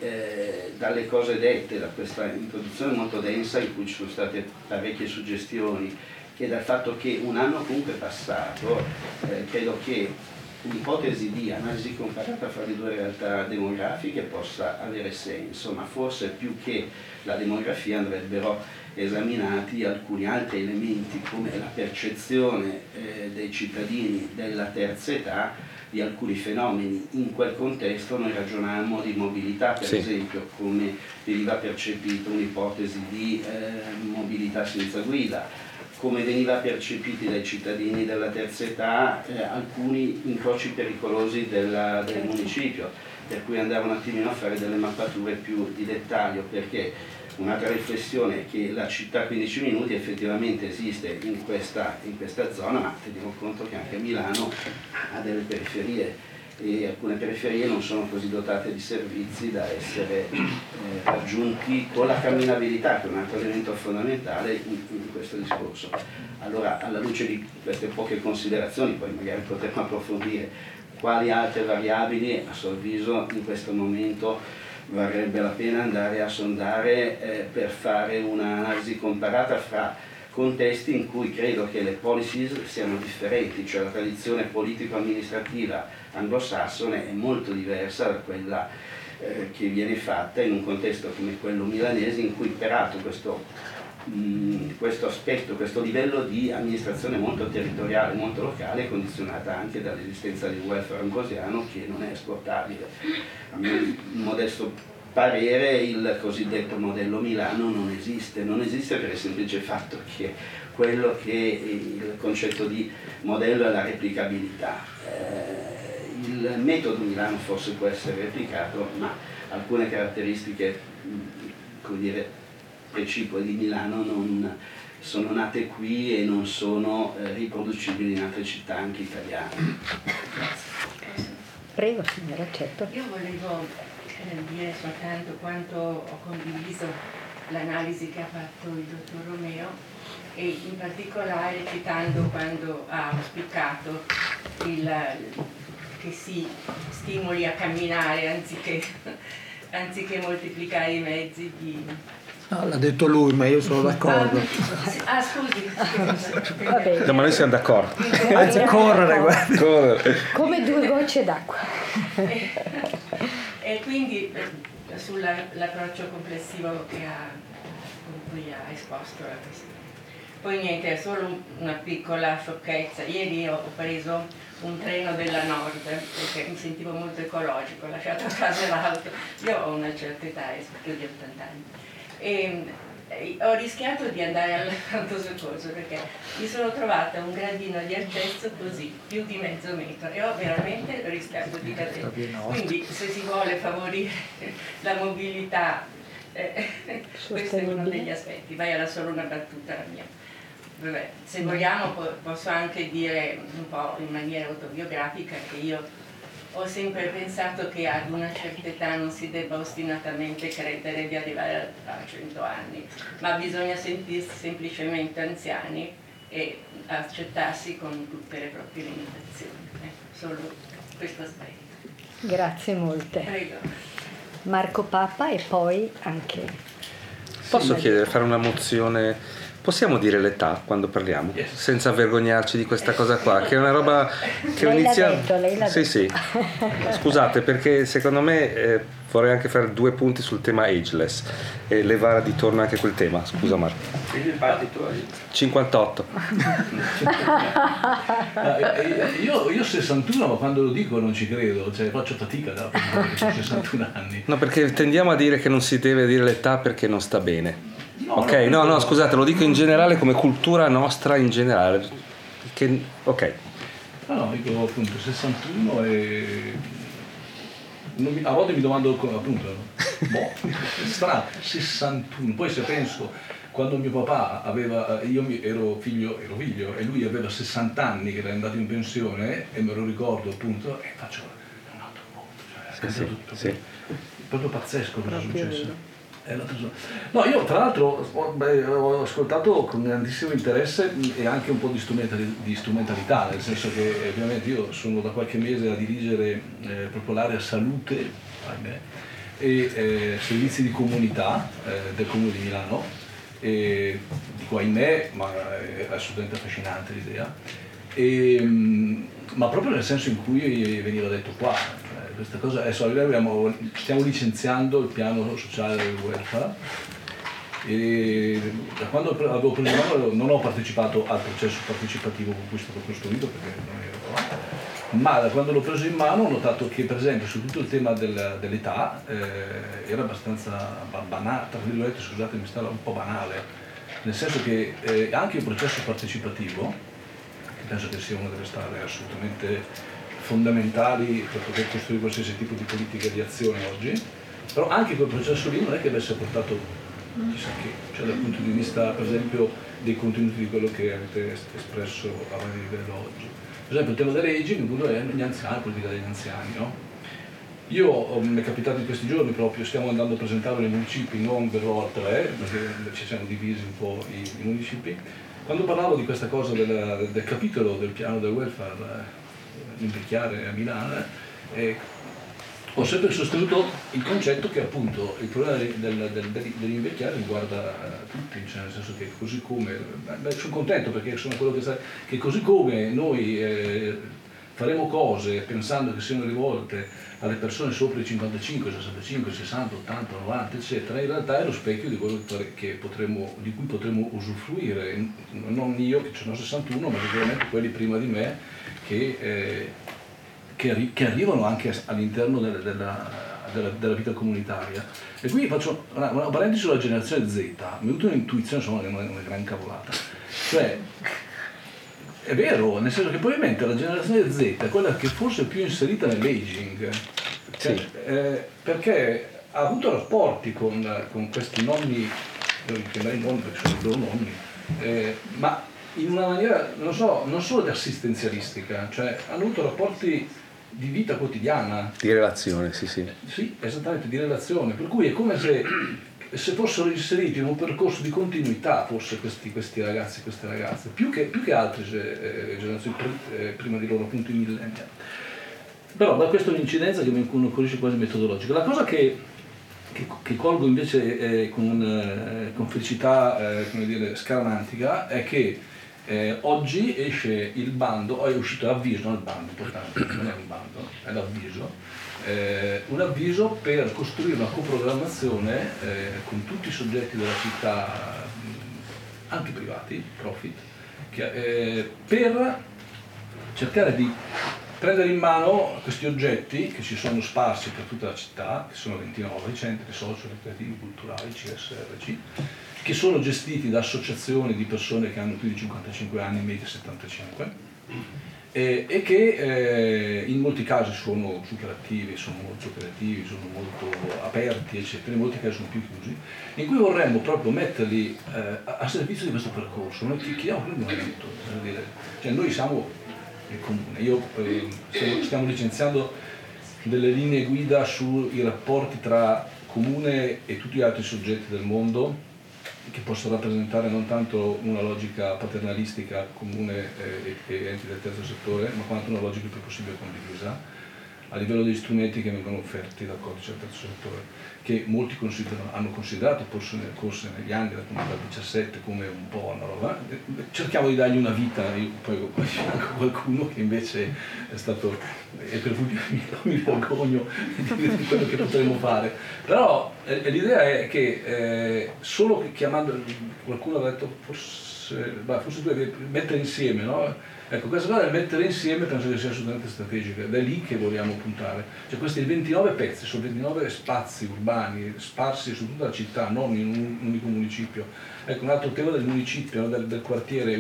che dalle cose dette, da questa introduzione molto densa in cui ci sono state parecchie suggestioni, e dal fatto che un anno comunque passato, credo che un'ipotesi di analisi comparata fra le due realtà demografiche possa avere senso, ma forse più che la demografia andrebbero esaminati alcuni altri elementi, come la percezione dei cittadini della terza età di alcuni fenomeni. In quel contesto noi ragioniamo di mobilità, per esempio, come veniva percepita un'ipotesi di mobilità senza guida, come veniva percepiti dai cittadini della terza età alcuni incroci pericolosi del municipio, per cui andare un attimino a fare delle mappature più di dettaglio, perché un'altra riflessione è che la città 15 minuti effettivamente esiste in questa zona, ma teniamo conto che anche Milano ha delle periferie, e alcune periferie non sono così dotate di servizi da essere raggiunti con la camminabilità, che è un altro elemento fondamentale in questo discorso. Allora, alla luce di queste poche considerazioni, poi magari potremo approfondire quali altre variabili, a suo avviso, in questo momento varrebbe la pena andare a sondare per fare un'analisi comparata fra contesti in cui credo che le policies siano differenti, cioè la tradizione politico-amministrativa anglosassone è molto diversa da quella che viene fatta in un contesto come quello milanese, in cui peraltro questo questo aspetto, questo livello di amministrazione molto territoriale, molto locale, è condizionata anche dall'esistenza di un welfare ambrosiano che non è esportabile. A mio modesto parere il cosiddetto modello Milano non esiste per il semplice fatto che quello che il concetto di modello è la replicabilità. Il metodo Milano forse può essere replicato, ma alcune caratteristiche, come dire, precipue di Milano non sono nate qui e non sono riproducibili in altre città anche italiane. Prego signora, certo. Io volevo dire soltanto quanto ho condiviso l'analisi che ha fatto il dottor Romeo e in particolare citando quando ha auspicato che si stimoli a camminare anziché moltiplicare i mezzi di... No, l'ha detto lui, ma io sono d'accordo. Scusi. Vabbè. No, ma noi siamo d'accordo. Anzi, correre, guarda. Come due gocce d'acqua. E quindi sull'approccio complessivo con cui ha esposto la questione. Poi niente, è solo una piccola sciocchezza. Ieri ho preso un treno della Nord perché mi sentivo molto ecologico, ho lasciato a casa l'auto. Io ho una certa età, più di 80 anni. E ho rischiato di andare al pronto soccorso perché mi sono trovata un gradino di accesso così, più di mezzo metro, e ho veramente rischiato di cadere. Quindi se si vuole favorire la mobilità, questo è uno degli aspetti. Vai, era solo una battuta la mia. Vabbè, se vogliamo posso anche dire un po' in maniera autobiografica che io ho sempre pensato che ad una certa età non si debba ostinatamente credere di arrivare a 100 anni, ma bisogna sentirsi semplicemente anziani e accettarsi con tutte le proprie limitazioni. Solo questo aspetto. Grazie molte. Prego. Marco Papa e poi anche... Posso chiedere, fare una mozione... Possiamo dire l'età quando parliamo? Yes. Senza vergognarci di questa cosa qua, che è una roba che lei inizia... l'ha detto, lei l'ha sì, detto. Sì. Scusate, perché secondo me vorrei anche fare 2 punti sul tema ageless e levare di torno anche quel tema. Scusa Marco. 58. Io 61, ma quando lo dico non ci credo, cioè faccio fatica da 61 anni. No, perché tendiamo a dire che non si deve dire l'età perché non sta bene. No, scusate, lo dico in generale come cultura nostra in generale. Ok. No, dico appunto 61 e... a volte mi domando appunto, strano, 61. Poi se penso, quando mio papà aveva, ero figlio e lui aveva 60 anni che era andato in pensione e me lo ricordo appunto e faccio un altro mondo, cioè, sì. Proprio pazzesco cosa è successo. No, io tra l'altro ho ascoltato con grandissimo interesse e anche un po' di strumentalità, nel senso che ovviamente io sono da qualche mese a dirigere proprio l'area salute e servizi di comunità del Comune di Milano, e dico ahimè, ma è assolutamente affascinante l'idea, ma proprio nel senso in cui veniva detto qua. Questa cosa, adesso stiamo licenziando il piano sociale del welfare e da quando avevo preso in mano non ho partecipato al processo partecipativo con cui è stato costruito perché non ero, ma da quando l'ho preso in mano ho notato che per esempio su tutto il tema dell'età era abbastanza banale, tra virgolette, scusate, mi stava un po' banale, nel senso che anche il processo partecipativo, che penso che sia una delle strade assolutamente fondamentali per poter costruire qualsiasi tipo di politica di azione oggi, però anche quel processo lì non è che avesse portato chissà che, cioè dal punto di vista per esempio dei contenuti di quello che avete espresso a vari livelli oggi. Per esempio il tema dell'aging, appunto, è gli anziani, la politica degli anziani, no? Io mi è capitato in questi giorni proprio, stiamo andando a presentarlo nei municipi, non verrò a 3 perché ci siamo divisi un po' i municipi. Quando parlavo di questa cosa del capitolo del piano del welfare invecchiare a Milano, ho sempre sostenuto il concetto che appunto il problema dell'invecchiare riguarda tutti, cioè nel senso che così come, sono contento perché sono quello che così come noi faremo cose pensando che siano rivolte alle persone sopra i 55, 65, 60, 80, 90, eccetera, in realtà è lo specchio di quello di cui potremo usufruire, non io che ce ne ho 61, ma sicuramente quelli prima di me che arrivano anche all'interno della vita comunitaria. E qui faccio una parentesi sulla generazione Z, mi è venuta un'intuizione, insomma, una gran cavolata. Cioè, è vero, nel senso che probabilmente la generazione Z è quella che forse è più inserita nell'aging, cioè, sì. Perché ha avuto rapporti con questi nonni, che noi nonni, perché sono i loro nonni, ma in una maniera, non so, non solo di assistenzialistica, cioè hanno avuto rapporti di vita quotidiana. Di relazione, sì, sì. Sì, esattamente, di relazione, per cui è come se fossero inseriti in un percorso di continuità, forse questi ragazzi, queste ragazze, più che altre generazioni prima di loro, appunto i millennial. Però da questa è un'incidenza che mi incuriosisce quasi metodologica. La cosa che colgo invece con felicità come dire, scaramantica è che oggi esce il bando, è uscito l'avviso, non il bando, importante, non è un bando, è l'avviso, un avviso per costruire una coprogrammazione con tutti i soggetti della città, anche privati, profit, per cercare di prendere in mano questi oggetti che si sono sparsi per tutta la città, che sono 29 centri socio-ricreativi culturali, CSRC, che sono gestiti da associazioni di persone che hanno più di 55 anni, in media 75, e che in molti casi sono super attivi, sono molto creativi, sono molto aperti, eccetera, in molti casi sono più chiusi, in cui vorremmo proprio metterli a servizio di questo percorso. Noi chiediamo proprio un aiuto, cioè noi siamo il comune, stiamo licenziando delle linee guida sui rapporti tra comune e tutti gli altri soggetti del mondo, che possono rappresentare non tanto una logica paternalistica comune e enti del terzo settore, ma quanto una logica il più possibile condivisa, a livello degli strumenti che vengono offerti dal codice del terzo settore, che molti hanno considerato forse negli anni della comunità 17 come un po' una roba. Cerchiamo di dargli una vita, io poi ho fianco qualcuno che invece è stato, e per cui mi vergogno di quello che potremmo fare. Però l'idea è che solo chiamando, qualcuno ha detto forse tu mettere insieme, no? Ecco, questa cosa del mettere insieme penso che sia assolutamente strategica, ed è lì che vogliamo puntare. Cioè questi 29 pezzi, sono 29 spazi urbani sparsi su tutta la città, non in un unico municipio. Ecco, un altro tema del municipio, no? del quartiere,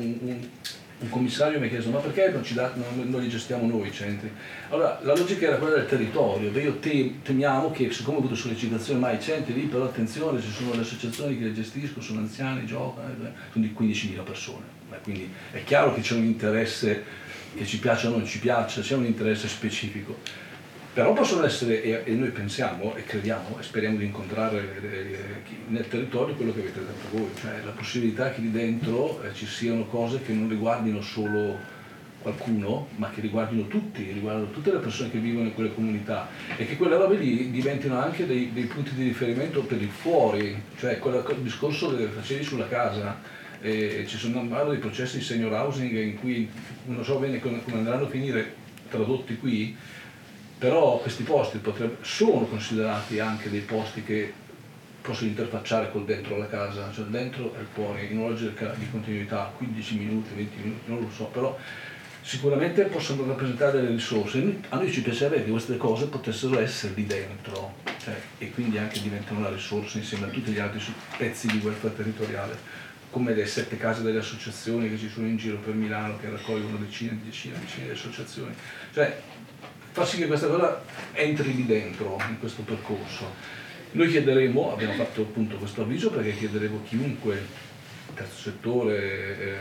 un commissario mi ha chiesto ma perché non li gestiamo noi i centri? Allora, la logica era quella del territorio, io temiamo che, siccome ho avuto sollecitazione, ma i centri lì, però attenzione, ci sono le associazioni che li gestiscono, sono anziani, giocano, sono di 15.000 persone. Quindi è chiaro che c'è un interesse, che ci piaccia o non ci piaccia, c'è un interesse specifico, però possono essere, e noi pensiamo e crediamo e speriamo di incontrare nel territorio quello che avete detto voi, cioè la possibilità che lì dentro ci siano cose che non riguardino solo qualcuno, ma che riguardino tutte le persone che vivono in quelle comunità, e che quelle robe lì diventino anche dei punti di riferimento per il fuori, cioè il discorso che facevi sulla casa. Ci sono dei processi di senior housing in cui non so bene come andranno a finire tradotti qui, però questi posti sono considerati anche dei posti che possono interfacciare col dentro la casa, cioè il dentro e il fuori, in una logica di continuità, 15 minuti, 20 minuti, non lo so, però sicuramente possono rappresentare delle risorse. A noi ci piacerebbe che queste cose potessero essere lì dentro, cioè, e quindi anche diventano una risorsa insieme a tutti gli altri pezzi di welfare territoriale, come le 7 case delle associazioni che ci sono in giro per Milano, che raccolgono decine di associazioni. Cioè, far sì che questa cosa entri lì dentro, in questo percorso. Noi chiederemo, abbiamo fatto appunto questo avviso, perché chiederemo a chiunque, terzo settore,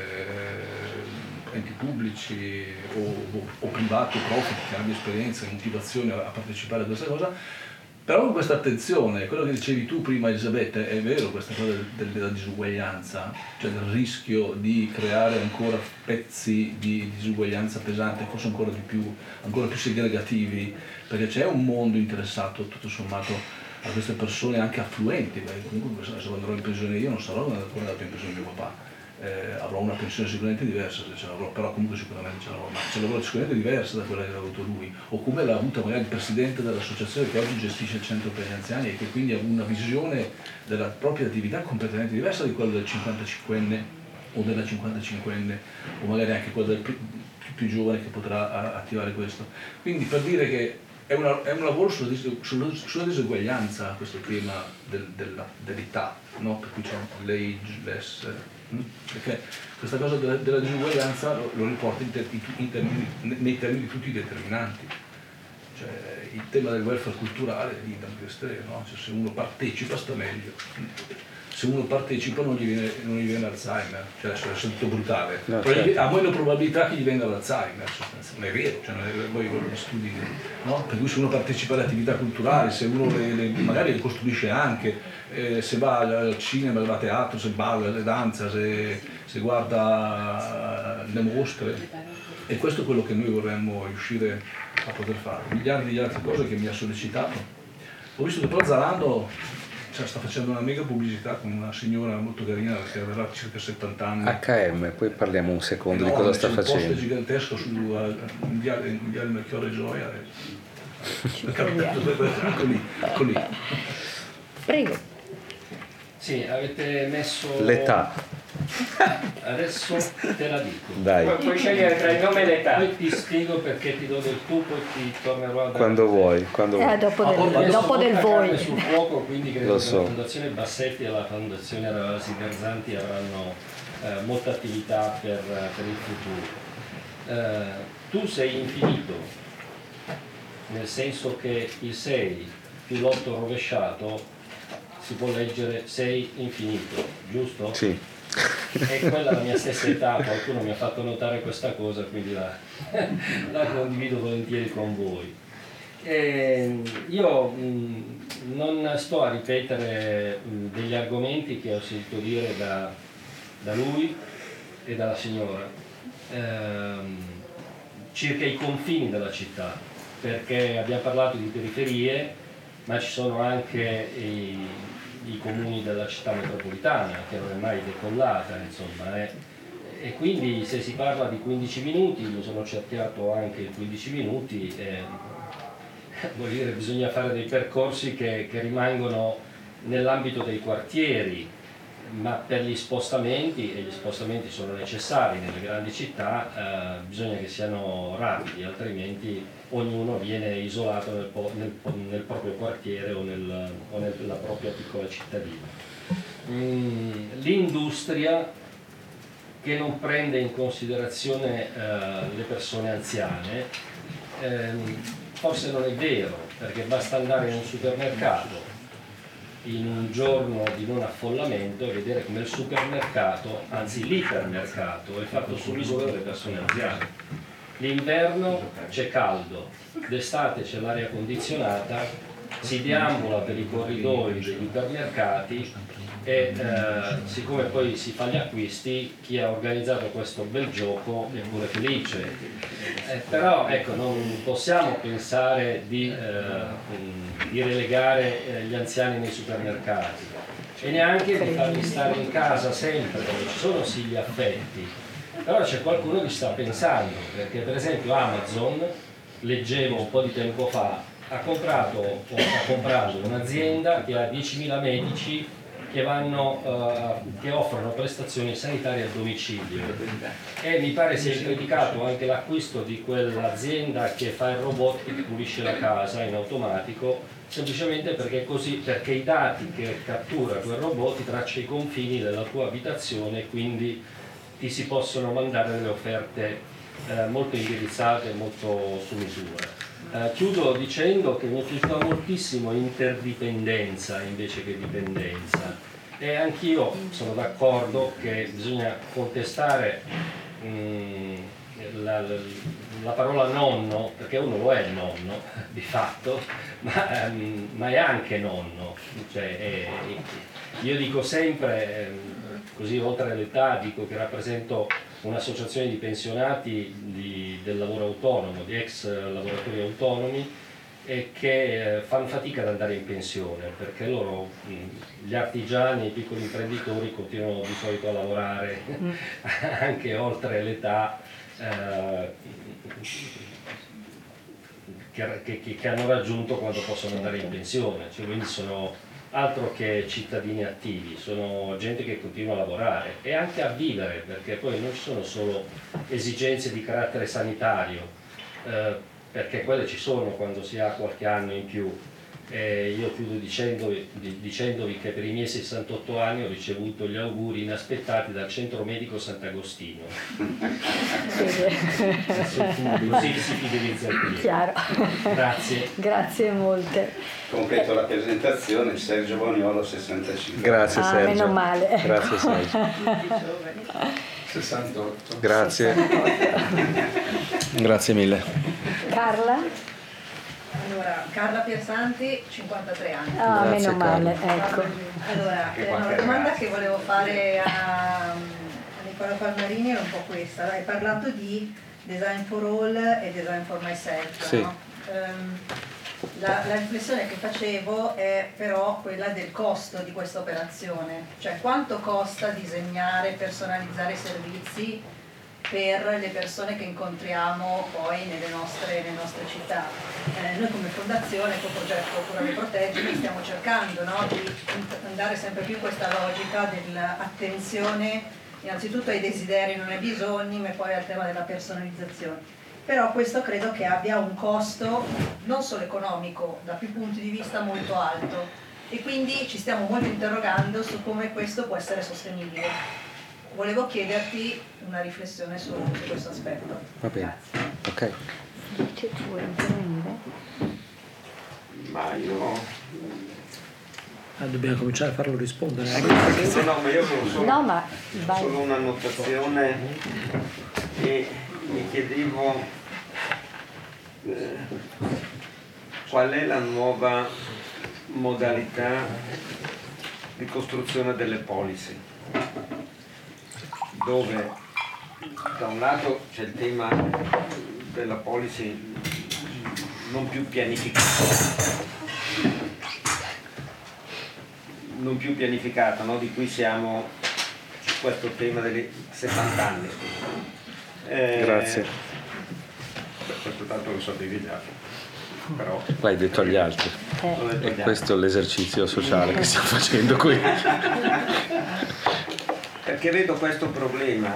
enti pubblici o privati, profit, che abbia esperienza e motivazione a partecipare a questa cosa. Però con questa attenzione, quello che dicevi tu prima Elisabetta, è vero questa cosa della disuguaglianza, cioè del rischio di creare ancora pezzi di disuguaglianza pesante, forse ancora più segregativi, perché c'è un mondo interessato tutto sommato a queste persone anche affluenti, perché comunque se andrò in pensione io non sarò ancora andato in pensione mio papà, avrò una pensione sicuramente diversa se ce l'avrò, però comunque sicuramente ce l'avrò, ma ce l'avrò sicuramente diversa da quella che ha avuto lui, o come l'ha avuta magari il presidente dell'associazione che oggi gestisce il centro per gli anziani e che quindi ha una visione della propria attività completamente diversa di quella del 55enne o della 55enne, o magari anche quella del più giovane che potrà attivare questo. Quindi per dire che è un lavoro sulla diseguaglianza, questo tema dell'età, no? Per cui c'è l'age less, perché questa cosa della disuguaglianza lo riporta nei termini di tutti i determinanti. Cioè, il tema del welfare culturale è lì da questo, no? Cioè, se uno partecipa sta meglio. Se uno partecipa non gli viene Alzheimer, cioè adesso è tutto brutale, no, certo. Ha meno probabilità che gli venga l'Alzheimer, non è vero, cioè voi gli studi, no? Per cui se uno partecipa alle attività culturali, se uno magari le costruisce anche, se va al cinema, va a teatro, se balla, se danza, se guarda le mostre, e questo è quello che noi vorremmo riuscire a poter fare. Miliardi di altre cose che mi ha sollecitato. Ho visto che però Zalando sta facendo una mega pubblicità con una signora molto carina che avrà circa 70 anni. HM, poi parliamo un secondo di cosa sta facendo. C'è un posto gigantesco su Viale Melchiorre Gioia. Ecco lì. Prego. Sì, avete messo l'età. Adesso te la dico. Dai. Puoi scegliere tra il nome e l'età. Poi ti spiego perché ti do del tu, poi ti tornerò a dare. Quando vuoi. Dopo del voi. Sul fuoco, quindi credo Lo che so. la Fondazione Bassetti e la Fondazione Ravasi Garzanti avranno molta attività per il futuro. Tu sei infinito, nel senso che il 6 più l'8 rovesciato si può leggere 6 infinito, giusto? Sì. E quella è la mia stessa età, qualcuno mi ha fatto notare questa cosa, quindi la condivido volentieri con voi. Io non sto a ripetere degli argomenti che ho sentito dire da lui e dalla signora circa i confini della città, perché abbiamo parlato di periferie, ma ci sono anche i comuni della città metropolitana, che non è mai decollata, insomma. E quindi se si parla di 15 minuti, io sono cercato anche 15 minuti, vuol dire bisogna fare dei percorsi che rimangono nell'ambito dei quartieri, ma per gli spostamenti, e gli spostamenti sono necessari nelle grandi città, bisogna che siano rapidi, altrimenti ognuno viene isolato nel proprio quartiere o nella propria piccola cittadina. L'industria che non prende in considerazione le persone anziane, forse non è vero, perché basta andare in un supermercato in un giorno di non affollamento e vedere come il supermercato, anzi l'ipermercato, è fatto su misura delle persone anziane. L'inverno c'è caldo, d'estate c'è l'aria condizionata, si deambula per i corridoi degli ipermercati e siccome poi si fa gli acquisti, chi ha organizzato questo bel gioco è pure felice. Però ecco, non possiamo pensare di relegare gli anziani nei supermercati e neanche di farli stare in casa sempre, dove ci sono sì gli affetti, però c'è qualcuno che sta pensando, perché per esempio Amazon, leggevo un po' di tempo fa, ha comprato o sta comprando un'azienda che ha 10.000 medici che offrono prestazioni sanitarie a domicilio, e mi pare sia criticato anche l'acquisto di quell'azienda che fa il robot che pulisce la casa in automatico, semplicemente perché i dati che cattura quel robot ti traccia i confini della tua abitazione e quindi ti si possono mandare delle offerte molto indirizzate, molto su misura. Chiudo dicendo che mi è piaciuta moltissimo interdipendenza invece che dipendenza, e anch'io sono d'accordo che bisogna contestare la parola nonno, perché uno lo è nonno di fatto, ma è anche nonno, cioè, io dico sempre, così oltre all'età, dico che rappresento un'associazione di pensionati del lavoro autonomo, di ex lavoratori autonomi, e che fanno fatica ad andare in pensione, perché loro, gli artigiani, i piccoli imprenditori, continuano di solito a lavorare anche oltre l'età che hanno raggiunto quando possono andare in pensione, cioè, quindi sono altro che cittadini attivi, sono gente che continua a lavorare e anche a vivere, perché poi non ci sono solo esigenze di carattere sanitario, perché quelle ci sono quando si ha qualche anno in più. Io chiudo dicendovi che per i miei 68 anni ho ricevuto gli auguri inaspettati dal centro medico Sant'Agostino. Così si fidelizza il cliente. Chiaro. Grazie. Grazie molte. Completo la presentazione, Sergio Boniolo, 65. Grazie Sergio. Meno male. Grazie Sergio. 68. Grazie. Grazie mille. Carla? Allora, Carla Piersanti, 53 anni. Ah, Grazie, meno male, Carla. ecco. Allora, una domanda che volevo fare a Nicola Palmarini è un po' questa. Hai parlato di design for all e design for myself, sì. No? La riflessione che facevo è però quella del costo di questa operazione, cioè quanto costa disegnare, personalizzare i servizi per le persone che incontriamo poi nelle nostre città. Noi come fondazione, con il progetto Cura mi proteggi, stiamo cercando, no, di andare sempre più in questa logica dell'attenzione innanzitutto ai desideri, non ai bisogni, ma poi al tema della personalizzazione. Però questo credo che abbia un costo non solo economico, da più punti di vista molto alto, e quindi ci stiamo molto interrogando su come questo può essere sostenibile. Volevo chiederti una riflessione su questo aspetto. Va bene. Grazie. Ok. Tu vuoi intervenire? Ma io... Dobbiamo cominciare a farlo rispondere. No, ma io avevo solo una notazione e mi chiedevo qual è la nuova modalità di costruzione delle policy, dove da un lato c'è il tema della policy non più pianificata, no? Di cui siamo su questo tema dei 70 anni. Grazie. Questo tanto lo sapevi già, però... L'hai detto agli altri. E questo è l'esercizio sociale che stiamo facendo qui. Perché vedo questo problema.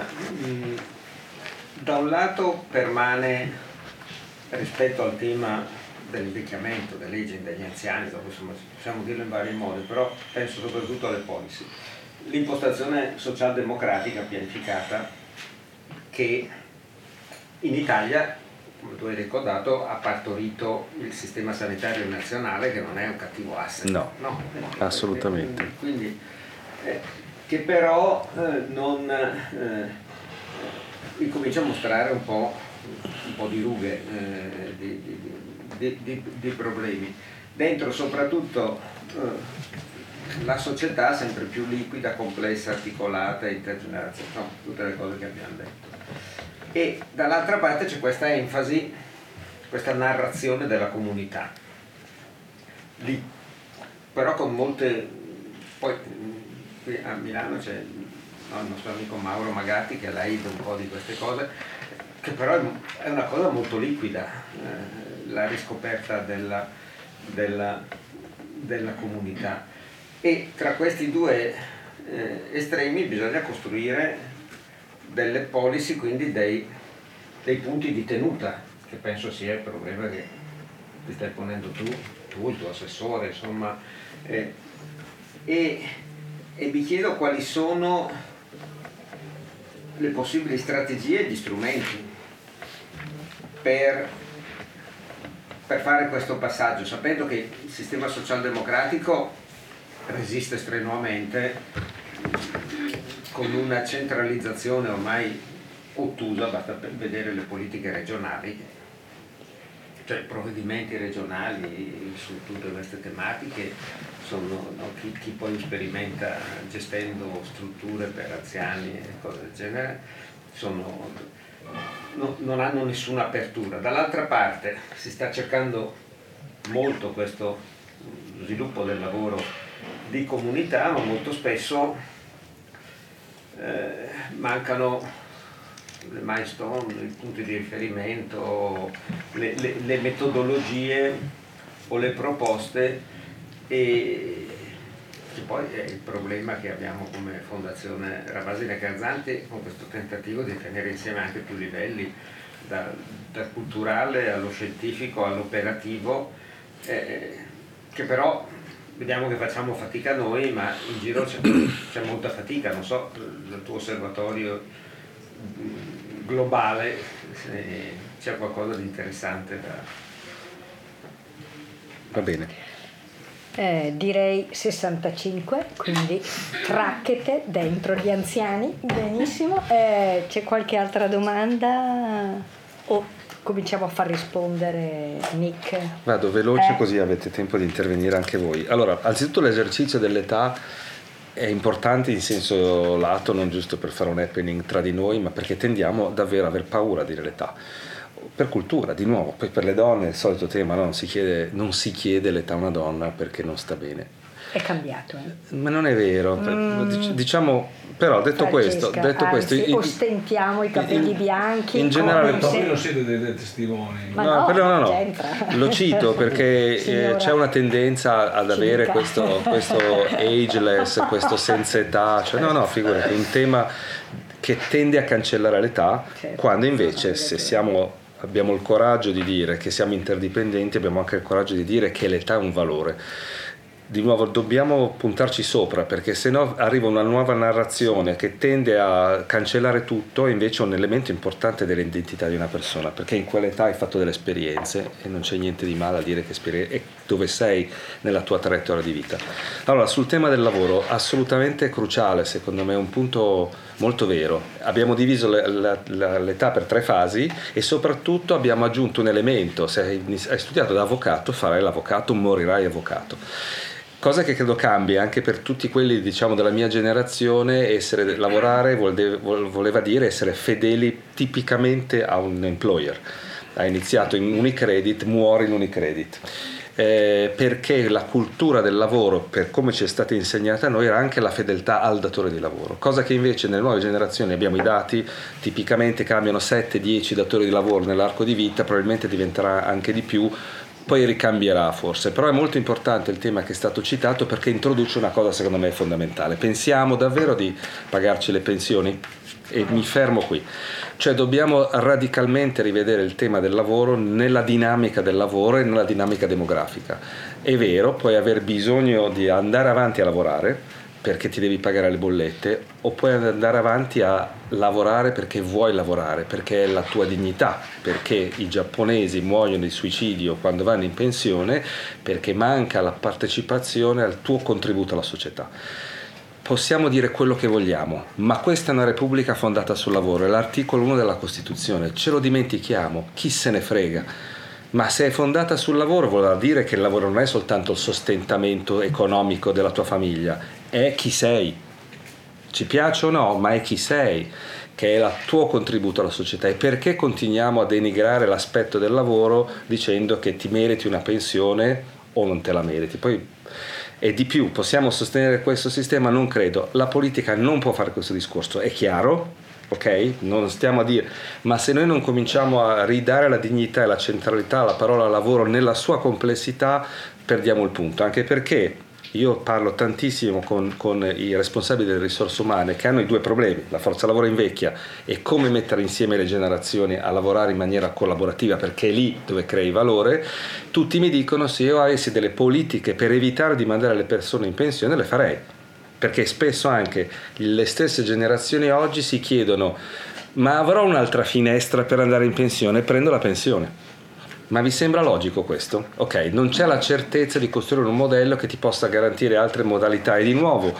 Da un lato permane rispetto al tema dell'invecchiamento, dell'aging degli anziani, insomma, possiamo dirlo in vari modi, però penso soprattutto alle policy. L'impostazione socialdemocratica pianificata che in Italia, come tu hai ricordato, ha partorito il sistema sanitario nazionale, che non è un cattivo asset. No, assolutamente. Quindi, che però non incomincia a mostrare un po' di rughe, di problemi. Dentro soprattutto la società sempre più liquida, complessa, articolata, intergenerazionale, no, tutte le cose che abbiamo detto. E dall'altra parte c'è questa enfasi, questa narrazione della comunità. Lì, però con molte... Poi qui a Milano c'è il nostro amico Mauro Magatti che ha laido un po' di queste cose, che però è una cosa molto liquida, la riscoperta della comunità. E tra questi due estremi bisogna costruire delle policy, quindi dei punti di tenuta, che penso sia il problema che ti stai ponendo tu il tuo assessore, insomma. E mi chiedo quali sono le possibili strategie e gli strumenti per fare questo passaggio, sapendo che il sistema socialdemocratico resiste strenuamente con una centralizzazione ormai ottusa, basta vedere le politiche regionali, cioè provvedimenti regionali su tutte queste tematiche sono, no, chi poi sperimenta gestendo strutture per anziani e cose del genere non hanno nessuna apertura. Dall'altra parte si sta cercando molto questo sviluppo del lavoro di comunità, ma molto spesso mancano le milestone, i punti di riferimento, le metodologie o le proposte, e che poi è il problema che abbiamo come Fondazione Ravasina Garzanti, con questo tentativo di tenere insieme anche più livelli, dal culturale allo scientifico all'operativo, che però vediamo che facciamo fatica noi, ma in giro c'è molta fatica. Non so, il tuo osservatorio globale, se c'è qualcosa di interessante da... Va bene. Direi 65, quindi cracchete dentro gli anziani. Benissimo. C'è qualche altra domanda? O cominciamo a far rispondere Nick? Vado veloce così avete tempo di intervenire anche voi. Allora, anzitutto l'esercizio dell'età è importante in senso lato, non giusto per fare un happening tra di noi, ma perché tendiamo davvero a aver paura di dire l'età. Per cultura, di nuovo, poi per le donne il solito tema, no? non si chiede l'età a una donna perché non sta bene. È cambiato, Ma non è vero, diciamo, però detto questo, ostentiamo i capelli bianchi. In generale, voi non siete dei testimoni. No. Lo cito perché c'è una tendenza ad avere questo ageless, questo senza età, cioè figurati, un tema che tende a cancellare l'età, quando invece abbiamo il coraggio di dire che siamo interdipendenti, abbiamo anche il coraggio di dire che l'età è un valore. Di nuovo dobbiamo puntarci sopra, perché se no arriva una nuova narrazione che tende a cancellare tutto, e invece è un elemento importante dell'identità di una persona, perché in quell'età hai fatto delle esperienze e non c'è niente di male a dire che e dove sei nella tua traiettoria di vita. Allora, sul tema del lavoro, assolutamente cruciale, secondo me è un punto molto vero. Abbiamo diviso l'età per 3 fasi e soprattutto abbiamo aggiunto un elemento: se hai studiato da avvocato, farai l'avvocato, morirai avvocato. Cosa che credo cambi anche per tutti quelli, diciamo, della mia generazione. Lavorare voleva dire essere fedeli tipicamente a un employer. Hai iniziato in Unicredit, muori in Unicredit. Perché la cultura del lavoro, per come ci è stata insegnata a noi, era anche la fedeltà al datore di lavoro, cosa che invece nelle nuove generazioni, abbiamo i dati, tipicamente cambiano 7-10 datori di lavoro nell'arco di vita, probabilmente diventerà anche di più, poi ricambierà forse, però è molto importante il tema che è stato citato, perché introduce una cosa secondo me fondamentale. Pensiamo davvero di pagarci le pensioni? E mi fermo qui. Cioè dobbiamo radicalmente rivedere il tema del lavoro nella dinamica del lavoro e nella dinamica demografica. È vero, puoi aver bisogno di andare avanti a lavorare perché ti devi pagare le bollette, o puoi andare avanti a lavorare perché vuoi lavorare, perché è la tua dignità, perché i giapponesi muoiono di suicidio quando vanno in pensione, perché manca la partecipazione al tuo contributo alla società. Possiamo dire quello che vogliamo, ma questa è una repubblica fondata sul lavoro, è l'articolo 1 della Costituzione, ce lo dimentichiamo, chi se ne frega. Ma se è fondata sul lavoro vuol dire che il lavoro non è soltanto il sostentamento economico della tua famiglia, è chi sei. Ci piace o no, ma è chi sei, che è il tuo contributo alla società. E perché continuiamo a denigrare l'aspetto del lavoro dicendo che ti meriti una pensione o non te la meriti? Poi e di più, possiamo sostenere questo sistema? Non credo. La politica non può fare questo discorso, è chiaro, ok? Non stiamo a dire, ma se noi non cominciamo a ridare la dignità e la centralità alla parola lavoro nella sua complessità, perdiamo il punto. Anche perché io parlo tantissimo con i responsabili delle risorse umane, che hanno i 2 problemi: la forza lavoro invecchia e come mettere insieme le generazioni a lavorare in maniera collaborativa, perché è lì dove crei valore. Tutti mi dicono: se io avessi delle politiche per evitare di mandare le persone in pensione, le farei, perché spesso anche le stesse generazioni oggi si chiedono: ma avrò un'altra finestra per andare in pensione? Prendo la pensione. Ma vi sembra logico questo? Ok, non c'è la certezza di costruire un modello che ti possa garantire altre modalità, e di nuovo,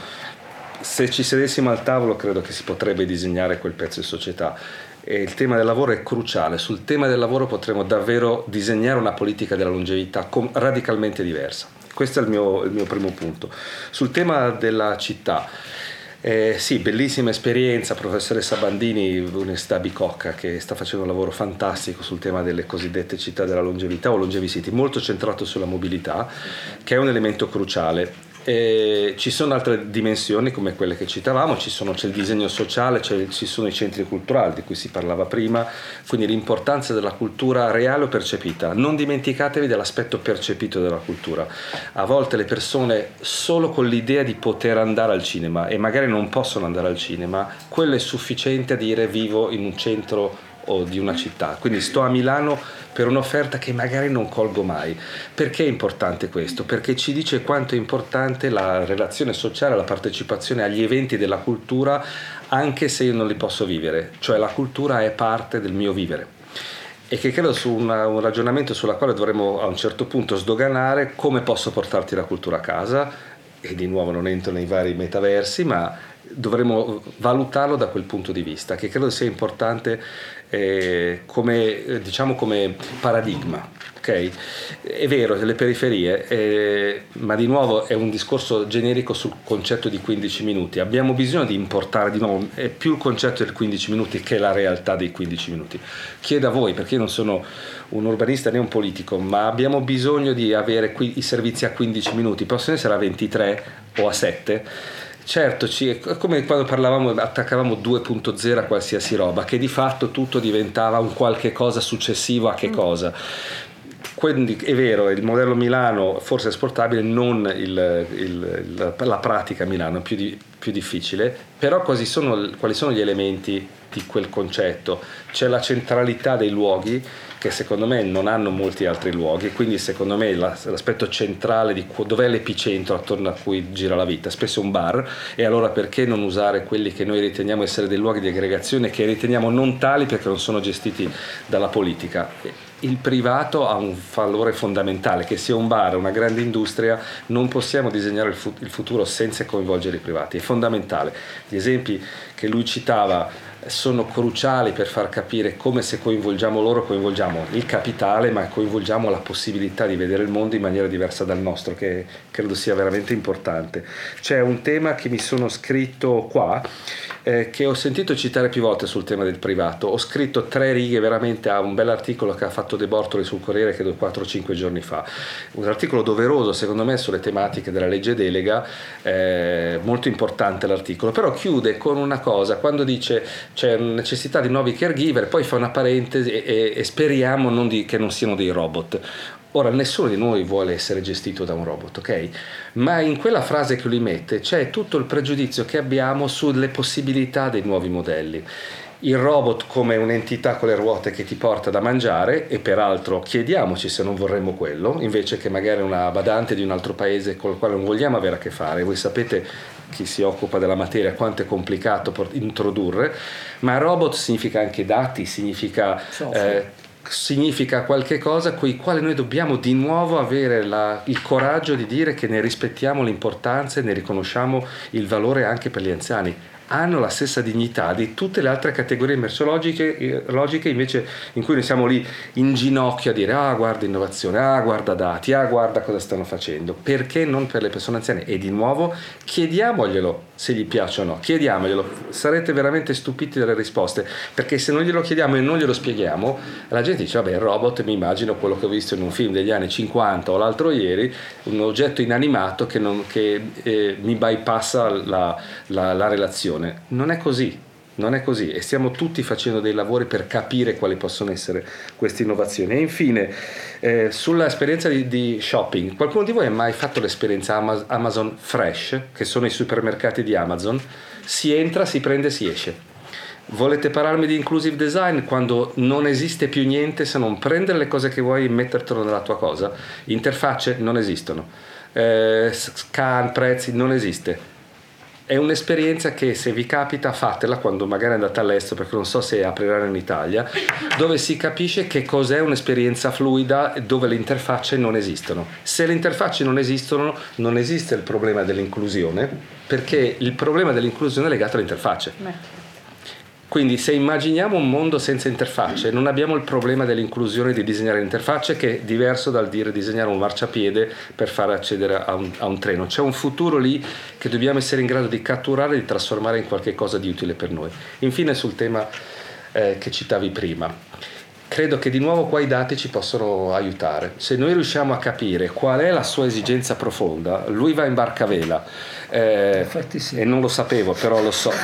se ci sedessimo al tavolo credo che si potrebbe disegnare quel pezzo di società. E il tema del lavoro è cruciale. Sul tema del lavoro potremo davvero disegnare una politica della longevità radicalmente diversa. Questo è il mio primo punto. Sul tema della città, Sì, bellissima esperienza, professoressa Bandini, Università Bicocca, che sta facendo un lavoro fantastico sul tema delle cosiddette città della longevità o longevity, molto centrato sulla mobilità, che è un elemento cruciale. Ci sono altre dimensioni come quelle che citavamo, c'è il disegno sociale, ci sono i centri culturali di cui si parlava prima, quindi l'importanza della cultura reale o percepita. Non dimenticatevi dell'aspetto percepito della cultura. A volte le persone solo con l'idea di poter andare al cinema, e magari non possono andare al cinema, quello è sufficiente a dire vivo in un centro o di una città, quindi sto a Milano per un'offerta che magari non colgo mai. Perché è importante questo? Perché ci dice quanto è importante la relazione sociale, la partecipazione agli eventi della cultura, anche se io non li posso vivere, cioè la cultura è parte del mio vivere, e che credo su un ragionamento sulla quale dovremmo a un certo punto sdoganare come posso portarti la cultura a casa, e di nuovo non entro nei vari metaversi, ma dovremmo valutarlo da quel punto di vista, che credo sia importante come paradigma. Okay? È vero, le periferie, ma di nuovo è un discorso generico sul concetto di 15 minuti. Abbiamo bisogno di importare di nuovo, è più il concetto del 15 minuti che la realtà dei 15 minuti. Chiedo a voi, perché io non sono un urbanista né un politico, ma abbiamo bisogno di avere i servizi a 15 minuti, possono essere a 23 o a 7. Certo, è come quando attaccavamo 2.0 a qualsiasi roba, che di fatto tutto diventava un qualche cosa successivo a che cosa. Quindi è vero, il modello Milano forse è esportabile, non la pratica a Milano è più difficile, però quali sono gli elementi di quel concetto? C'è la centralità dei luoghi, che secondo me non hanno molti altri luoghi, quindi secondo me l'aspetto centrale di dov'è l'epicentro attorno a cui gira la vita, spesso un bar, e allora perché non usare quelli che noi riteniamo essere dei luoghi di aggregazione, che riteniamo non tali perché non sono gestiti dalla politica. Il privato ha un valore fondamentale, che sia un bar, una grande industria, non possiamo disegnare il futuro senza coinvolgere i privati, è fondamentale. Gli esempi che lui citava sono cruciali per far capire come, se coinvolgiamo loro, coinvolgiamo il capitale, ma coinvolgiamo la possibilità di vedere il mondo in maniera diversa dal nostro, che credo sia veramente importante. C'è un tema che mi sono scritto qua, che ho sentito citare più volte sul tema del privato. Ho scritto 3 righe veramente a un bell'articolo che ha fatto De Bortoli sul Corriere, credo 4 o 5 giorni fa, un articolo doveroso secondo me sulle tematiche della legge delega, molto importante l'articolo, però chiude con una cosa, quando dice c'è necessità di nuovi caregiver, poi fa una parentesi e speriamo che non siano dei robot. Ora, nessuno di noi vuole essere gestito da un robot, ok? Ma in quella frase che lui mette c'è tutto il pregiudizio che abbiamo sulle possibilità dei nuovi modelli. Il robot come un'entità con le ruote che ti porta da mangiare, e peraltro chiediamoci se non vorremmo quello, invece che magari una badante di un altro paese con il quale non vogliamo avere a che fare. Voi sapete, chi si occupa della materia, quanto è complicato introdurre, ma robot significa anche dati, significa qualche cosa con i quali noi dobbiamo di nuovo avere il coraggio di dire che ne rispettiamo l'importanza e ne riconosciamo il valore anche per gli anziani. Hanno la stessa dignità di tutte le altre categorie logiche invece, in cui noi siamo lì in ginocchio a dire guarda innovazione, guarda dati, guarda cosa stanno facendo. Perché non per le persone anziane? E di nuovo chiediamoglielo se gli piace o no, chiediamoglielo. Sarete veramente stupiti dalle risposte, perché se non glielo chiediamo e non glielo spieghiamo, la gente dice vabbè, il robot, mi immagino quello che ho visto in un film degli anni 50 o l'altro ieri, un oggetto inanimato che mi bypassa la relazione. Non è così, e stiamo tutti facendo dei lavori per capire quali possono essere queste innovazioni. E infine, sulla esperienza di shopping, qualcuno di voi ha mai fatto l'esperienza Amazon Fresh, che sono i supermercati di Amazon? Si entra, si prende, si esce. Volete parlarmi di inclusive design quando non esiste più niente se non prendere le cose che vuoi e mettertelo nella tua cosa? Interfacce non esistono, scan, prezzi, non esiste. È un'esperienza che, se vi capita, fatela quando magari andate all'estero, perché non so se apriranno in Italia, dove si capisce che cos'è un'esperienza fluida, dove le interfacce non esistono. Se le interfacce non esistono, non esiste il problema dell'inclusione, perché il problema dell'inclusione è legato alle interfacce. Quindi se immaginiamo un mondo senza interfacce, non abbiamo il problema dell'inclusione di disegnare l'interfaccia, che è diverso dal dire disegnare un marciapiede per far accedere a un treno. C'è un futuro lì che dobbiamo essere in grado di catturare e di trasformare in qualche cosa di utile per noi. Infine sul tema che citavi prima, credo che di nuovo qua i dati ci possono aiutare. Se noi riusciamo a capire qual è la sua esigenza profonda, lui va in barcavela, sì. E non lo sapevo, però lo so.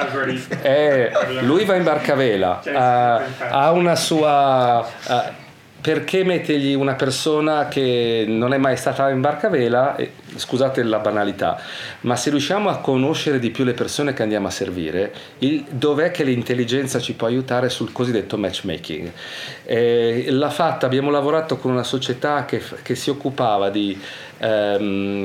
Lui va in barcavela, ha una sua... perché mettergli una persona che non è mai stata in barcavela? Scusate la banalità, ma se riusciamo a conoscere di più le persone che andiamo a servire, dov'è che l'intelligenza ci può aiutare sul cosiddetto matchmaking? Abbiamo lavorato con una società che si occupava di fare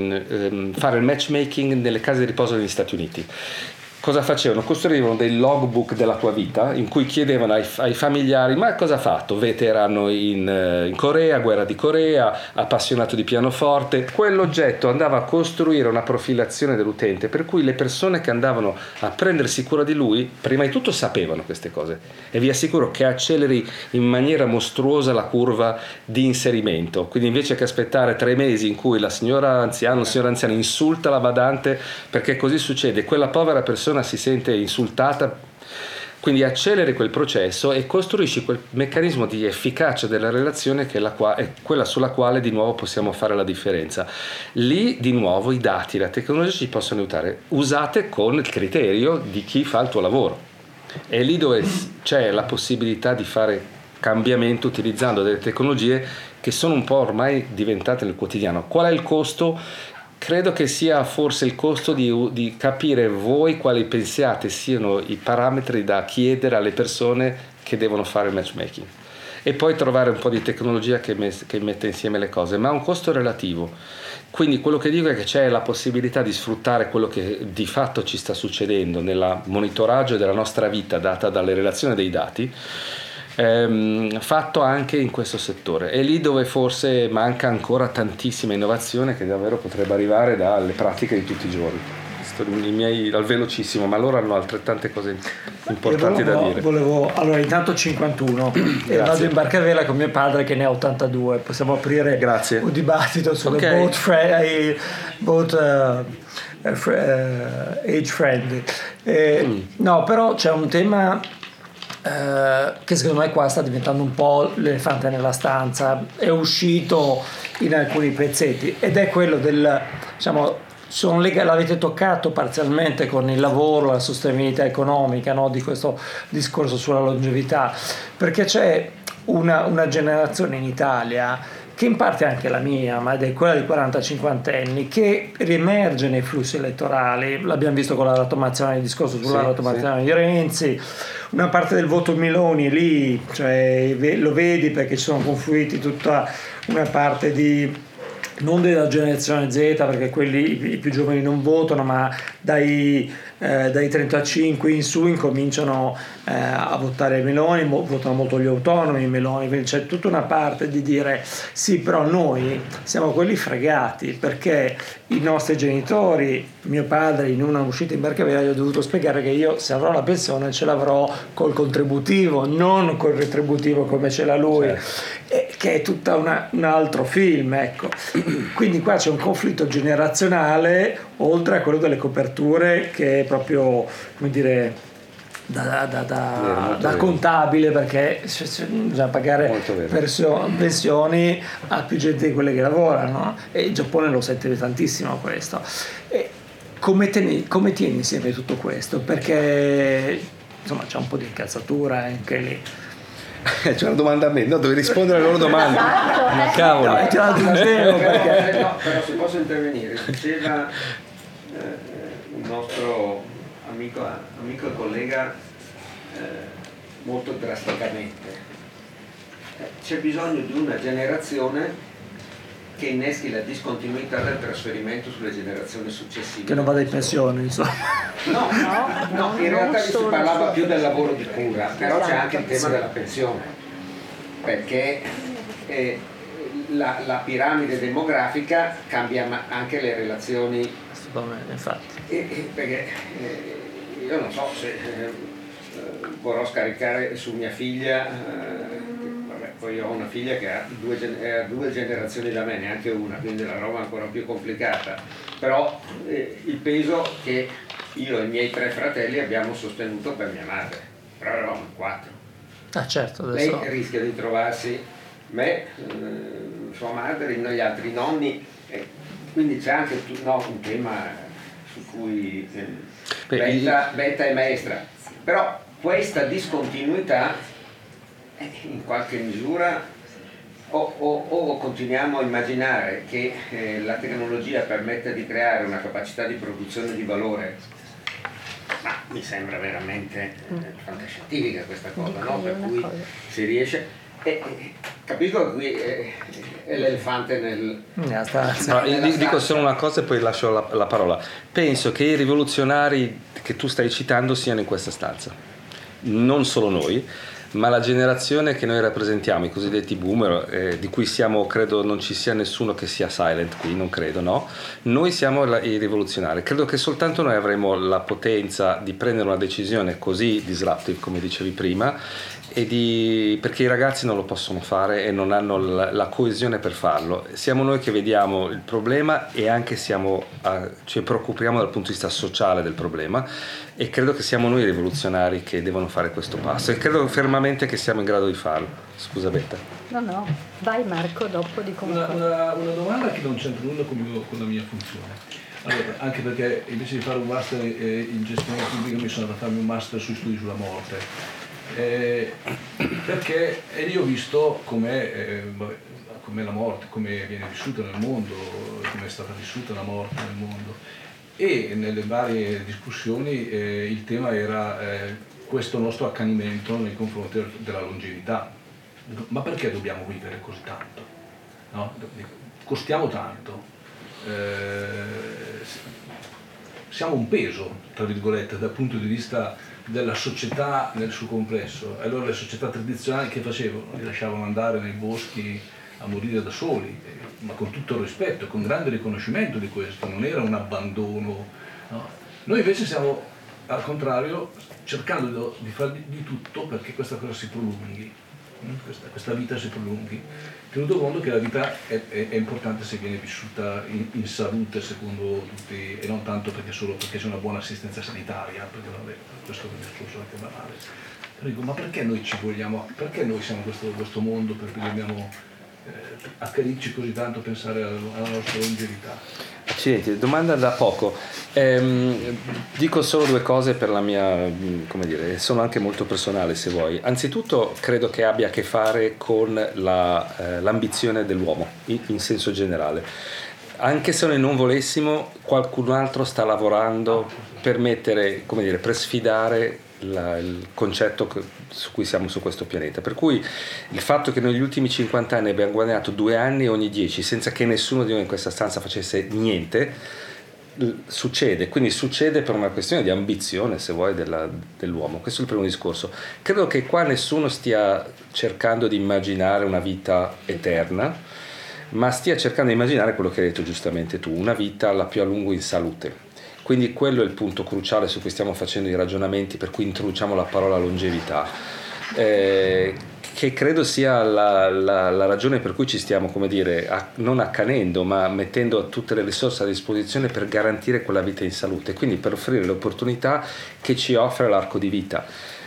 il matchmaking nelle case di riposo negli Stati Uniti. Cosa facevano? Costruivano dei logbook della tua vita in cui chiedevano ai familiari: ma cosa ha fatto? Veterano in Corea, guerra di Corea, appassionato di pianoforte. Quell'oggetto andava a costruire una profilazione dell'utente, per cui le persone che andavano a prendersi cura di lui prima di tutto sapevano queste cose, e vi assicuro che acceleri in maniera mostruosa la curva di inserimento. Quindi invece che aspettare 3 mesi in cui la signora anziana insulta la badante, perché così succede, quella povera persona si sente insultata, quindi acceleri quel processo e costruisci quel meccanismo di efficacia della relazione che è quella sulla quale di nuovo possiamo fare la differenza. Lì di nuovo i dati, la tecnologia ci possono aiutare, usate con il criterio di chi fa il tuo lavoro. È lì dove c'è la possibilità di fare cambiamento utilizzando delle tecnologie che sono un po' ormai diventate nel quotidiano. Qual è il costo? Credo che sia forse il costo di capire voi quali pensiate siano i parametri da chiedere alle persone che devono fare il matchmaking, e poi trovare un po' di tecnologia che mette insieme le cose, ma ha un costo relativo. Quindi quello che dico è che c'è la possibilità di sfruttare quello che di fatto ci sta succedendo nel monitoraggio della nostra vita data dalle relazioni dei dati, fatto anche in questo settore. È lì dove forse manca ancora tantissima innovazione che davvero potrebbe arrivare dalle pratiche di tutti i giorni. I miei al velocissimo, ma loro hanno altrettante cose importanti da dire. Allora, intanto 51 e vado in barcavela con mio padre che ne ha 82. Possiamo aprire un dibattito sulle boat age friendly. No, però c'è un tema che secondo me qua sta diventando un po' l'elefante nella stanza, è uscito in alcuni pezzetti, ed è quello del, diciamo, l'avete toccato parzialmente con il lavoro, la sostenibilità economica, no, di questo discorso sulla longevità, perché c'è una generazione in Italia, che in parte è anche la mia, ma è quella di 40-50 anni, che riemerge nei flussi elettorali. L'abbiamo visto con la rottamazione, il discorso sulla rottamazione di Renzi. Una parte del voto Meloni è lì, cioè lo vedi perché ci sono confluiti tutta una parte di, non della generazione Z, perché quelli i più giovani non votano, ma dai 35 in su incominciano a votare Meloni, votano molto gli autonomi Meloni, quindi c'è tutta una parte di dire sì, però noi siamo quelli fregati, perché i nostri genitori, mio padre in una uscita in barcavela gli ho dovuto spiegare che io, se avrò la pensione, ce l'avrò col contributivo, non col retributivo come ce l'ha lui, che è tutta un altro film, ecco. Quindi qua c'è un conflitto generazionale, oltre a quello delle coperture, che è proprio, come dire, da contabile, perché bisogna pagare pensioni a più gente di quelle che lavorano, e il Giappone lo sente tantissimo questo. E come tieni insieme tutto questo? Perché insomma c'è un po' di incazzatura anche lì. C'è una domanda a me, no, devi rispondere alle loro domande. Ma cavolo, no, però se posso intervenire, diceva un nostro amico e collega molto drasticamente, c'è bisogno di una generazione che inneschi la discontinuità del trasferimento sulle generazioni successive, che non vada in pensione, insomma. No, in realtà si parlava più del lavoro di cura, però c'è anche il tema della pensione, perché la piramide demografica cambia anche le relazioni. Assolutamente, infatti. Perché io non so se vorrò scaricare su mia figlia, vabbè, poi ho una figlia che ha due generazioni da me, neanche una, quindi la roba è ancora più complicata, però il peso che io e i miei 3 fratelli abbiamo sostenuto per mia madre, però eravamo 4. Ah certo, adesso... Lei rischia di trovarsi me, sua madre, gli altri nonni, quindi c'è anche un tema su cui Betta è maestra, però questa discontinuità in qualche misura o continuiamo a immaginare che la tecnologia permetta di creare una capacità di produzione di valore, ma mi sembra veramente fantascientifica questa cosa, no? Per cui si riesce... capisco che qui è l'elefante nella stanza. Dico solo una cosa e poi lascio la parola. Penso che i rivoluzionari che tu stai citando siano in questa stanza, non solo noi, ma la generazione che noi rappresentiamo, i cosiddetti boomer, di cui siamo, credo non ci sia nessuno che sia silent qui, non credo, no? Noi siamo i rivoluzionari. Credo che soltanto noi avremo la potenza di prendere una decisione così disruptive, come dicevi prima, perché i ragazzi non lo possono fare e non hanno la coesione per farlo. Siamo noi che vediamo il problema e anche ci preoccupiamo dal punto di vista sociale del problema, e credo che siamo noi i rivoluzionari che devono fare questo passo, e credo fermamente che siamo in grado di farlo. Scusa Betta. No, vai Marco, dopo di come... Una domanda che non c'entra nulla con la mia funzione. Allora, anche perché invece di fare un master in gestione pubblica mi sono andato a farmi un master sui studi sulla morte. Perché lì ho visto com'è la morte, come viene vissuta nel mondo, come è stata vissuta la morte nel mondo, e nelle varie discussioni il tema era questo nostro accanimento nei confronti della longevità. Ma perché dobbiamo vivere così tanto? No? Costiamo tanto, siamo un peso, tra virgolette, dal punto di vista della società nel suo complesso. Allora le società tradizionali che facevano? Li lasciavano andare nei boschi a morire da soli, ma con tutto il rispetto, con grande riconoscimento di questo, non era un abbandono, no? Noi invece stiamo, al contrario, cercando di fare di tutto perché questa cosa si prolunghi, questa vita si prolunghi, tenuto conto che la vita è importante se viene vissuta in salute secondo tutti, e non tanto solo perché c'è una buona assistenza sanitaria, perché vabbè, questo è un discorso anche banale. Però dico, ma perché noi ci vogliamo, perché noi siamo questo mondo, perché dobbiamo accarirci così tanto, pensare alla nostra longevità? Accidenti, domanda da poco. Dico solo 2 cose per la mia, come dire, sono anche molto personali se vuoi. Anzitutto credo che abbia a che fare con l'ambizione dell'uomo in senso generale. Anche se noi non volessimo, qualcun altro sta lavorando per mettere, come dire, per sfidare il concetto su cui siamo su questo pianeta, per cui il fatto che negli ultimi 50 anni abbiamo guadagnato 2 anni ogni 10 senza che nessuno di noi in questa stanza facesse niente succede, quindi succede per una questione di ambizione, se vuoi, dell'uomo. Questo è il primo discorso. Credo che qua nessuno stia cercando di immaginare una vita eterna, ma stia cercando di immaginare quello che hai detto giustamente tu, una vita la più a lungo in salute. Quindi quello è il punto cruciale su cui stiamo facendo i ragionamenti, per cui introduciamo la parola longevità, che credo sia la ragione per cui ci stiamo, come dire, non accanendo, ma mettendo tutte le risorse a disposizione per garantire quella vita in salute, quindi per offrire l'opportunità che ci offre l'arco di vita.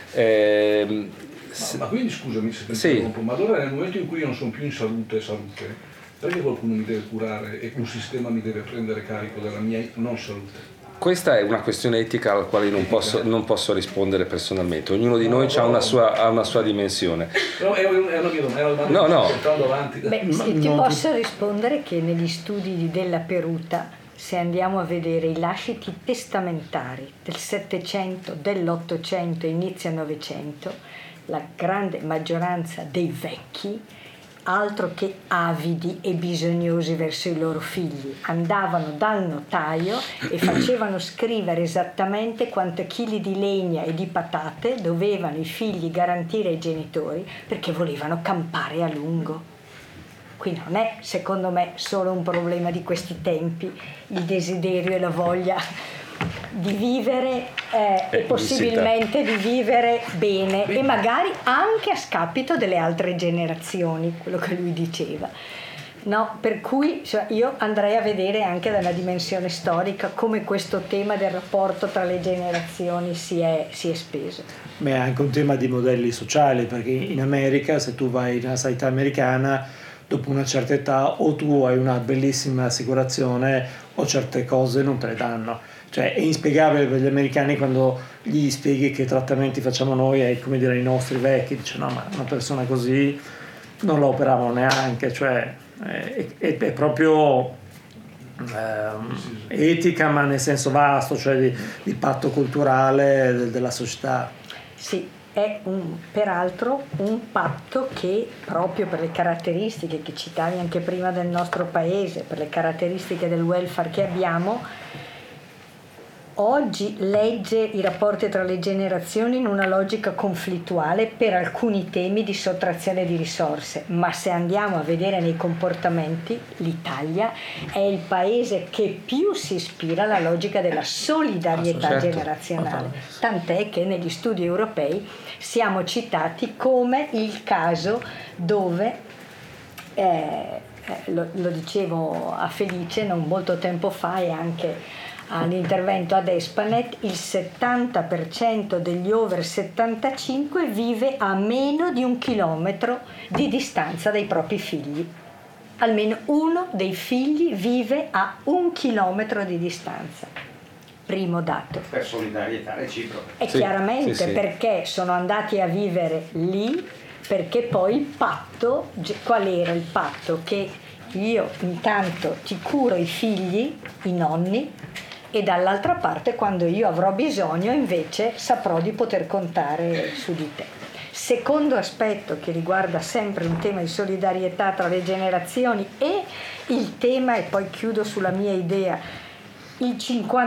Ma quindi scusami se ti interrompo, ma allora nel momento in cui io non sono più in salute, perché qualcuno mi deve curare e un sistema mi deve prendere carico della mia non salute? Questa è una questione etica alla quale non posso rispondere personalmente. Ognuno di noi ha una sua dimensione. Però è una mia domanda. No. Ti posso rispondere che negli studi della Peruta, se andiamo a vedere i lasciti testamentari del Settecento, dell'800 e inizio Novecento, la grande maggioranza dei vecchi, altro che avidi e bisognosi verso i loro figli, andavano dal notaio e facevano scrivere esattamente quanto chili di legna e di patate dovevano i figli garantire ai genitori, perché volevano campare a lungo. Qui non è, secondo me, solo un problema di questi tempi, il desiderio e la voglia di vivere e possibilmente di vivere bene e magari anche a scapito delle altre generazioni, quello che lui diceva. No, per cui io andrei a vedere anche dalla dimensione storica come questo tema del rapporto tra le generazioni si è speso. Beh, è anche un tema di modelli sociali, perché in America, se tu vai nella sanità americana, dopo una certa età o tu hai una bellissima assicurazione o certe cose non te le danno. Cioè è inspiegabile per gli americani quando gli spieghi che trattamenti facciamo noi ai, come dire, ai nostri vecchi, dice no, ma una persona così non la operavano neanche, cioè è proprio etica, ma nel senso vasto, cioè di patto culturale della società. Sì, è peraltro un patto che proprio per le caratteristiche che citavi anche prima del nostro paese, per le caratteristiche del welfare che abbiamo, oggi legge i rapporti tra le generazioni in una logica conflittuale per alcuni temi di sottrazione di risorse, ma se andiamo a vedere nei comportamenti, l'Italia è il paese che più si ispira alla logica della solidarietà generazionale, tant'è che negli studi europei siamo citati come il caso dove lo dicevo a Felice non molto tempo fa e anche all'intervento ad Espanet, il 70% degli over 75 vive a meno di 1 chilometro di distanza dai propri figli. Almeno uno dei figli vive a 1 chilometro di distanza. Primo dato. Per solidarietà reciproca. E chiaramente perché sono andati a vivere lì, perché poi il patto, qual era il patto? Che io intanto ti curo i figli, i nonni, e dall'altra parte quando io avrò bisogno invece saprò di poter contare su di te. Secondo aspetto che riguarda sempre un tema di solidarietà tra le generazioni e il tema, e poi chiudo sulla mia idea, il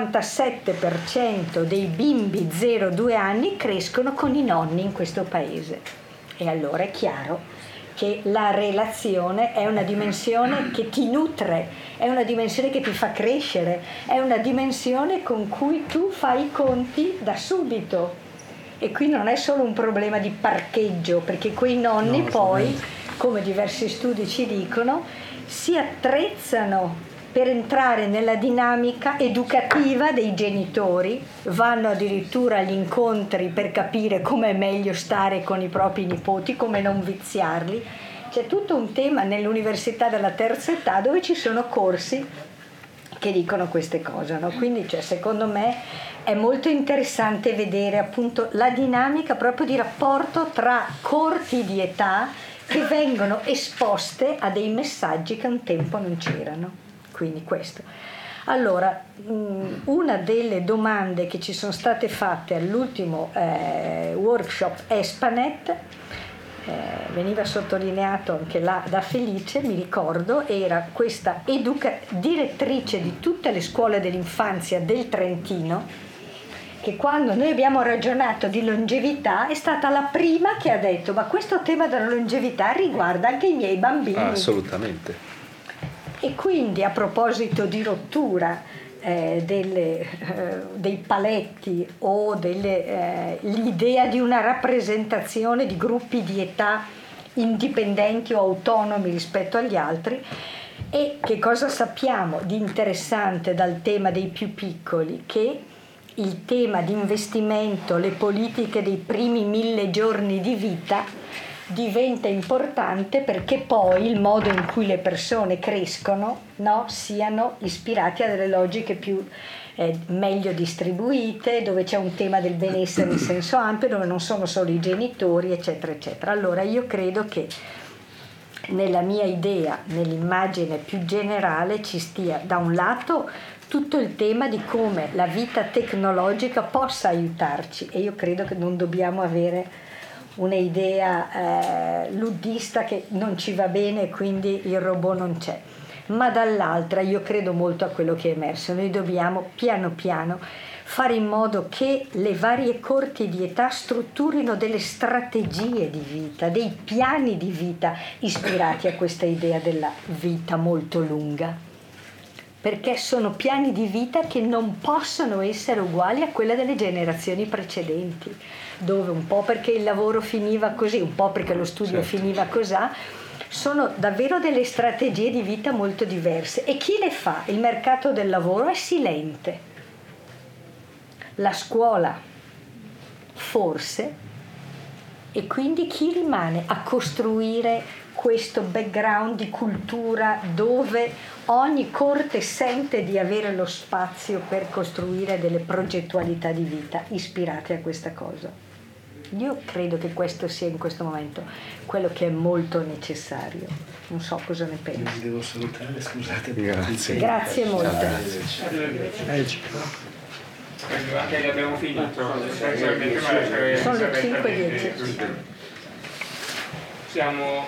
57% dei bimbi 0-2 anni crescono con i nonni in questo paese e allora è chiaro che la relazione è una dimensione che ti nutre, è una dimensione che ti fa crescere, è una dimensione con cui tu fai i conti da subito. E qui non è solo un problema di parcheggio, perché quei nonni poi, come diversi studi ci dicono, si attrezzano per entrare nella dinamica educativa dei genitori, vanno addirittura agli incontri per capire come è meglio stare con i propri nipoti, come non viziarli. C'è tutto un tema nell'università della terza età dove ci sono corsi che dicono queste cose, no? Quindi secondo me è molto interessante vedere appunto la dinamica proprio di rapporto tra corti di età che vengono esposte a dei messaggi che un tempo non c'erano. Quindi questo. Allora, una delle domande che ci sono state fatte all'ultimo workshop Espanet, veniva sottolineato anche là da Felice, mi ricordo, era questa direttrice di tutte le scuole dell'infanzia del Trentino, che quando noi abbiamo ragionato di longevità è stata la prima che ha detto ma questo tema della longevità riguarda anche i miei bambini. Assolutamente. E quindi a proposito di rottura dei paletti o l'idea di una rappresentazione di gruppi di età indipendenti o autonomi rispetto agli altri, e che cosa sappiamo di interessante dal tema dei più piccoli? Che il tema di investimento, le politiche dei primi 1000 giorni di vita diventa importante perché poi il modo in cui le persone crescono, no, siano ispirati a delle logiche più meglio distribuite, dove c'è un tema del benessere in senso ampio, dove non sono solo i genitori, eccetera, eccetera. Allora io credo che nella mia idea, nell'immagine più generale, ci stia da un lato tutto il tema di come la vita tecnologica possa aiutarci, e io credo che non dobbiamo avere un'idea luddista che non ci va bene e quindi il robot non c'è, ma dall'altra io credo molto a quello che è emerso. Noi dobbiamo piano piano fare in modo che le varie corti di età strutturino delle strategie di vita, dei piani di vita ispirati a questa idea della vita molto lunga, perché sono piani di vita che non possono essere uguali a quella delle generazioni precedenti, dove un po' perché il lavoro finiva così, un po' perché lo studio finiva così, sono davvero delle strategie di vita molto diverse. E chi le fa? Il mercato del lavoro è silente, la scuola forse, e quindi chi rimane a costruire questo background di cultura dove ogni corte sente di avere lo spazio per costruire delle progettualità di vita ispirate a questa cosa. Io credo che questo sia in questo momento quello che è molto necessario. Non so cosa ne pensi. Devo salutare, scusate. Grazie molte. Anche che abbiamo finito. Sono le 5:10. Siamo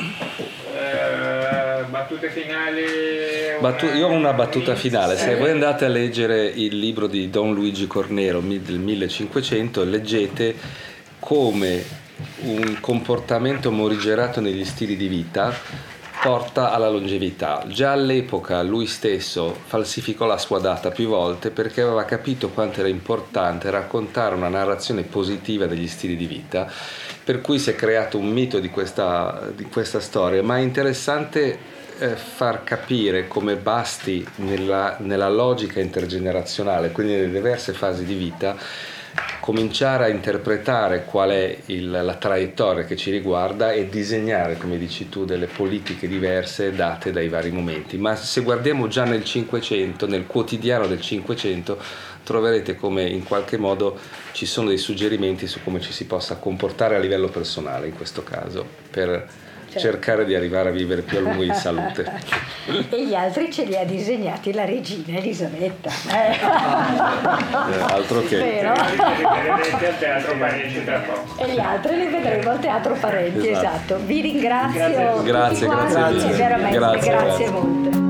battute finali. Io ho una battuta finale. Se voi andate a leggere il libro di Don Luigi Cornero del 1500, leggete come un comportamento morigerato negli stili di vita porta alla longevità. Già all'epoca lui stesso falsificò la sua data più volte perché aveva capito quanto era importante raccontare una narrazione positiva degli stili di vita, per cui si è creato un mito di questa storia, ma è interessante far capire come basti nella logica intergenerazionale, quindi nelle diverse fasi di vita, cominciare a interpretare qual è la traiettoria che ci riguarda e disegnare, come dici tu, delle politiche diverse date dai vari momenti. Ma se guardiamo già nel 500, nel quotidiano del 500, troverete come in qualche modo ci sono dei suggerimenti su come ci si possa comportare a livello personale, in questo caso, per cercare di arrivare a vivere più a lungo in salute. E gli altri ce li ha disegnati la regina Elisabetta. Altro che. Li vedrete al Teatro Parenti tra poco. E gli altri li vedremo al Teatro Parenti, esatto. Vi ringrazio. Grazie Veramente, grazie molte.